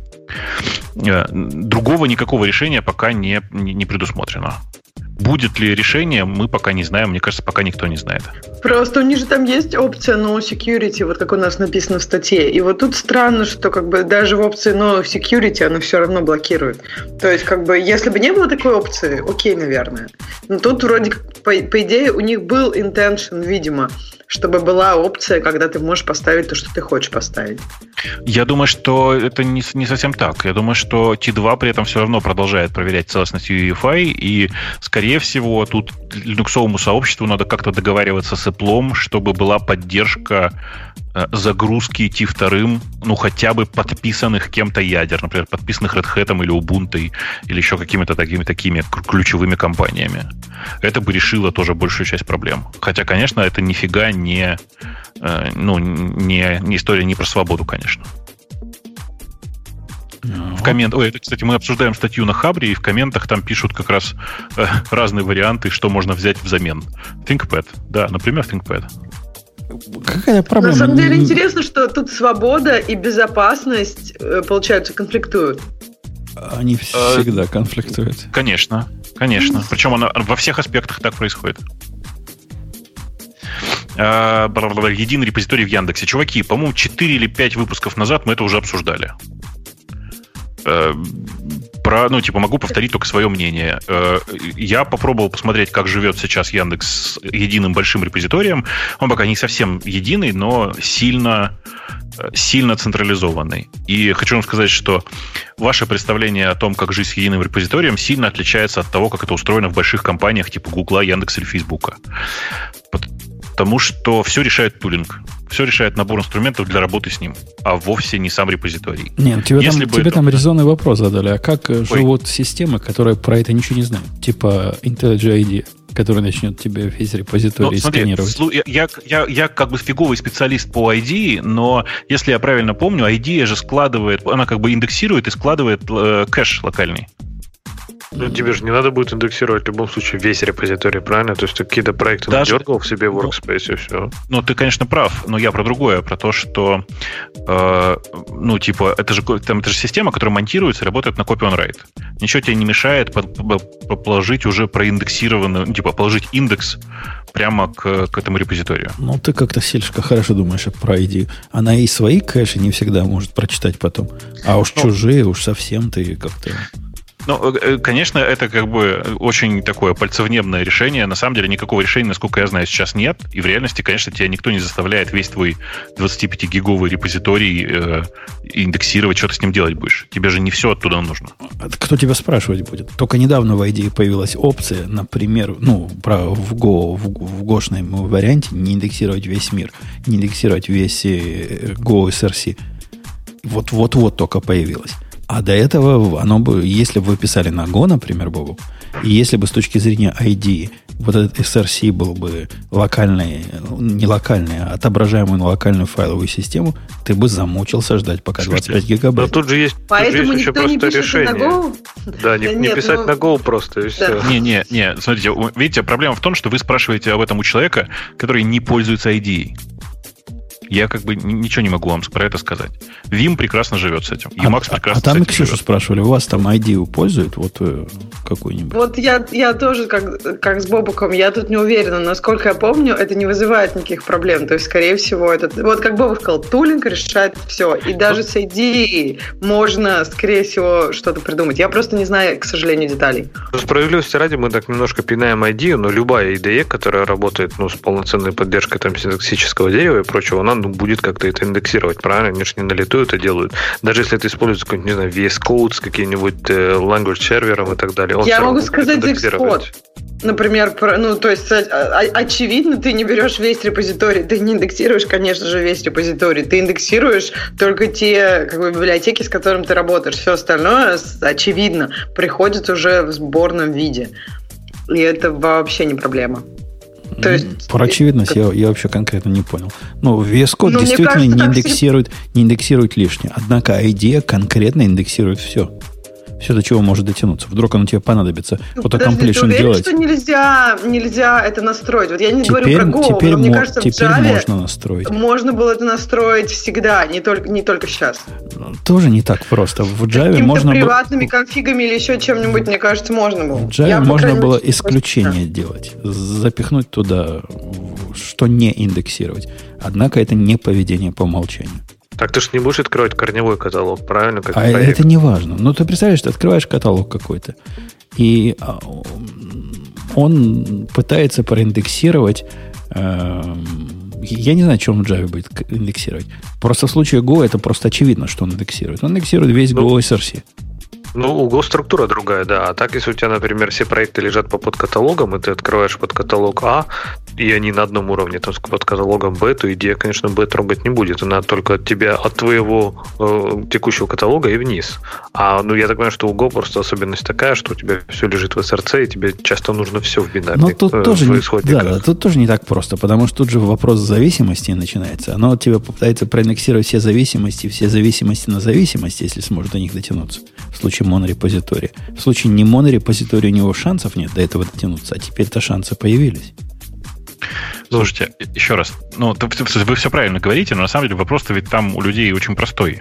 Другого никакого решения пока не предусмотрено. Будет ли решение, мы пока не знаем. Мне кажется, пока никто не знает. Просто у них же там есть опция No Security, вот как у нас написано в статье. И вот тут странно, что как бы даже в опции No Security она все равно блокирует. То есть, как бы, если бы не было такой опции, окей, наверное. Но тут вроде как, по идее, у них был intention, видимо, чтобы была опция, когда ты можешь поставить то, что ты хочешь поставить. Я думаю, что это не совсем так. Я думаю, что T2 при этом все равно продолжает проверять целостность UEFI, и, скорее всего, тут линуксовому сообществу надо как-то договариваться с Apple, чтобы была поддержка загрузки T2, хотя бы подписанных кем-то ядер, например, подписанных Red Hat или Ubuntu, или еще какими-то такими ключевыми компаниями. Это бы решило тоже большую часть проблем. Хотя, конечно, это нифига не история не про свободу, конечно. В комментах, это, кстати, мы обсуждаем статью на Хабре, и в комментах там пишут как раз разные варианты, что можно взять взамен. ThinkPad, да, например, ThinkPad. Какая проблема? На самом деле интересно, что тут свобода и безопасность, получается, конфликтуют. Они всегда конфликтуют. Конечно. Причем во всех аспектах так происходит. Единый репозиторий в Яндексе. Чуваки, по-моему, 4 или 5 выпусков назад мы это уже обсуждали. Могу повторить только свое мнение. Я попробовал посмотреть, как живет сейчас Яндекс с единым большим репозиторием. Он пока не совсем единый, но сильно централизованный. И хочу вам сказать, что ваше представление о том, как жить с единым репозиторием, сильно отличается от того, как это устроено в больших компаниях типа Гугла, Яндекса или Фейсбука. Потому что все решает тулинг. Все решает набор инструментов для работы с ним, а вовсе не сам репозиторий. Нет, тебе там резонный вопрос задали. А как живут системы, которые про это ничего не знают? Типа IntelliJ IDEA, который начнет тебе весь репозиторий сканировать. Я как бы фиговый специалист по IDE, но если я правильно помню, IDEA же складывает, она как бы индексирует и складывает кэш локальный. Тебе же не надо будет индексировать в любом случае весь репозиторий, правильно? То есть ты какие-то проекты надергал в себе в Workspace и все. Ты, конечно, прав, но я про другое, про то, что это же система, которая монтируется и работает на copy on write. Ничего тебе не мешает положить уже проиндексированную, положить индекс прямо к этому репозиторию. Ты как-то слишком хорошо думаешь про ID. Она и свои кэши не всегда может прочитать потом. А уж чужие, уж совсем ты как-то... Конечно, это как бы очень такое пальцевнебное решение. На самом деле никакого решения, насколько я знаю, сейчас нет. И в реальности, конечно, тебя никто не заставляет весь твой 25-гиговый репозиторий индексировать, что ты с ним делать будешь. Тебе же не все оттуда нужно. Кто тебя спрашивать будет? Только недавно в IDE появилась опция, например, в гошном варианте не индексировать весь мир, не индексировать весь Go SRC. Вот только появилась. А до этого оно бы, если бы вы писали на Go, например, Бобу, и если бы с точки зрения ID вот этот SRC был бы локальный, не локальный, а отображаемый на локальную файловую систему, ты бы замучился ждать, пока 25 гигабайт. Но тут же есть, еще просто решение. На Go? Да, не писать на Go просто, и все. Не, смотрите, видите, проблема в том, что вы спрашиваете об этом у человека, который не пользуется IDE. Я как бы ничего не могу вам про это сказать. Vim прекрасно живет с этим. Emacs прекрасно там и Ксюшу спрашивали, у вас там IDE пользуют какой-нибудь? Вот я тоже, как с Бобуком, я тут не уверена. Насколько я помню, это не вызывает никаких проблем. То есть, скорее всего, вот как Бобук сказал, тулинг решает все. И даже с IDE можно, скорее всего, что-то придумать. Я просто не знаю, к сожалению, деталей. Справедливости ради, мы так немножко пинаем IDE, но любая IDE, которая работает с полноценной поддержкой синтаксического дерева и прочего, она будет как-то это индексировать, правильно? Они же не на лету это делают. Даже если это используется какой-нибудь, не знаю, VS Code с каким-нибудь language сервером и так далее. Я могу сказать Xcode. Например, то есть, очевидно, ты не берешь весь репозиторий, ты не индексируешь, конечно же, весь репозиторий, ты индексируешь только те библиотеки, с которыми ты работаешь. Все остальное, очевидно, приходит уже в сборном виде. И это вообще не проблема. То есть, про очевидность я вообще конкретно не понял. Ну, VS Code действительно не индексирует лишнее. Однако IDEA конкретно индексирует все. Все, до чего может дотянуться. Вдруг оно тебе понадобится auto-completion делать. Что нельзя это настроить? Вот я не говорю про Go, но мне кажется, в Java можно настроить. Можно было это настроить всегда, не только сейчас. Тоже не так просто. В Java какими-то можно приватными конфигами или еще чем-нибудь, мне кажется, можно было. В Java можно было исключение делать. Запихнуть туда, что не индексировать. Однако это не поведение по умолчанию. Так ты же не будешь открывать корневой каталог, правильно? Как это не важно. Но ты представляешь, ты открываешь каталог какой-то, и он пытается проиндексировать. Я не знаю, что он в Java будет индексировать. Просто в случае Go это просто очевидно, что он индексирует. Он индексирует весь Go SRC. Ну, у Go структура другая, да. А так, если у тебя, например, все проекты лежат по подкаталогам, и ты открываешь подкаталог А, и они на одном уровне, там, с подкаталогом Б, то идея, конечно, Б трогать не будет. Она только от тебя, от твоего текущего каталога и вниз. А, ну, я так понимаю, что у Go просто особенность такая, что у тебя все лежит в SRC, и тебе часто нужно все в бинарных. Но тут тоже тут тоже не так просто, потому что тут же вопрос зависимости начинается. Оно тебе попытается проиндексировать все зависимости на зависимости, если сможет до них дотянуться. В случае монорепозитория. В случае не монорепозитория у него шансов нет до этого дотянуться, а теперь-то шансы появились. Слушайте, еще раз, вы все правильно говорите, но на самом деле вопрос-то ведь там у людей очень простой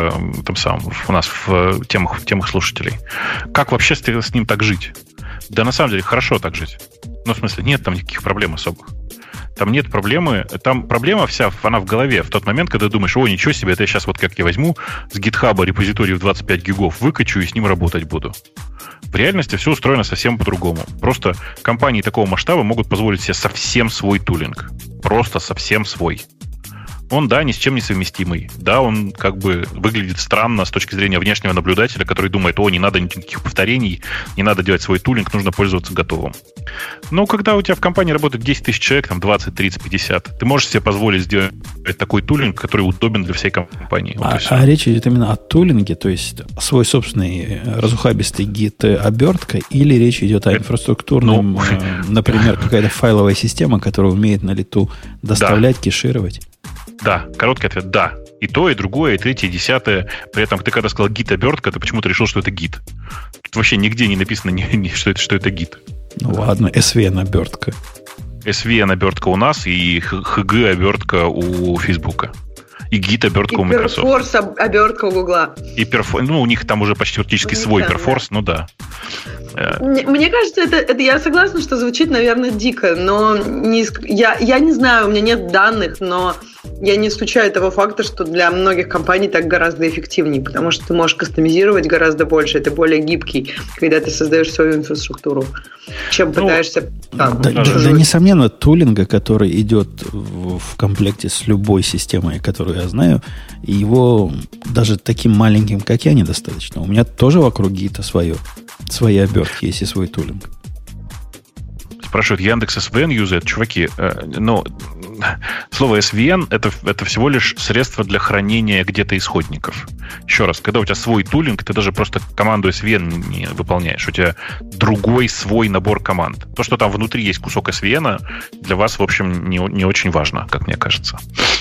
у нас в темах слушателей. Как вообще с ним так жить? Да на самом деле хорошо так жить. Ну, в смысле, нет там никаких проблем особых. Там нет проблемы. Там проблема вся, она в голове. В тот момент, когда ты думаешь, ничего себе, это я сейчас вот как я возьму с GitHub репозиторий в 25 гигов, выкачу и с ним работать буду. В реальности все устроено совсем по-другому. Просто компании такого масштаба могут позволить себе совсем свой тулинг. Просто совсем свой. Он, да, ни с чем не совместимый. Да, он как бы выглядит странно с точки зрения внешнего наблюдателя, который думает, не надо никаких повторений, не надо делать свой тулинг, нужно пользоваться готовым. Но когда у тебя в компании работает 10 тысяч человек, там 20, 30, 50, ты можешь себе позволить сделать такой тулинг, который удобен для всей компании. А речь идет именно о тулинге, то есть свой собственный разухабистый гит-обертка, или речь идет о инфраструктурном, например, какая-то файловая система, которая умеет на лету доставлять, кешировать? Да, короткий ответ – да. И то, и другое, и третье, и десятое. При этом ты когда сказал гит-обертка, ты почему-то решил, что это гит. Тут вообще нигде не написано, что это гит. Ну ладно, SVN-обертка. SVN-обертка у нас, и HG-обертка у Фейсбука. И гит-обертка у Microsoft. И Perforce-обертка у Гугла. У них там уже почти практически свой Perforce, да. Мне кажется, это я согласна, что звучит, наверное, дико, но я не знаю, у меня нет данных, но я не исключаю того факта, что для многих компаний так гораздо эффективнее, потому что ты можешь кастомизировать гораздо больше, ты более гибкий, когда ты создаешь свою инфраструктуру, чем пытаешься... Да, несомненно, тулинга, который идет в комплекте с любой системой, которую я знаю, его даже таким маленьким, как я, недостаточно. У меня тоже вокруг гита свои обертки есть и свой тулинг. Спрашивают, Яндекс SVN юзает? Чуваки, слово SVN это всего лишь средство для хранения где-то исходников. Еще раз, когда у тебя свой тулинг, ты даже просто команду SVN не выполняешь. У тебя другой свой набор команд. То, что там внутри есть кусок SVN, для вас, в общем, не очень важно, как мне кажется.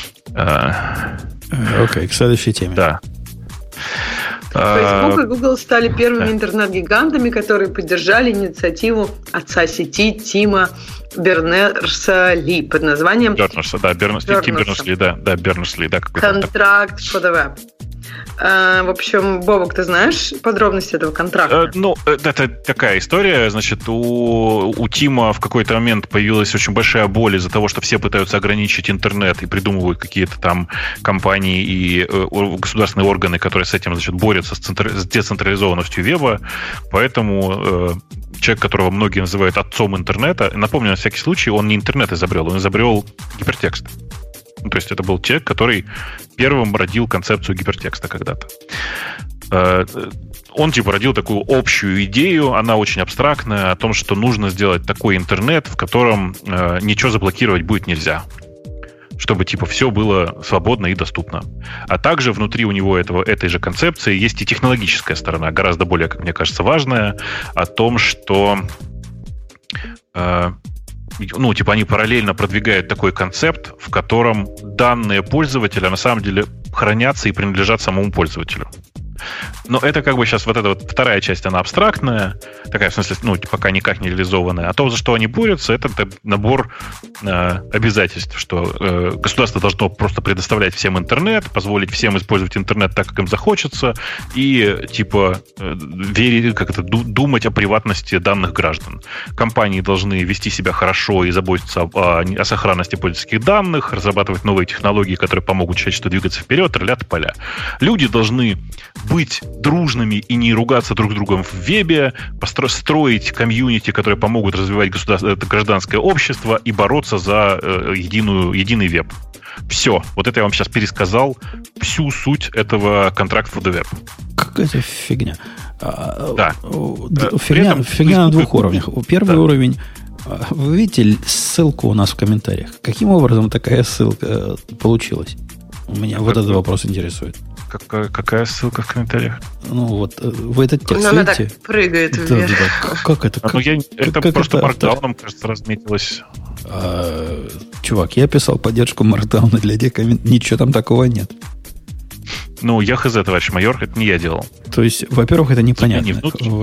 Окей, к следующей теме. Да. Facebook и Google стали первыми интернет-гигантами, которые поддержали инициативу отца сети Тима Бернерса-Ли под названием... Бернерс-Ли. Контракт for the Web. В общем, Бобок, ты знаешь подробности этого контракта? Это такая история. Значит, у Тима в какой-то момент появилась очень большая боль из-за того, что все пытаются ограничить интернет и придумывают какие-то там компании и государственные органы, которые с этим, значит, борются с децентрализованностью веба. Поэтому человек, которого многие называют отцом интернета, напомню, на всякий случай, он не интернет изобрел, он изобрел гипертекст. То есть это был человек, который первым родил концепцию гипертекста когда-то. Он родил такую общую идею, она очень абстрактная, о том, что нужно сделать такой интернет, в котором ничего заблокировать будет нельзя. Чтобы все было свободно и доступно. А также внутри у него этой же концепции есть и технологическая сторона, гораздо более, как мне кажется, важная, о том, что ну, типа они параллельно продвигают такой концепт, в котором данные пользователя на самом деле хранятся и принадлежат самому пользователю. Но это как бы сейчас вот эта вот вторая часть, она абстрактная, такая, в смысле, ну, пока никак не реализованная. А то, за что они борются, это набор обязательств, что государство должно просто предоставлять всем интернет, позволить всем использовать интернет так, как им захочется, и, типа, думать о приватности данных граждан. Компании должны вести себя хорошо и заботиться о сохранности пользовательских данных, разрабатывать новые технологии, которые помогут человечеству двигаться вперед, поля. Люди должны быть дружными и не ругаться друг с другом в вебе, строить комьюнити, которые помогут развивать гражданское общество и бороться за единый веб. Все. Вот это я вам сейчас пересказал всю суть этого Contract for the Web. Какая-то фигня. Да. Фигня на двух уровнях. Первый уровень. Вы видите ссылку у нас в комментариях? Каким образом такая ссылка получилась? Меня вот этот вопрос интересует. Какая ссылка в комментариях? Ну, вот вы этот текст она видите? Так прыгает вверх. Да. Как это? Это просто маркдауном, кажется, разметилось. Чувак, я писал поддержку маркдауна для декоммент. Ничего там такого нет. Ну, я хз, товарищ майор, это не я делал. То есть, во-первых, это непонятно.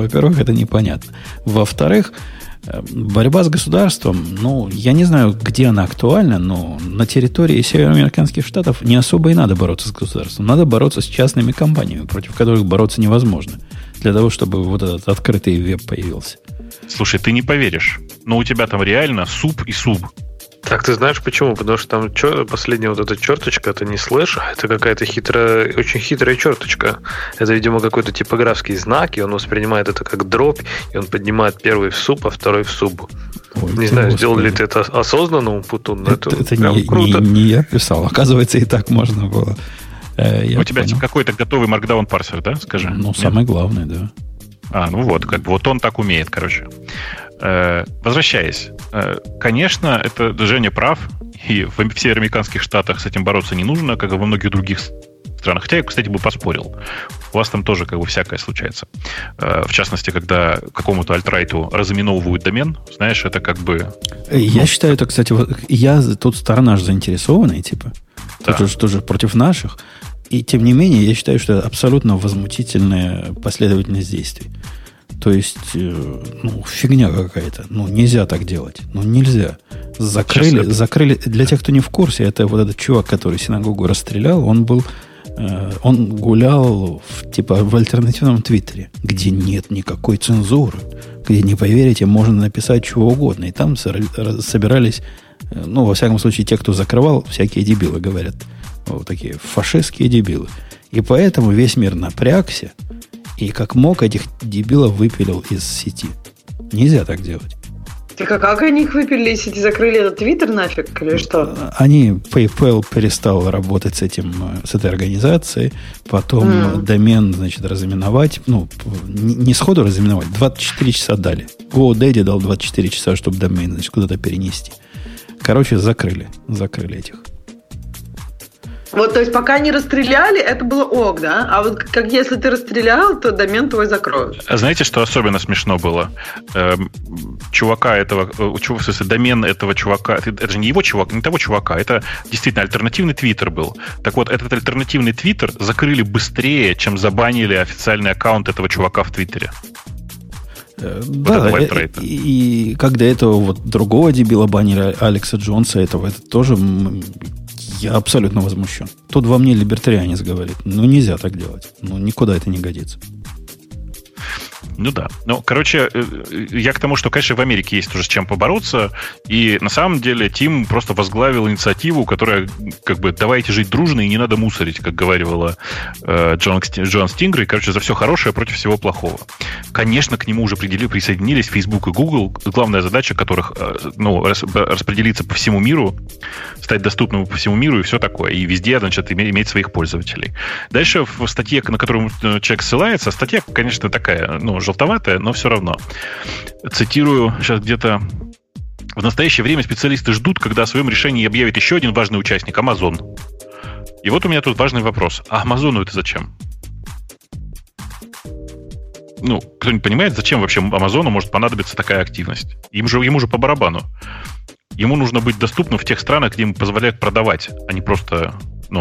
Во-вторых, борьба с государством, ну, я не знаю, где она актуальна, но на территории североамериканских штатов не особо и надо бороться с государством. Надо бороться с частными компаниями, против которых бороться невозможно. Для того, чтобы вот этот открытый веб появился. Слушай, ты не поверишь, но у тебя там реально суп и суб. Так, ты знаешь почему? Потому что там последняя вот эта черточка, это не слэш, а это какая-то очень хитрая черточка. Это, видимо, какой-то типографский знак, и он воспринимает это как дробь, и он поднимает первый в суп, а второй в суб. Ой, не знаю, сделал ли ты это осознанно, Умпутун, но это прям круто. Не я писал, оказывается, и так можно было. У тебя какой-то готовый markdown парсер, да, скажи? Ну, самый главный, да. Ну вот, как бы вот он так умеет, короче. Возвращаясь, конечно, это Женя прав, и в североамериканских штатах с этим бороться не нужно, как и во многих других странах. Хотя я, кстати, бы поспорил. У вас там тоже как бы всякое случается. В частности, когда какому-то альтрайту разыменовывают домен, знаешь, это как бы... Я считаю, это, кстати, тут сторона же заинтересованная, типа. Да. Тут же тоже против наших. И тем не менее, я считаю, что это абсолютно возмутительная последовательность действий. То есть, фигня какая-то. Нельзя так делать. Нельзя. Закрыли. Для тех, кто не в курсе, это вот этот чувак, который синагогу расстрелял, он гулял в альтернативном Твиттере, где нет никакой цензуры, где, не поверите, можно написать чего угодно. И там собирались, во всяком случае, те, кто закрывал, всякие дебилы, говорят. Вот такие фашистские дебилы. И поэтому весь мир напрягся, и как мог этих дебилов выпилил из сети. Нельзя так делать. Так а как они их выпилили из сети? Закрыли этот Твиттер нафиг или что? PayPal перестал работать с этой организацией, потом домен, разыменовать, не сходу разыменовать, 24 часа дали. GoDaddy дал 24 часа, чтобы домен, куда-то перенести. Короче, закрыли этих. Вот, то есть, пока не расстреляли, это было ок, да? А вот как если ты расстрелял, то домен твой закроют. А знаете, что особенно смешно было? Домен этого чувака, это же не его чувак, не того чувака, это действительно альтернативный твиттер был. Так вот, этот альтернативный твиттер закрыли быстрее, чем забанили официальный аккаунт этого чувака в Твиттере. Да, и когда этого другого дебила баннера Алекса Джонса, это тоже... Я абсолютно возмущен. Тут во мне либертарианец говорит. Нельзя так делать. Никуда это не годится. Да. Я к тому, что, конечно, в Америке есть тоже с чем побороться. И на самом деле Тим просто возглавил инициативу, которая давайте жить дружно и не надо мусорить, как говорила Джон Стингер. И, за все хорошее против всего плохого. Конечно, к нему уже присоединились Facebook и Google, главная задача которых распределиться по всему миру, стать доступным по всему миру и все такое. И везде, иметь своих пользователей. Дальше в статье, на которую человек ссылается, статья, конечно, такая, желтоватая, но все равно. Цитирую сейчас где-то. В настоящее время специалисты ждут, когда о своем решении объявит еще один важный участник – Amazon. И вот у меня тут важный вопрос. А Амазону это зачем? Кто-нибудь понимает, зачем вообще Амазону может понадобиться такая активность? Ему же по барабану. Ему нужно быть доступным в тех странах, где ему позволяют продавать, а не просто,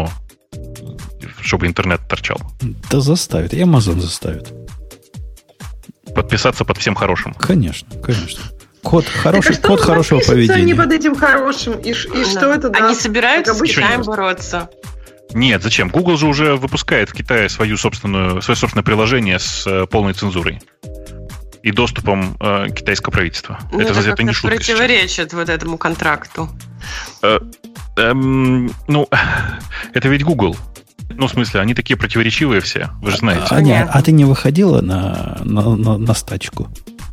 чтобы интернет торчал. Да заставит. И Amazon заставит. Подписаться под всем хорошим. Конечно. Код хорошего поведения. Они под этим хорошим. И что это? Они собираются с Китаем бороться. Нет, зачем? Google же уже выпускает в Китае свое собственное приложение с полной цензурой и доступом китайского правительства. Это не шутка. Противоречит вот этому контракту. Это ведь Google. В смысле, они такие противоречивые все, вы же знаете. А ты не выходила на стачку?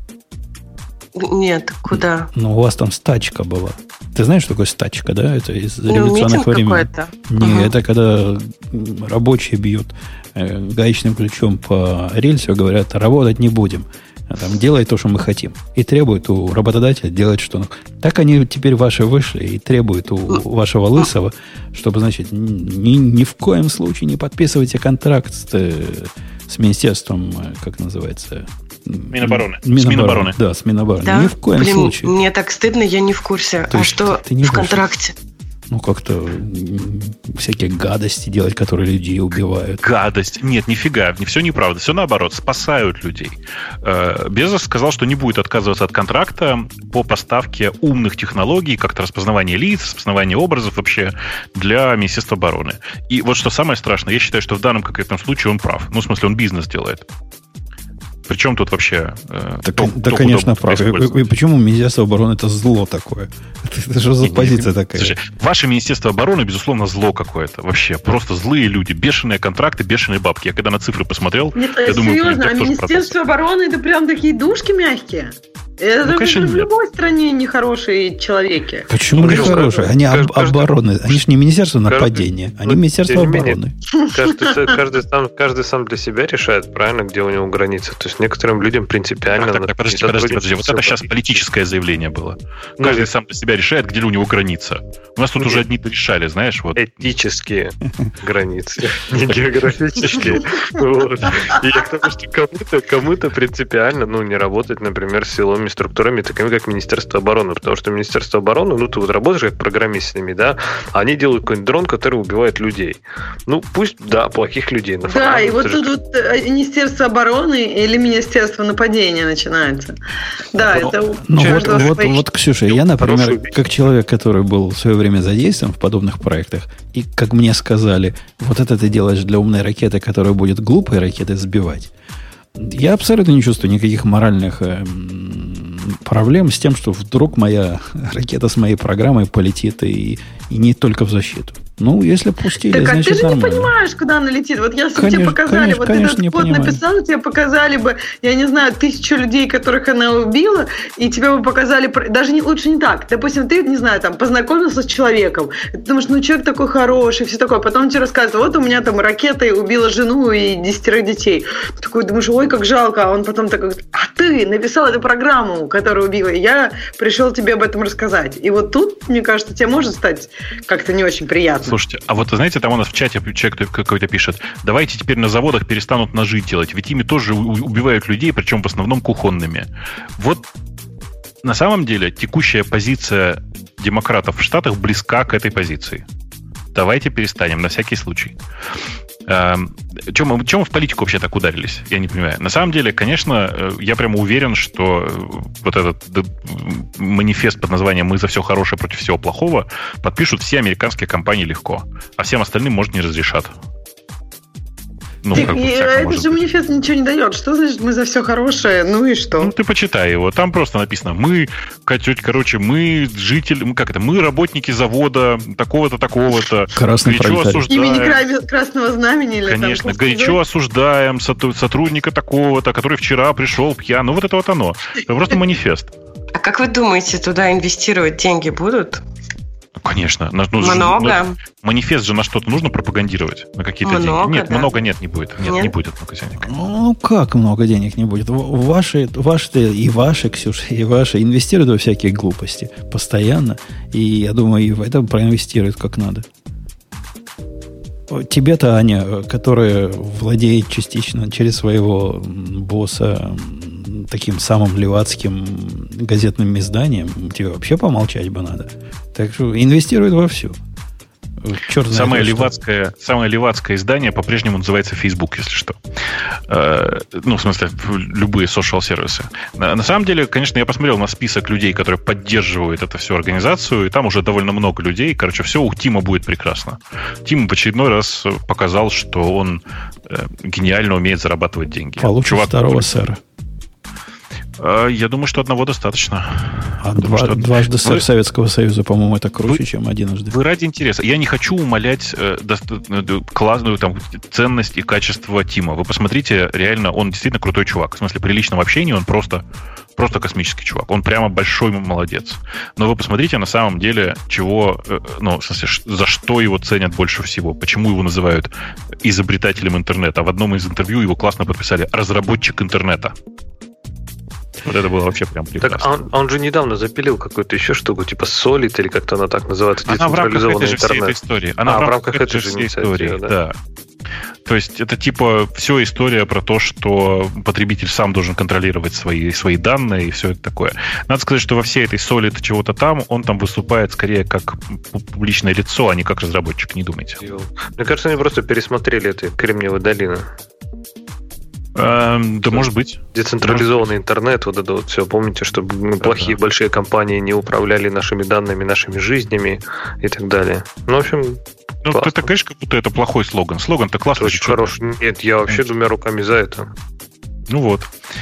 Нет, куда? У вас там стачка была. Ты знаешь, что такое стачка, да? Это из революционных времен. Это когда рабочие бьют гаечным ключом по рельсу и говорят, работать не будем. Делай то, что мы хотим. И требуют у работодателя делать, что... Так они теперь ваши вышли и требуют у вашего лысого, чтобы, значит, ни в коем случае не подписывайте контракт с министерством, как называется... Минобороны. Да, с Минобороны. Да? Ни в коем случае. Мне так стыдно, я не в курсе. То что в контракте? Как-то всякие гадости делать, которые людей убивают. Гадость? Нет, нифига. Все неправда. Все наоборот. Спасают людей. Безос сказал, что не будет отказываться от контракта по поставке умных технологий, как-то распознавание лиц, распознавание образов вообще для Министерства обороны. И вот что самое страшное, я считаю, что в данном конкретном случае он прав. В смысле, он бизнес делает. Причем тут вообще... Да, конечно, прав. И почему Министерство обороны это зло такое? Это что за позиция такая? Слушай, ваше Министерство обороны, безусловно, зло какое-то. Вообще, просто злые люди. Бешеные контракты, бешеные бабки. Я когда на цифры посмотрел, я думаю... Серьезно, Министерство обороны это прям такие душки мягкие? Это в любой стране нехорошие человеки. Почему нехорошие? Они обороны. Они же не Министерство нападения, они Министерство обороны. Каждый сам для себя решает, правильно, где у него граница. То есть некоторым людям принципиально... Подождите. Вот это сейчас политическое заявление было. Каждый сам для себя решает, где у него граница. У нас тут уже одни-то решали, знаешь, вот. Этические границы, не географические. И к тому, что кому-то принципиально, не работать, например, с силовыми структурами, такими как Министерство обороны, потому что Министерство обороны, ты вот работаешь как программист с ними, да, они делают какой-нибудь дрон, который убивает людей. Пусть, да, плохих людей. Да, и вот тут Министерство обороны или Министерство нападения начинается. Да, это... Вот, Ксюша, я, например, как человек, который был в свое время задействован в подобных проектах, и, как мне сказали, вот это ты делаешь для умной ракеты, которая будет глупой ракетой сбивать. Я абсолютно не чувствую никаких моральных проблем с тем, что вдруг моя ракета с моей программой полетит и не только в защиту. Если пустили, так, значит, ты же нормально. Не понимаешь, куда она летит. Вот если тебе показали, этот код написал, тебе показали бы, я не знаю, 1000 людей, которых она убила, и тебе бы показали, даже лучше не так. Допустим, ты, не знаю, познакомился с человеком, ты думаешь, человек такой хороший, все такое, потом тебе рассказывают, вот у меня там ракетой убила жену и 10 детей. Ты такой думаешь, ой, как жалко, а он потом такой, а ты написал эту программу, которая убила, и я пришел тебе об этом рассказать. И вот тут, мне кажется, тебе может стать как-то не очень приятно. Слушайте, а вот, знаете, там у нас в чате человек какой-то пишет, давайте теперь на заводах перестанут ножи делать, ведь ими тоже убивают людей, причем в основном кухонными. Вот на самом деле текущая позиция демократов в Штатах близка к этой позиции. Давайте перестанем, на всякий случай. Чем мы в политику вообще так ударились? Я не понимаю. На самом деле, конечно, я прямо уверен, что вот этот манифест под названием «Мы за все хорошее против всего плохого» подпишут все американские компании легко, а всем остальным, может, не разрешат. Это же манифест ничего не дает. Что значит мы за все хорошее? И что? Ты почитай его. Там просто написано: мы жители, мы работники завода такого-то, такого-то. Горячо осуждаем. Имени Красного Знамени или конечно, горячо осуждаем сотрудника такого-то, который вчера пришел пьян. Вот это вот оно. Это просто манифест. А как вы думаете, туда инвестировать деньги будут? Конечно. Много. Манифест же на что-то нужно пропагандировать, на какие-то деньги. Нет, да. Много не будет. Нет, не будет много денег. Как много денег не будет? Ваши и ваши, Ксюша, и ваши инвестируют во всякие глупости постоянно. И я думаю, и в это проинвестируют как надо. Тебе-то, Аня, которая владеет частично через своего босса таким самым левацким газетным изданием, тебе вообще помолчать бы надо. Так что инвестирует вовсю. Черт самое левацкое издание по-прежнему называется Facebook, если что. В смысле, любые социал-сервисы. На самом деле, конечно, я посмотрел на список людей, которые поддерживают эту всю организацию, и там уже довольно много людей. Короче, все у Тима будет прекрасно. Тим в очередной раз показал, что он гениально умеет зарабатывать деньги. Получше второго сэра. Я думаю, что одного достаточно. Дважды сэр Советского Союза, по-моему, это круче, чем единожды. Вы ради интереса. Я не хочу умалять классную ценность и качество Тима. Вы посмотрите, реально, он действительно крутой чувак. В смысле, при личном общении он просто космический чувак. Он прямо большой молодец. Но вы посмотрите на самом деле, в смысле, за что его ценят больше всего. Почему его называют изобретателем интернета. В одном из интервью его классно подписали «разработчик интернета». Вот это было вообще прям прекрасно. Так он же недавно запилил какую-то еще штуку, типа Solid, или как-то она так называется, она в рамках этой же всей этой истории. Она в рамках этой же истории, да. То есть это типа все история про то, что потребитель сам должен контролировать свои данные и все это такое. Надо сказать, что во всей этой Solid чего-то там, он там выступает скорее как публичное лицо, а не как разработчик, не думайте. Мне кажется, они просто пересмотрели это Кремниевая долина. Да, может быть. Децентрализованный интернет, вот это вот все. Помните, что плохие большие компании не управляли нашими данными, нашими жизнями и так далее. В общем, это, конечно, как будто это плохой слоган. Слоган-то классный. Очень хороший. Нет, я вообще двумя руками за это. Ну вот.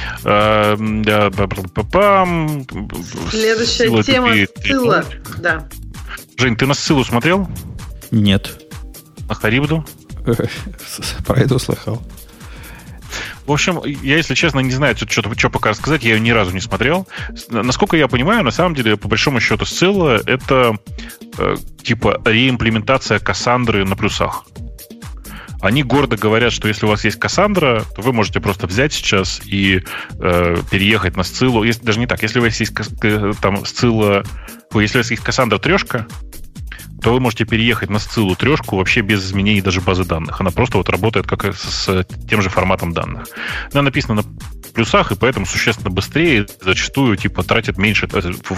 Следующая тема Сцилла. Да. Жень, ты на Сциллу смотрел? Нет. На Харибду? Про это слыхал. В общем, я, если честно, не знаю, что пока рассказать, я ее ни разу не смотрел. Насколько я понимаю, на самом деле, по большому счету, Scylla — это типа реимплементация Кассандры на плюсах. Они гордо говорят, что если у вас есть Кассандра, то вы можете просто взять сейчас и переехать на Scylla. Даже не так. Если у вас есть там Scylla, если у вас есть Кассандра трешка, то вы можете переехать на Scylla трешку вообще без изменений даже базы данных. Она просто вот работает как с тем же форматом данных. Она написана на плюсах, и поэтому существенно быстрее, зачастую типа тратит меньше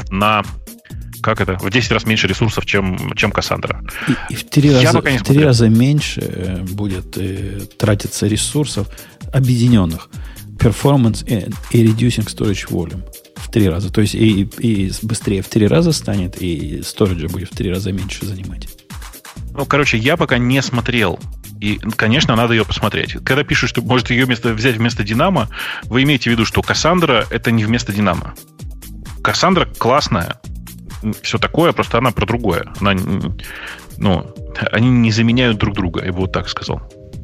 в 10 раз меньше ресурсов, чем Кассандра. И в 3 раза меньше будет тратиться ресурсов объединенных. Performance и reducing storage volume. В 3 раза. То есть и быстрее в 3 раза станет, и storage будет в 3 раза меньше занимать. Ну, короче, я пока не смотрел. И, конечно, надо ее посмотреть. Когда пишут, что может ее взять вместо Динамо, вы имеете в виду, что Кассандра — это не вместо Динамо. Кассандра классная, все такое, просто она про другое. Они не заменяют друг друга, я бы вот так сказал.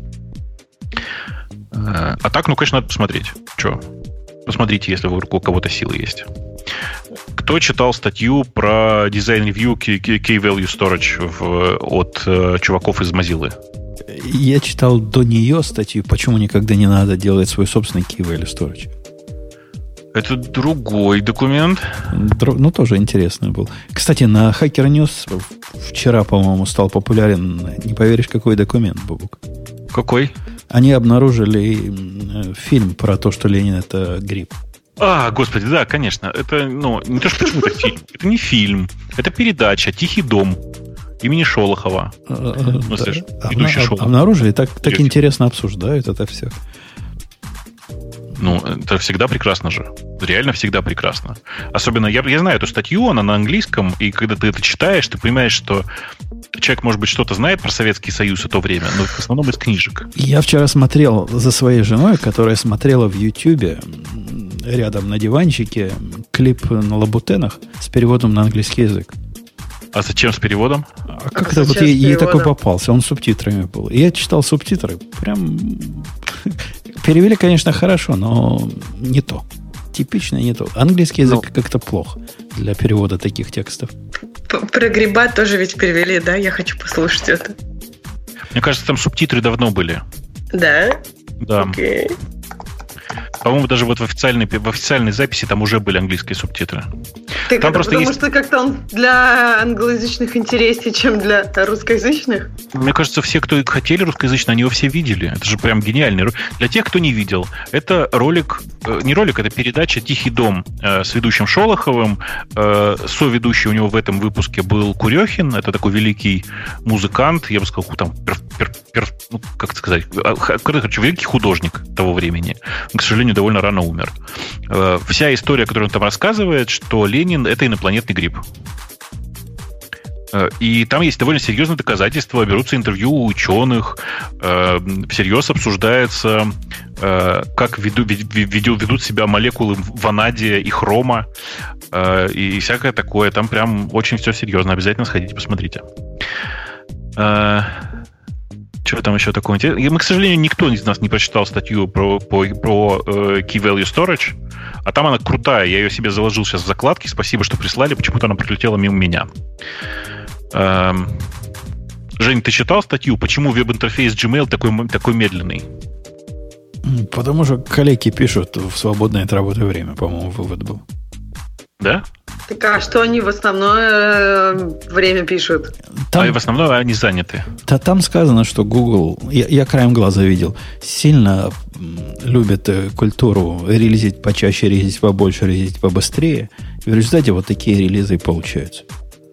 А так, конечно, надо посмотреть. Че? Посмотрите, если у кого-то силы есть. Кто читал статью про дизайн-ревью Key-Value Storage от чуваков из Mozilla? Я читал до нее статью, почему никогда не надо делать свой собственный Key-Value Storage. Это другой документ. Тоже интересный был. Кстати, на Hacker News вчера, по-моему, стал популярен, не поверишь, какой документ, Бобук. Какой? Они обнаружили фильм про то, что Ленин — это гриб. Господи, да, конечно. Это, не то, что почему это фильм. Это не фильм. Это передача «Тихий дом» имени Шолохова. Ведущий Шолохов. Обнаружили, так интересно обсуждают это все. Это всегда прекрасно же. Реально всегда прекрасно. Особенно, я знаю эту статью, она на английском, и когда ты это читаешь, ты понимаешь, что человек, может быть, что-то знает про Советский Союз и то время, но в основном из книжек. Я вчера смотрел за своей женой, которая смотрела в Ютьюбе рядом на диванчике клип на лабутенах с переводом на английский язык. А зачем с переводом? Как-то вот ей такой попался. Он с субтитрами был. И я читал субтитры. Прям перевели, конечно, хорошо, но не то. Типично не то. Английский язык как-то плохо для перевода таких текстов. Про гриба тоже ведь перевели, да? Я хочу послушать это. Мне кажется, там субтитры давно были. Да? Да. Окей. По-моему, даже вот в официальной записи там уже были английские субтитры. Потому что как-то он для англоязычных интереснее, чем для русскоязычных? Мне кажется, все, кто хотели русскоязычно, они его все видели. Это же прям гениальный. Для тех, кто не видел, это ролик, не ролик, это передача «Тихий дом» с ведущим Шолоховым. Соведущий у него в этом выпуске был Курехин. Это такой великий музыкант, я бы сказал, там, как сказать, короче, великий художник того времени. Он, к сожалению, довольно рано умер. Вся история, которую он там рассказывает, что Ленин — это инопланетный гриб. И там есть довольно серьезные доказательства, берутся интервью у ученых, всерьез обсуждается, как ведут себя молекулы ванадия и хрома, и всякое такое. Там прям очень все серьезно. Обязательно сходите, посмотрите. Что там еще такое интересное? Мы, к сожалению, никто из нас не прочитал статью про Key Value Storage, а там она крутая. Я ее себе заложил сейчас в закладки. Спасибо, что прислали. Почему-то она пролетела мимо меня. Жень, ты читал статью, почему веб-интерфейс Gmail такой медленный? Потому что коллеги пишут в свободное от работы время, по-моему, вывод был. Да? Так а что они в основное время пишут? Там, в основном они заняты. Там сказано, что Google, я краем глаза видел, сильно любят культуру релизить почаще, релизить побольше, релизить побыстрее. И в результате вот такие релизы и получаются.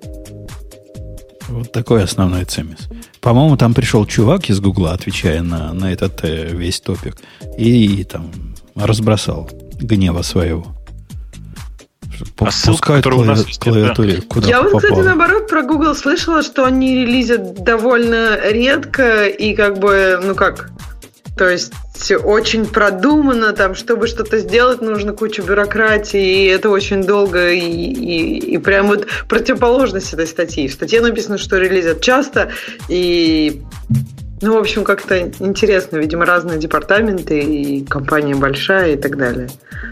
Вот такой основной цимис. По-моему, там пришел чувак из Гугла, отвечая на этот весь топик, и там разбросал гнева своего. Пускай клавиатуре куда Я вот, попало. кстати, наоборот, про Google слышала, что они релизят довольно редко и как бы, то есть очень продуманно, там, чтобы что-то сделать, нужно кучу бюрократии, и это очень долго, и прям вот противоположность этой статьи. В статье написано, что релизят часто, и, в общем, как-то интересно, видимо, разные департаменты, и компания большая, и так далее.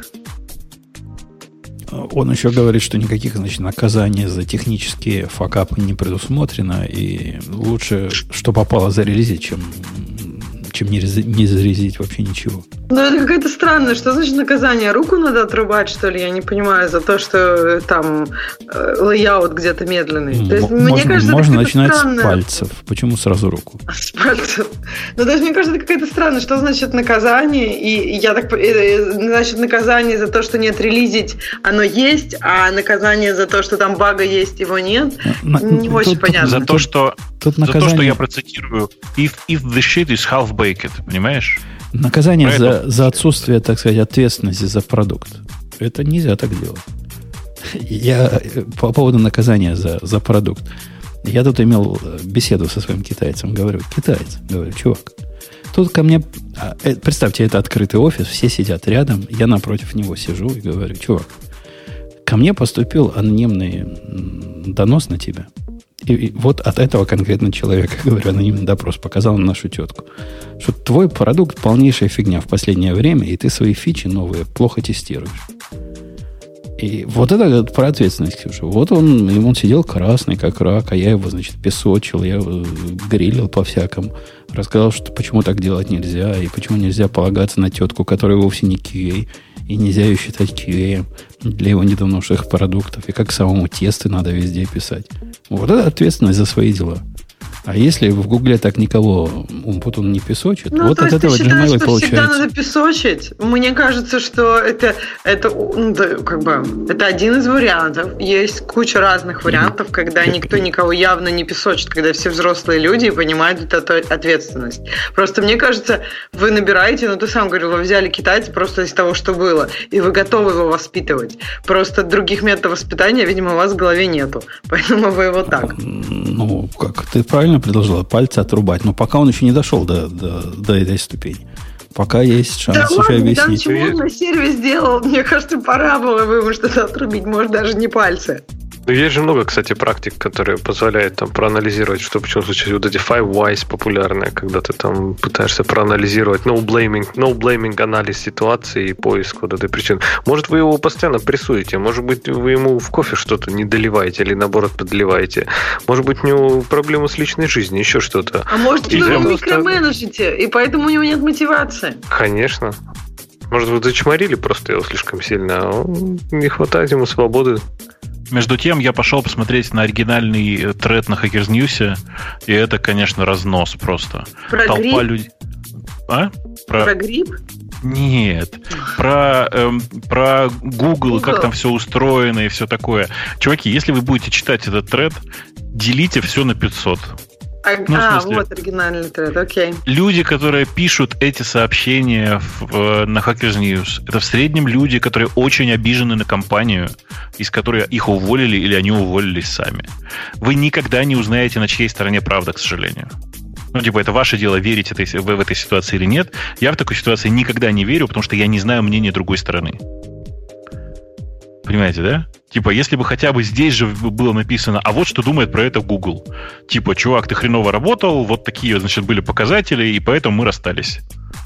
Он еще говорит, что никаких, наказаний за технические факапы не предусмотрено, и лучше, что попало, зарелизить, чем не зарезить вообще ничего. Это какая-то странная. Что значит наказание? Руку надо отрубать, что ли? Я не понимаю, за то, что там лейаут где-то медленный. То есть, мне кажется, можно начинать с пальцев. Почему сразу руку? С пальцев. Даже мне кажется, это какая-то странная. Что значит наказание? И значит, наказание за то, что нет релизить, оно есть, а наказание за то, что там бага есть, его нет, не очень понятно. За то, что я процитирую if the shit is half-baked, понимаешь? Наказание за отсутствие, так сказать, ответственности за продукт. Это нельзя так делать. Я по поводу наказания за продукт. Я тут имел беседу со своим китайцем. Говорю, чувак, тут ко мне... Представьте, это открытый офис, все сидят рядом, я напротив него сижу и говорю, чувак, ко мне поступил анонимный донос на тебя. И вот от этого конкретно человека, говорю, анонимный допрос показал на нашу тетку, что твой продукт полнейшая фигня в последнее время, и ты свои фичи новые плохо тестируешь. И вот это про ответственность, Ксюша. Вот он сидел красный, как рак, а я его, песочил, я его грилил по-всякому. Рассказал, что почему так делать нельзя, и почему нельзя полагаться на тетку, которая вовсе не QA, и нельзя ее считать QA для его недавнешних продуктов, и как самому тесты надо везде писать. Вот это ответственность за свои дела. А если в Гугле так никого он не песочит, вот от этого Gmail и получается. Всегда надо песочить. Мне кажется, что это один из вариантов. Есть куча разных вариантов, когда никто никого явно не песочит, когда все взрослые люди и понимают эту ответственность. Просто мне кажется, вы набираете, ты сам говорил, вы взяли китайца просто из того, что было, и вы готовы его воспитывать. Просто других методов воспитания, видимо, у вас в голове нету. Поэтому вы его так. Как ты правильно предложила, пальцы отрубать. Но пока он еще не дошел до этой ступени. Пока есть шанс еще объяснить. Да, чего он на сервис сделал? Мне кажется, пора было бы ему что-то отрубить. Может, даже не пальцы. Есть же много, кстати, практик, которые позволяют там проанализировать, что почему случилось. Вот эти Five Whys популярные, когда ты там пытаешься проанализировать no-blaming анализ ситуации и поиск вот этой причины. Может, вы его постоянно прессуете, может быть, вы ему в кофе что-то не доливаете или, наоборот, подливаете. Может быть, у него проблемы с личной жизнью, еще что-то. А может, вы его микроменеджите, и поэтому у него нет мотивации? Конечно. Может, вы зачморили просто его слишком сильно, а не хватает ему свободы. Между тем, я пошел посмотреть на оригинальный тред на Hackers News, и это, конечно, разнос просто. Про толпа грипп? людей. А? Про грипп? Нет. Про Google, как там все устроено и все такое. Чуваки, если вы будете читать этот тред, делите все на 500. Вот оригинальный тред, окей. Люди, которые пишут эти сообщения на Hackers News, это в среднем люди, которые очень обижены на компанию, из которой их уволили или они уволились сами. Вы никогда не узнаете, на чьей стороне правда, к сожалению. Это ваше дело, верить в этой ситуации или нет. Я в такой ситуации никогда не верю, потому что я не знаю мнения другой стороны. Понимаете, да? Если бы хотя бы здесь же было написано, а вот что думает про это Google. Чувак, ты хреново работал, вот такие, были показатели, и поэтому мы расстались.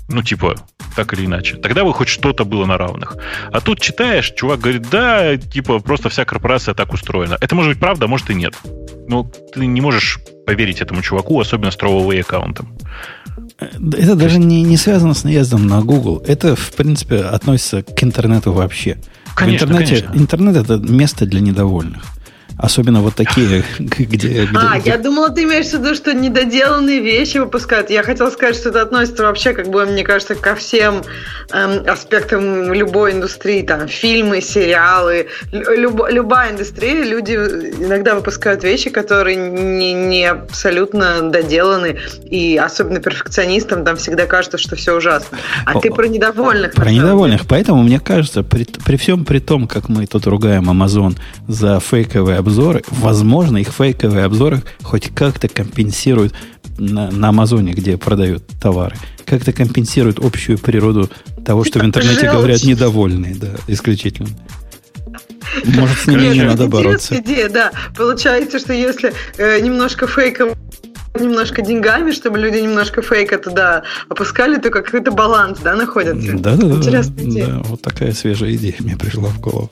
Так или иначе. Тогда бы хоть что-то было на равных. А тут читаешь, чувак говорит, да, просто вся корпорация так устроена. Это может быть правда, а может и нет. Но ты не можешь поверить этому чуваку, особенно с трововой аккаунтом. Это даже не связано с наездом на Google. Это, в принципе, относится к интернету вообще. Конечно, в интернете, конечно. Интернет – это место для недовольных. Особенно вот такие, где... Я думала, ты имеешь в виду, что недоделанные вещи выпускают. Я хотела сказать, что это относится вообще, мне кажется, ко всем аспектам любой индустрии. Там фильмы, сериалы, любая индустрия. Люди иногда выпускают вещи, которые не абсолютно доделаны. И особенно перфекционистам там всегда кажется, что все ужасно. А ты про недовольных. Про недовольных. Поэтому, мне кажется, при всем при том, как мы тут ругаем Amazon за фейковые обзоры, возможно, их фейковые обзоры хоть как-то компенсируют на Амазоне, где продают товары, как-то компенсируют общую природу того, что в интернете говорят недовольные, да, исключительно. Может, с ними не надо бороться. Идея, да. Получается, что если немножко фейков, немножко деньгами, чтобы люди немножко фейка туда опускали, то какой-то баланс, да, находится. Да. Интересная идея. Да, вот такая свежая идея мне пришла в голову.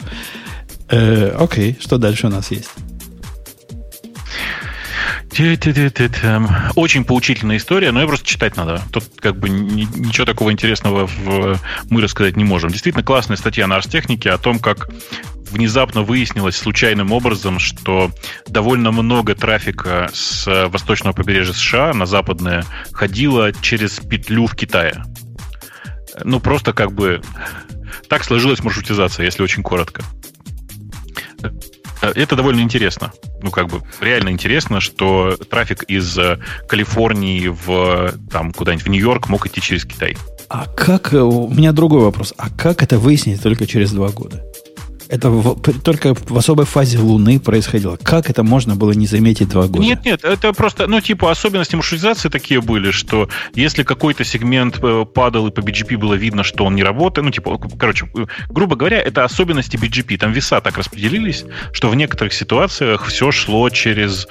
Окей, что дальше у нас есть? Очень поучительная история, но ее просто читать надо. Тут ничего такого интересного мы рассказать не можем. Действительно классная статья на Арстехнике о том, как внезапно выяснилось случайным образом, что довольно много трафика с восточного побережья США на западное ходило через петлю в Китае. Просто так сложилась маршрутизация, если очень коротко. Это довольно интересно. Реально интересно, что трафик из Калифорнии куда-нибудь в Нью-Йорк мог идти через Китай. У меня другой вопрос. А как это выяснить только через 2 года? Это только в особой фазе Луны происходило. Как это можно было не заметить 2 года? Нет, это просто, особенности маршрутизации такие были, что если какой-то сегмент падал, и по BGP было видно, что он не работает, грубо говоря, это особенности BGP. Там веса так распределились, что в некоторых ситуациях все шло через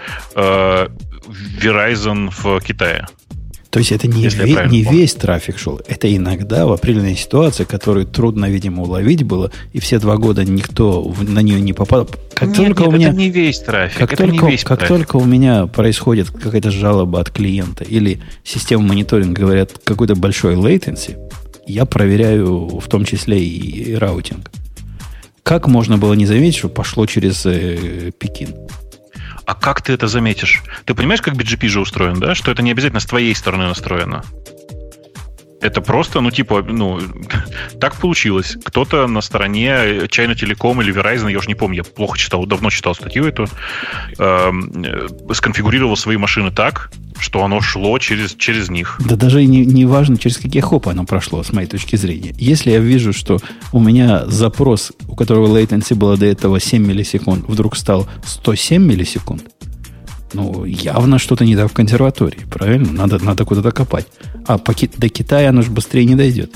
Verizon в Китае. То есть это не весь трафик шел. Это иногда в определенной ситуации, которую трудно, видимо, уловить было, и все 2 года никто на нее не попал. Это не весь трафик. Как только у меня происходит какая-то жалоба от клиента или система мониторинга говорят какой-то большой latency, я проверяю в том числе и раутинг. Как можно было не заметить, что пошло через Пекин? А как ты это заметишь? Ты понимаешь, как BGP же устроен, да? Что это не обязательно с твоей стороны настроено. Это просто, так получилось. Кто-то на стороне China Telecom или Verizon, я уже не помню, я плохо читал, давно читал статью эту, сконфигурировал свои машины так, что оно шло через них. Да даже не важно, через какие хопы оно прошло, с моей точки зрения. Если я вижу, что у меня запрос, у которого latency было до этого 7 миллисекунд, вдруг стал 107 миллисекунд, явно что-то не так в консерватории, правильно? Надо куда-то копать. А до Китая оно же быстрее не дойдет.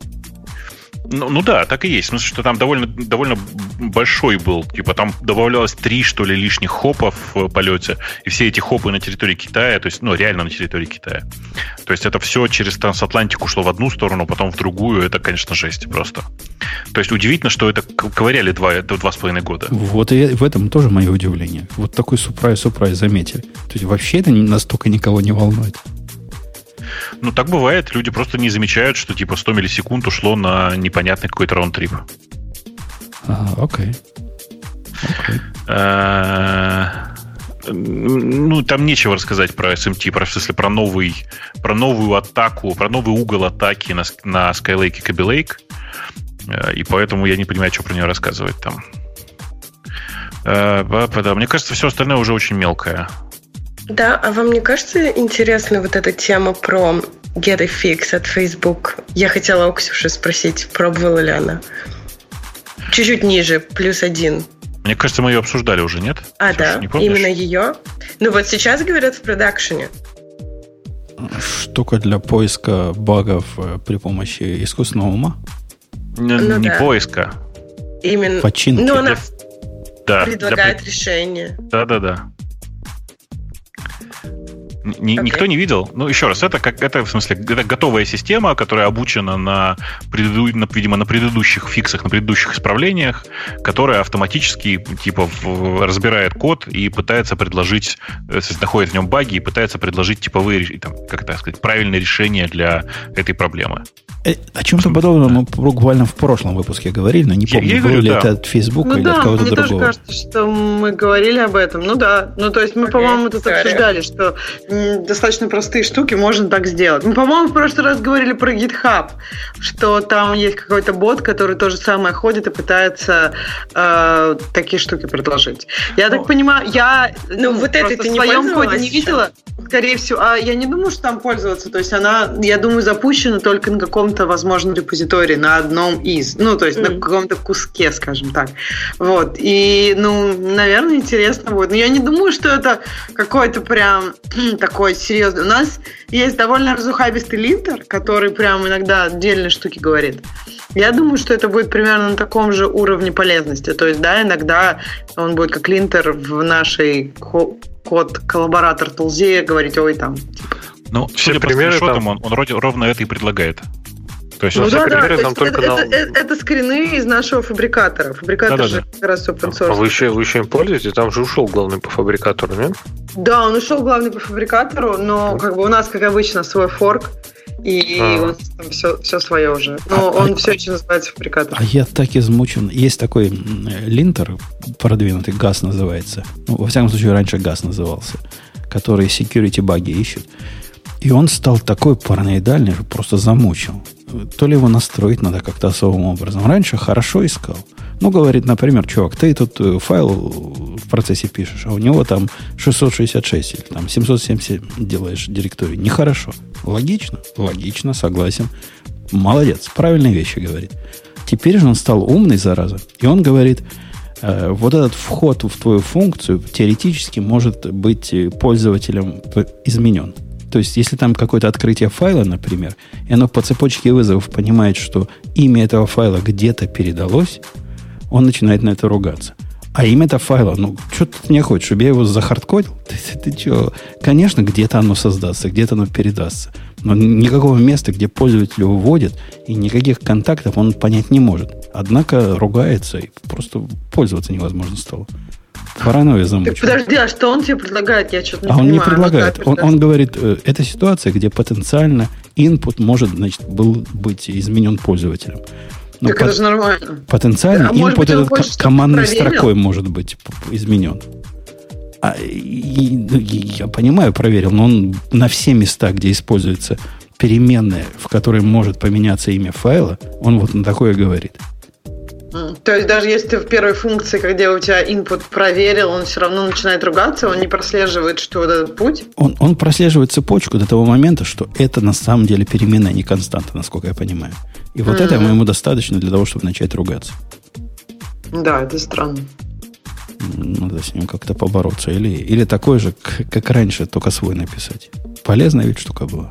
Да, так и есть. В смысле, что там довольно большой был. Там добавлялось 3, что ли, лишних хопа в полете. И все эти хопы на территории Китая, то есть, реально на территории Китая. То есть, это все через трансатлантику шло в одну сторону, потом в другую. Это, конечно, жесть просто. То есть, удивительно, что это ковыряли 2,5 года. Вот и в этом тоже мое удивление. Вот такой сюрприз заметили. То есть, вообще это настолько никого не волнует. Так бывает. Люди просто не замечают, что 100 миллисекунд ушло на непонятный какой-то раунд-трип. Окей. Ну, там нечего рассказать про SMT, про новую атаку, про новый угол атаки на Skylake и Kaby Lake. И поэтому я не понимаю, что про нее рассказывать там. Мне кажется, все остальное уже очень мелкое. Да, а вам не кажется интересной вот эта тема про Get a Fix от Facebook? Я хотела у Ксюши спросить, пробовала ли она. Чуть-чуть ниже, +1. Мне кажется, мы ее обсуждали уже, нет? Да, именно ее. Ну вот сейчас говорят в продакшене. Штука для поиска багов при помощи искусственного ума? Не поиска. Именно. Починки. Но она предлагает решение. Да. Никто не видел? Ну, еще раз, это готовая система, которая обучена видимо, на предыдущих фиксах, на предыдущих исправлениях, которая автоматически разбирает код и пытается предложить, находит в нем баги и пытается предложить типовые, правильные решения для этой проблемы. О чем-то подобном мы буквально в прошлом выпуске говорили, но не помню, был ли это от Facebook или от кого-то другого. Мне тоже кажется, что мы говорили об этом. Ну да. Ну, то есть мы, по-моему, тут обсуждали, что достаточно простые штуки можно так сделать. Мы, по-моему, в прошлый раз говорили про GitHub, что там есть какой-то бот, который то же самое ходит и пытается такие штуки предложить. Я так понимаю, вот это ты в своем коде не видела, скорее всего, я не думаю, что там пользоваться. То есть она, я думаю, запущена только на каком-то, возможно, репозитории, на одном из. Ну, то есть на каком-то куске, скажем так. Вот. И, наверное, интересно будет. Но я не думаю, что это какой-то прям такой серьезный. У нас есть довольно разухабистый линтер, который прям иногда отдельные штуки говорит. Я думаю, что это будет примерно на таком же уровне полезности. То есть, да, иногда он будет как линтер в нашей код-коллаборатор тулзе говорить, ой, там. Ну, судя по скриншотам, он ровно это и предлагает. То есть, это скрины из нашего фабрикатора. Фабрикатор же как раз open source. А вы еще им пользуетесь? Там же ушел главный по фабрикатору, нет? Да, он ушел главный по фабрикатору, но у нас, как обычно, свой форк. И у нас там все свое уже. Но он все еще называется фабрикатор. А я так измучен. Есть такой линтер продвинутый, GAS называется. Ну, во всяком случае, раньше GAS назывался, который security баги ищет. И он стал такой параноидальный, что просто замучил. То ли его настроить надо как-то особым образом. Раньше хорошо искал. Ну, говорит, например, чувак, ты тут файл в процессе пишешь, а у него там 666 или там 777 делаешь директорию. Нехорошо. Логично? Логично, согласен. Молодец, правильные вещи говорит. Теперь же он стал умный, зараза. И он говорит, вот этот вход в твою функцию теоретически может быть пользователем изменен. То есть, если там какое-то открытие файла, например, и оно по цепочке вызовов понимает, что имя этого файла где-то передалось, он начинает на это ругаться. А имя-то файла, что ты не хочешь, чтобы я его захардкодил? Ты что? Конечно, где-то оно создастся, где-то оно передастся. Но никакого места, где пользователь его вводит, и никаких контактов он понять не может. Однако ругается, и просто пользоваться невозможно стало. Паранойя замучила. Подожди, а что он тебе предлагает? Я что-то не понимаю. Он не предлагает. Он говорит, это ситуация, где потенциально input может, быть изменен пользователем. Но так это же нормально. Потенциально input этот командной строкой может быть изменен. Я понимаю, проверил, но он на все места, где используется переменная, в которой может поменяться имя файла, он вот на такое говорит. То есть даже если ты в первой функции, где у тебя input проверил, он все равно начинает ругаться, он не прослеживает, что вот этот путь? Он прослеживает цепочку до того момента, что это на самом деле переменная, не константа, насколько я понимаю. И вот этого ему достаточно для того, чтобы начать ругаться. Да, это странно. Надо с ним как-то побороться. Или такой же, как раньше, только свой написать. Полезная ведь штука была.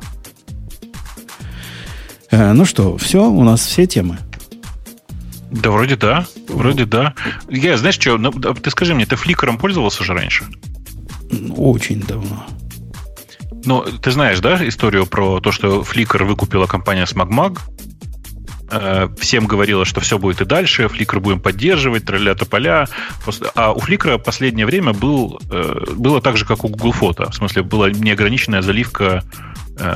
Ну что, все, у нас все темы. Да, вроде да. Я, знаешь что, ты скажи мне, ты фликером пользовался же раньше? Очень давно. Ну, ты знаешь, да, историю про то, что Flickr выкупила компания SmugMug? Всем говорила, что все будет и дальше, Flickr будем поддерживать, тролля-тополя. А у Flickr последнее время было так же, как у Google Фото. В смысле, была неограниченная заливка,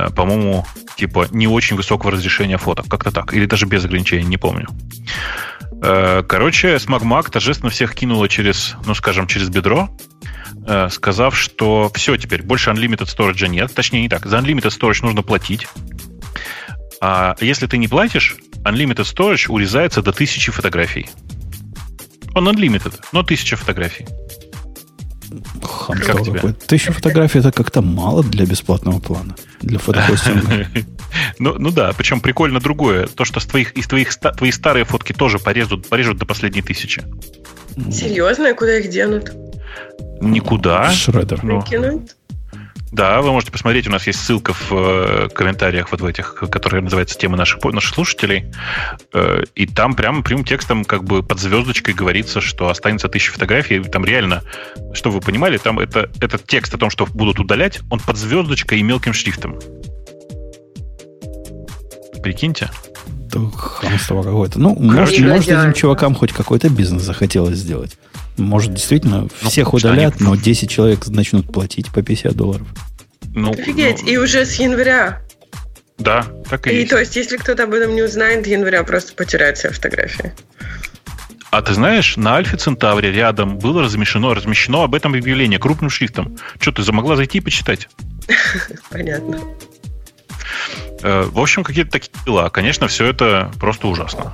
по-моему, типа не очень высокого разрешения фото. Как-то так. Или даже без ограничений, не помню. Короче, SmugMug торжественно всех кинула через бедро, сказав, что все теперь, больше Unlimited Storage нет. Точнее, не так. За Unlimited Storage нужно платить. А если ты не платишь, Unlimited Storage урезается до 1000 фотографий. Он Unlimited, но 1000 фотографий. Хамство какое. 1000 фотографий — это как-то мало для бесплатного плана. Для фотохостинга. Ну да, причем прикольно другое. То, что твои старые фотки тоже порежут до последней 1000. Серьезно? Куда их денут? Никуда. Шреддер. Да, вы можете посмотреть, у нас есть ссылка в комментариях вот в этих, которые называются темы наших слушателей. И там прямо прямым текстом как бы под звездочкой говорится, что останется 1000 фотографий. Там реально, чтобы вы понимали, там этот текст о том, что будут удалять, он под звездочкой и мелким шрифтом. Прикиньте. Хамство какое-то. Ну, может, этим чувакам хоть какой-то бизнес захотелось сделать. Может, действительно, всех удалят, но 10 человек начнут платить по $50. Офигеть, и уже с января. Да, так и есть. И то есть, если кто-то об этом не узнает, до января просто потеряет все фотографии. А ты знаешь, на Альфе Центавре рядом было размещено об этом объявление крупным шрифтом. Что, ты могла зайти и почитать? Понятно. В общем, какие-то такие дела. Конечно, все это просто ужасно.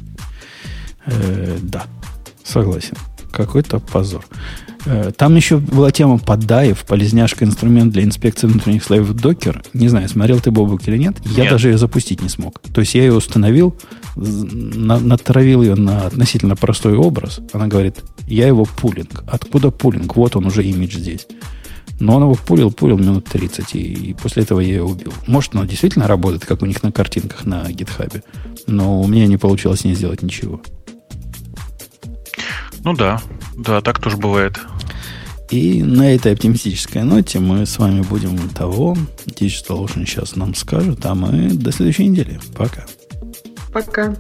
Да, согласен. Какой-то позор. Там еще была тема поддаев, полезняшка, инструмент для инспекции внутренних слоев Docker. Не знаю, смотрел ты, Бобук, или нет. Я даже ее запустить не смог. То есть я ее установил, натравил ее на относительно простой образ. Она говорит, я его пулинг. Откуда пулинг? Вот он уже имидж здесь. Но он его пулил минут 30, и после этого я ее убил. Может, она действительно работает, как у них на картинках на GitHub, но у меня не получилось с ней сделать ничего. Ну да, так тоже бывает. И на этой оптимистической ноте мы с вами будем того. DigitalOcean сейчас нам скажет, а мы до следующей недели. Пока. Пока.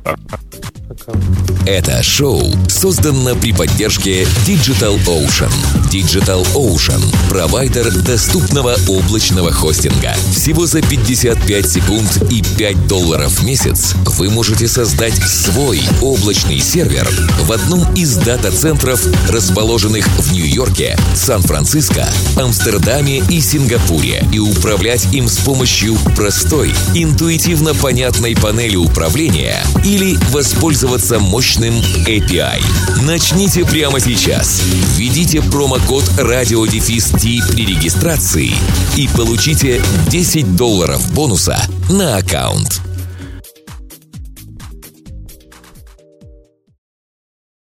Это шоу создано при поддержке DigitalOcean. DigitalOcean – провайдер доступного облачного хостинга. Всего за 55 секунд и $5 в месяц вы можете создать свой облачный сервер в одном из дата-центров, расположенных в Нью-Йорке, Сан-Франциско, Амстердаме и Сингапуре, и управлять им с помощью простой, интуитивно понятной панели управления или воспользоваться мощным API. Начните прямо сейчас. Введите промокод RadioDefist при регистрации и получите $10 бонуса на аккаунт.